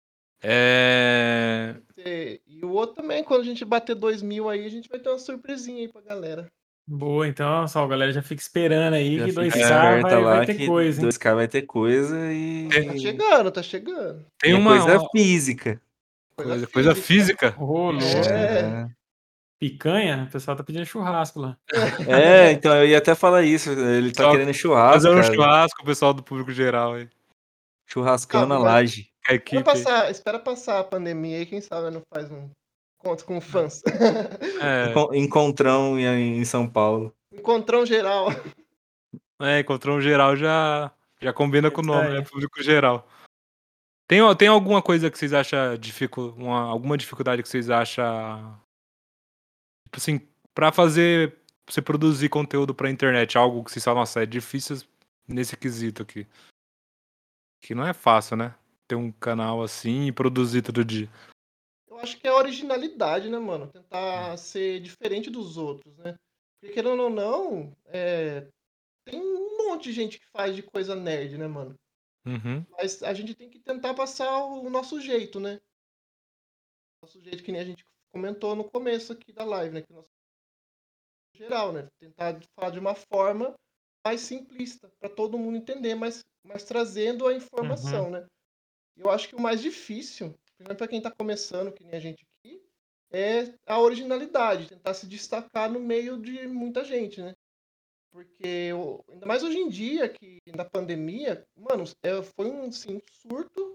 É... E o outro também, quando a gente bater 2.000 aí, a gente vai ter uma surpresinha aí pra galera. Boa, então, só, galera já fica esperando aí Já que fica 2K esperta vai lá ter que coisa, hein? 2K vai ter coisa Tá e, chegando, tá chegando. Tem e é uma coisa física. Coisa coisa física. física. Ô, louco. É. É, Picanha? O pessoal tá pedindo churrasco lá. então eu ia até falar isso. Ele tá Só querendo churrasco, fazer um cara. churrasco, o pessoal do público geral aí. Churrascão Ah, na mas laje. A equipe aí. espera passar a pandemia aí, quem sabe não faz um encontro com fãs. É, Encontrão em São Paulo. Encontrão geral. encontrou um geral já combina É com o isso nome, né? aí. Público geral. Tem alguma coisa que vocês acham alguma dificuldade que vocês acham, tipo assim, pra você produzir conteúdo pra internet, algo que vocês falam, nossa, é difícil nesse quesito aqui. Que não é fácil, né? Ter um canal assim e produzir todo dia. Eu acho que é a originalidade, né, mano? Tentar ser diferente dos outros, né? Porque querendo ou não, tem um monte de gente que faz de coisa nerd, né, mano? Uhum. Mas a gente tem que tentar passar o nosso jeito, né? Nosso jeito que nem a gente comentou no começo aqui da live, né? Que nosso geral, né? Tentar falar de uma forma mais simplista para todo mundo entender, mas trazendo a informação, né? Eu acho que o mais difícil, principalmente para quem está começando, que nem a gente aqui, é a originalidade, tentar se destacar no meio de muita gente, né? Porque ainda mais hoje em dia, que na pandemia, mano, foi um assim, surto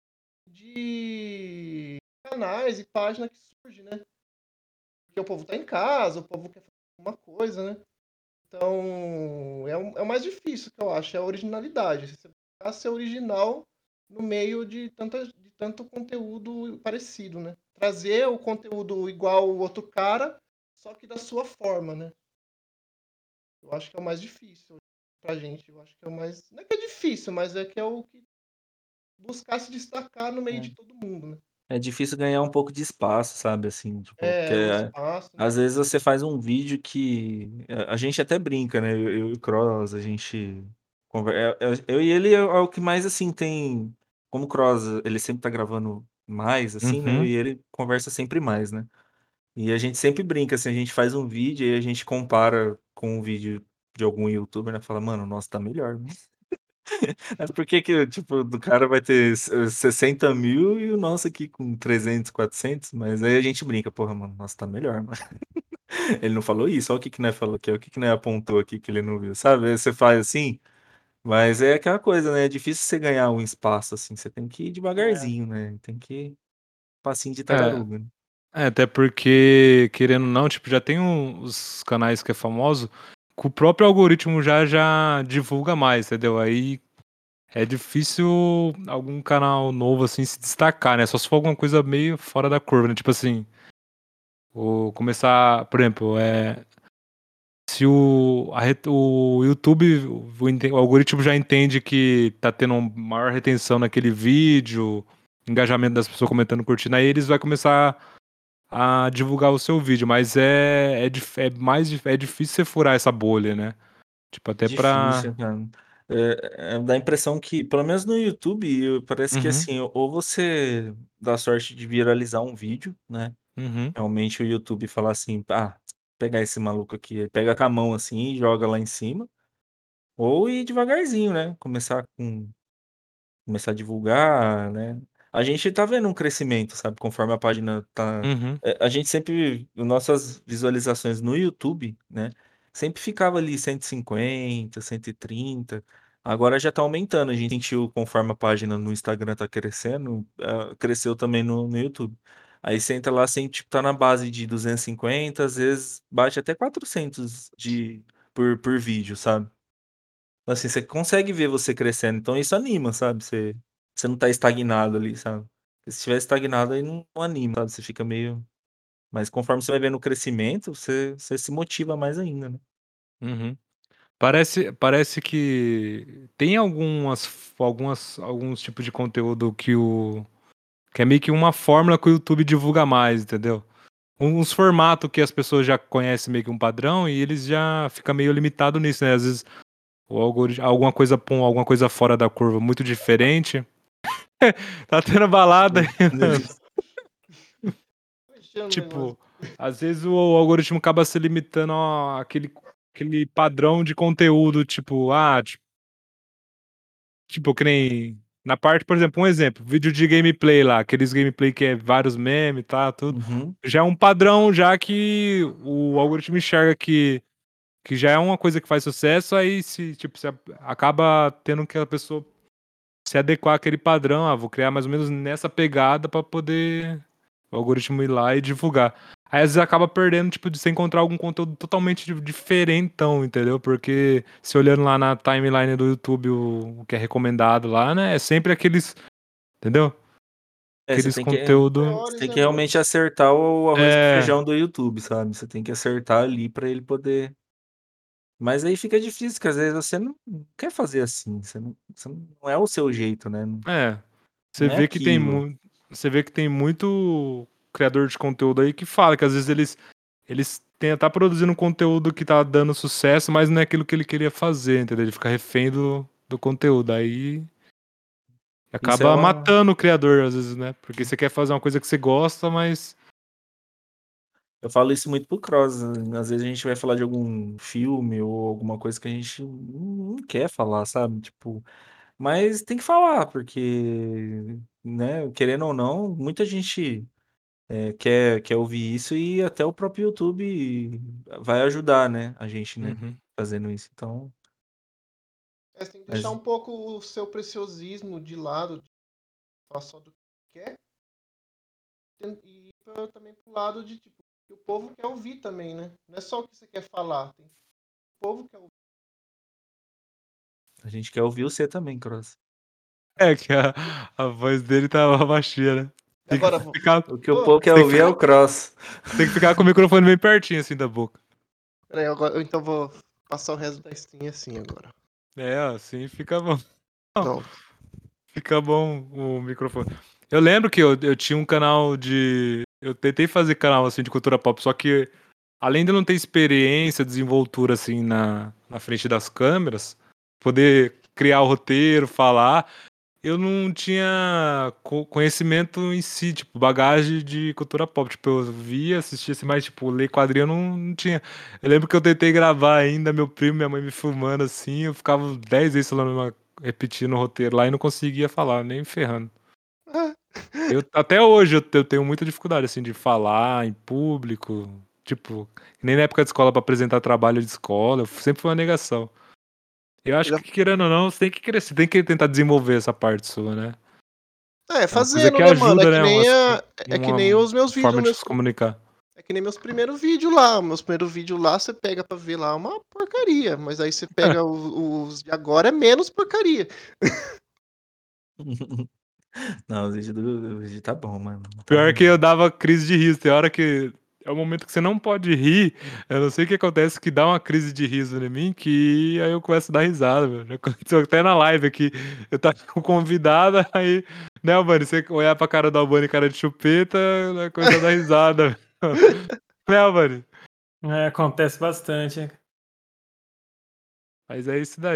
de canais e páginas que surge, né? Porque o povo tá em casa, o povo quer fazer alguma coisa, né? Então, é o mais difícil que eu acho, é a originalidade. Você buscar ser original no meio de tanto conteúdo parecido, né? Trazer o conteúdo igual o outro cara, só que da sua forma, né? Eu acho que é o mais difícil pra gente. Eu acho que é o mais. Não é que é difícil, mas é que é o que buscar se destacar no meio de todo mundo, né? É difícil ganhar um pouco de espaço, sabe, assim, tipo, porque O espaço, né? às vezes você faz um vídeo que a gente até brinca, né? Eu e o Cross, a gente eu e ele é o que mais assim tem, como o Cross, ele sempre tá gravando mais, assim, né? Eu Uhum. e ele conversa sempre mais, né? E a gente sempre brinca, assim, a gente faz um vídeo e a gente compara com um vídeo de algum youtuber, né? Fala, mano, o nosso tá melhor, né? Mas por que que, tipo, do cara vai ter 60 mil e o nosso aqui com 300, 400? Mas aí a gente brinca, porra, mano, nossa, tá melhor, mano. Ele não falou isso, olha o que que nós falou aqui, olha o que que nós apontou aqui que ele não viu, sabe? Aí você faz assim, mas é aquela coisa, né? É difícil você ganhar um espaço assim, você tem que ir É. devagarzinho, né? Tem que ir passinho de É, tartaruga, né? até porque, querendo ou não, tipo, já tem os canais que é famoso, que o próprio algoritmo já divulga mais, entendeu? Aí é difícil algum canal novo assim se destacar, né? Só se for alguma coisa meio fora da curva, né? Tipo assim, começar, por exemplo, se o YouTube, o algoritmo já entende que tá tendo uma maior retenção naquele vídeo, engajamento das pessoas comentando, curtindo, aí eles vão começar a divulgar o seu vídeo, mas é difícil você furar essa bolha, né? Tipo, até pra. Difícil, cara. Dá a impressão que, pelo menos no YouTube, parece que Uhum, assim, ou você dá sorte de viralizar um vídeo, né? uhum, Realmente o YouTube falar assim, pegar esse maluco aqui, pega com a mão assim e joga lá em cima, ou ir devagarzinho, né? Começar a divulgar, né? A gente tá vendo um crescimento, sabe? Conforme a página tá. uhum, A gente sempre. Nossas visualizações no YouTube, né? Sempre ficava ali 150, 130. Agora já tá aumentando. A gente sentiu conforme a página no Instagram tá crescendo, cresceu também no YouTube. Aí você entra lá, sempre tipo, tá na base de 250, às vezes bate até 400 por vídeo, sabe? Assim, você consegue ver você crescendo, então isso anima, sabe? Você não tá estagnado ali, sabe? Porque se estiver estagnado, aí não anima, sabe? Você fica meio. Mas conforme você vai vendo o crescimento, você se motiva mais ainda, né? uhum. Parece que tem alguns tipos de conteúdo que é meio que uma fórmula que o YouTube divulga mais, entendeu? Uns formatos que as pessoas já conhecem meio que um padrão e eles já ficam meio limitados nisso, né? Às vezes o algoritmo, alguma coisa fora da curva muito diferente. Tá tendo balada aí, Fechando o negócio. tipo, às vezes o algoritmo acaba se limitando aquele padrão de conteúdo, tipo, que nem na parte, por exemplo, vídeo de gameplay lá, aqueles gameplay que é vários memes, tá, tudo. Uhum. Já é um padrão, já que o algoritmo enxerga que já é uma coisa que faz sucesso, aí se acaba tendo que a pessoa se adequar àquele padrão, vou criar mais ou menos nessa pegada pra poder o algoritmo ir lá e divulgar. Aí às vezes acaba perdendo, tipo, de você encontrar algum conteúdo totalmente diferentão, entendeu? Porque se olhando lá na timeline do YouTube o que é recomendado lá, né? É sempre aqueles, entendeu? Você Aqueles tem que, Os conteúdo. você piores tem é que muito. realmente acertar o arroz com É. feijão do YouTube, sabe? Você tem que acertar ali pra ele poder. Mas aí fica difícil, porque às vezes você não quer fazer assim. Não é o seu jeito, né? É. Você Não é vê que tem aquilo. muito. Você vê que tem muito criador de conteúdo aí que fala que às vezes eles tá produzindo um conteúdo que tá dando sucesso, mas não é aquilo que ele queria fazer, entendeu? Ele fica refém do conteúdo. Aí Isso é acaba uma. matando o criador, às vezes, né? Porque você quer fazer uma coisa que você gosta, mas. Eu falo isso muito pro Cross, né? Às vezes a gente vai falar de algum filme ou alguma coisa que a gente não quer falar, sabe? Tipo, mas tem que falar, porque, né, querendo ou não, muita gente quer ouvir isso e até o próprio YouTube vai ajudar, né, a gente, né, Uhum, fazendo isso. Então, Você tem que deixar mas um pouco o seu preciosismo de lado, de falar só do que quer, e ir também pro lado de tipo, que o povo quer ouvir também, né? Não é só o que você quer falar, o povo quer ouvir. a gente quer ouvir você também, Cross. É que a voz dele tava baixinha, né? Tem que Agora, ficar, O que o ô, povo quer tem que ouvir é ficar, o Cross. tem que ficar com o microfone bem pertinho assim da boca. peraí, agora, eu então vou passar o resto da stream assim agora. É, assim fica bom. Pronto. Fica bom o microfone. Eu lembro que eu tinha um canal de. Eu tentei fazer canal assim de cultura pop, só que além de eu não ter experiência, desenvoltura assim na frente das câmeras, poder criar o roteiro, falar, eu não tinha conhecimento em si, tipo, bagagem de cultura pop. Tipo, eu via, assistia assim, mas, tipo, ler quadrinho eu não tinha. Eu lembro que eu tentei gravar ainda, meu primo e minha mãe me filmando assim, eu ficava 10 vezes falando, repetindo o roteiro lá e não conseguia falar, nem ferrando. Até hoje eu tenho muita dificuldade, assim, de falar em público. Tipo, nem na época de escola pra apresentar trabalho de escola, sempre foi uma negação. Eu acho Já- que, querendo ou não, você tem que crescer, tem que tentar desenvolver essa parte sua, né? É, É uma coisa fazendo, que né, mano? ajuda, né? É que nem os meus vídeos, Forma de se comunicar. é que nem meus primeiros vídeos lá. Meus primeiros vídeos lá, você pega pra ver lá uma porcaria. Mas aí você pega os de agora, é menos porcaria. Não, o vídeo tá bom, mano. Tá Pior bom. que eu dava crise de riso. Tem hora que é o momento que você não pode rir. Eu não sei o que acontece que dá uma crise de riso em mim, que aí eu começo a dar risada, velho. Já aconteceu até na live aqui. Eu tava com convidada, aí, né, Albani? Você olhar pra cara do Albani, cara de chupeta, começa a dar risada. Né, Albani? É, acontece bastante. Mas é isso daí.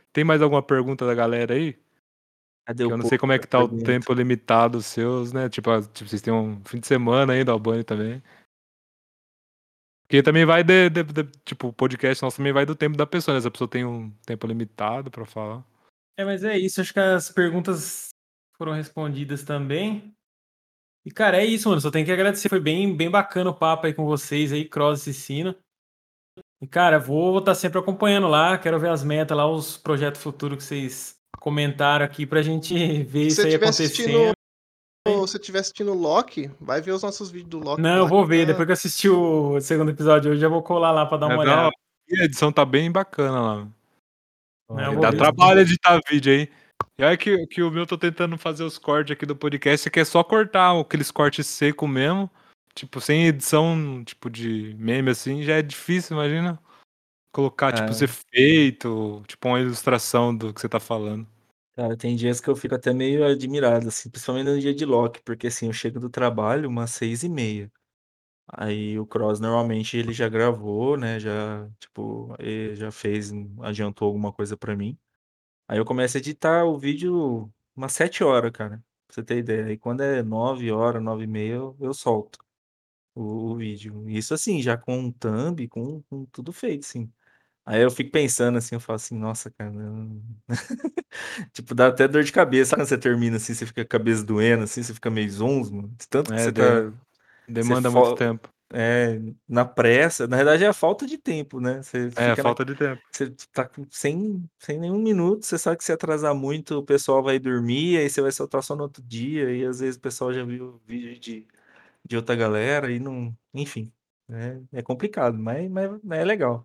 Tem mais alguma pergunta da galera aí? Cadê Que o eu não povo sei como é da que tá o pergunta? tempo limitado seus, né? Tipo, vocês têm um fim de semana ainda, o Albani também. Porque também vai tipo, o podcast nosso também vai do tempo da pessoa, né? Se a pessoa tem um tempo limitado pra falar. Mas é isso, acho que as perguntas foram respondidas também. E, cara, é isso, mano. Só tenho que agradecer. Foi bem bacana o papo aí com vocês aí, Cross e Sino. E, cara, vou estar sempre acompanhando lá. Quero ver as metas lá, os projetos futuros que vocês comentaram aqui pra gente ver Se isso você aí estiver acontecendo. assistindo Loki, vai ver os nossos vídeos do Loki Não, eu lá. vou ver. Tá? Depois que eu assistir o segundo episódio hoje, eu vou colar lá pra dar É uma da olhada. hora. E a edição tá bem bacana lá. Não, eu E vou dá ver. trabalho editar vídeo aí. E olha que o meu tô tentando fazer os cortes aqui do podcast, que é só cortar aqueles cortes secos mesmo. Tipo, sem edição, tipo, de meme assim, já é difícil, imagina. Colocar, tipo, os Ah, efeitos, tipo, uma ilustração do que você tá falando. cara, tem dias que eu fico até meio admirado, assim, principalmente no dia de Loki, porque assim, eu chego do trabalho umas 6h30. Aí o Cross normalmente ele já gravou, né? Já, tipo, ele já fez, adiantou alguma coisa pra mim. Aí eu começo a editar o vídeo umas 7 horas, cara. Pra você ter ideia. Aí quando é 9 horas, 9h30, eu solto o vídeo. Isso assim, já com um thumb, com tudo feito, assim. Aí eu fico pensando assim, eu falo assim, nossa, cara. Tipo, dá até dor de cabeça. Sabe quando você termina assim, você fica com a cabeça doendo, assim, você fica meio zonzo, mano. De tanto que É, você tá. Você demanda muito tempo. na pressa. Na verdade, é a falta de tempo, né? Você É, fica na. falta de tempo. Você tá sem nenhum minuto, você sabe que se atrasar muito, o pessoal vai dormir, aí você vai soltar só no outro dia, e às vezes o pessoal já viu o vídeo de outra galera, e não. Enfim, é complicado, mas é legal.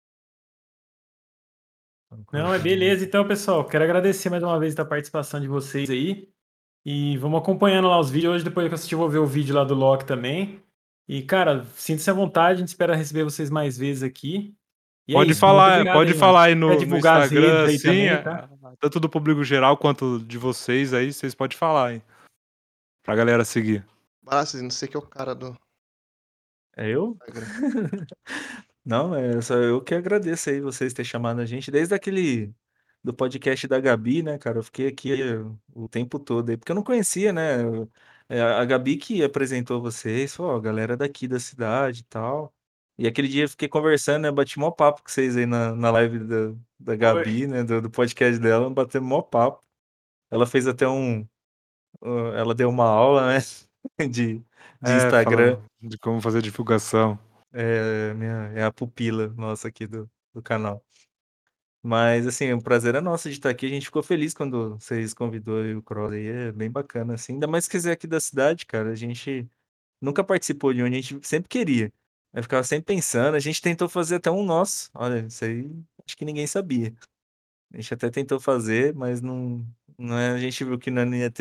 Não, é beleza. Então, pessoal, quero agradecer mais uma vez a participação de vocês aí. E vamos acompanhando lá os vídeos. Hoje, depois que eu assistir, eu vou ver o vídeo lá do Loki também. E, cara, sinta-se à vontade. A gente espera receber vocês mais vezes aqui. E é isso. Muito obrigado Pode aí, mano. falar aí Quer no divulgar as Instagram, redes aí assim, também, tá? tanto do público geral quanto de vocês aí, vocês podem falar aí, pra galera seguir. Basta, não sei que é o cara do É eu? Instagram. Não, é só eu que agradeço aí vocês terem chamado a gente desde aquele do podcast da Gabi, né, cara? Eu fiquei aqui o tempo todo aí, porque eu não conhecia, né? A Gabi que apresentou vocês, falou, ó, galera daqui da cidade e tal. E aquele dia eu fiquei conversando, né? Bati mó papo com vocês aí na live da Oi. Gabi, né? Do podcast dela, batemos mó papo. Ela fez até ela deu uma aula, né? De Instagram. Falando de como fazer divulgação. É a pupila nossa aqui do canal. Mas, assim, o prazer é nosso de estar aqui. A gente ficou feliz quando vocês convidou aí o Cross aí. É bem bacana, assim. Ainda mais que quiser aqui da cidade, cara. A gente nunca participou de onde a gente sempre queria. Aí ficava sempre pensando. A gente tentou fazer até um nosso. Olha, isso aí acho que ninguém sabia. A gente até tentou fazer, mas a gente viu que não ia ter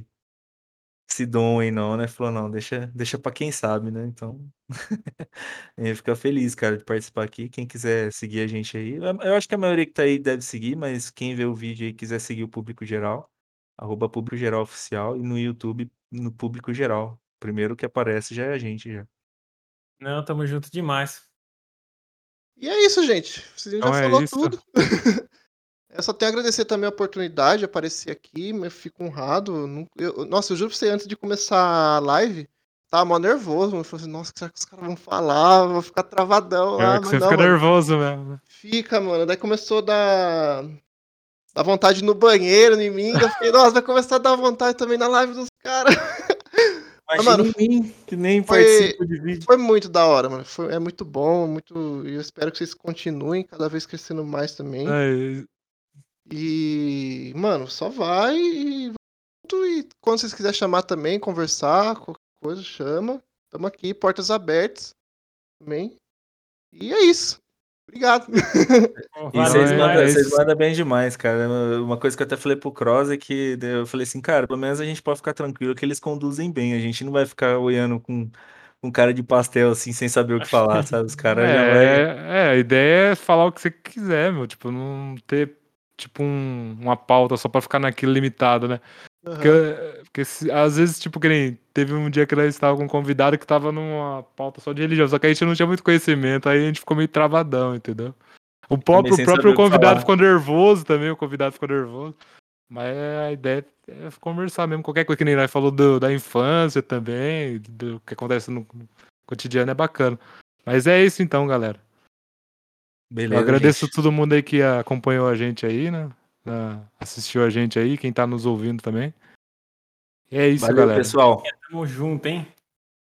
esse dom aí, não, né? Falou, não, deixa pra quem sabe, né? Então. Fica feliz, cara, de participar aqui. Quem quiser seguir a gente aí, eu acho que a maioria que tá aí deve seguir, mas quem vê o vídeo aí quiser seguir o Público Geral, @Público Geral Oficial, e no YouTube, no Público Geral. O primeiro que aparece já é a gente, já. Não, tamo junto demais. E é isso, gente. A gente já Então é falou isso. tudo. Eu só tenho a agradecer também a oportunidade de aparecer aqui, eu fico honrado. Nossa, eu juro pra você, antes de começar a live, tava mó nervoso. Eu falei assim, nossa, o que será que os caras vão falar? Eu vou ficar travadão Pior lá, que mas você não, fica mano. nervoso mesmo, né? Fica, mano. Daí começou a dar vontade no banheiro em mim. Daí eu fiquei, nossa, vai começar a dar vontade também na live dos caras. Mas, Imagina mano, em mim, que nem foi, participo de vídeo. foi muito da hora, mano. É muito bom, muito. E eu espero que vocês continuem cada vez crescendo mais também. É, E, mano, só vai e quando vocês quiserem chamar também, conversar, qualquer coisa, chama. Tamo aqui, portas abertas também. E é isso. Obrigado. Pô, E valeu então é demais. vocês isso. mandam bem demais, cara. Uma coisa que eu até falei pro Cross é que eu falei assim, cara, pelo menos a gente pode ficar tranquilo que eles conduzem bem. A gente não vai ficar olhando com cara de pastel assim, sem saber o que falar, sabe? Os caras já vai. A ideia é falar o que você quiser, meu. Tipo, não ter, tipo, uma pauta só pra ficar naquilo limitado, né? Porque, Aham. às vezes, tipo, que nem teve um dia que nós estávamos com um convidado que tava numa pauta só de religião, só que a gente não tinha muito conhecimento, aí a gente ficou meio travadão, entendeu? O Também sem saber próprio o que convidado falar. ficou nervoso também, o convidado ficou nervoso. Mas a ideia é conversar mesmo, qualquer coisa que nem nós falou da infância também, do que acontece no cotidiano é bacana. Mas é isso então, galera. Eu Beleza, agradeço a gente. todo mundo aí que acompanhou a gente aí, né? Assistiu a gente aí, quem tá nos ouvindo também. E é isso, Valeu, galera. pessoal. Tamo junto, hein?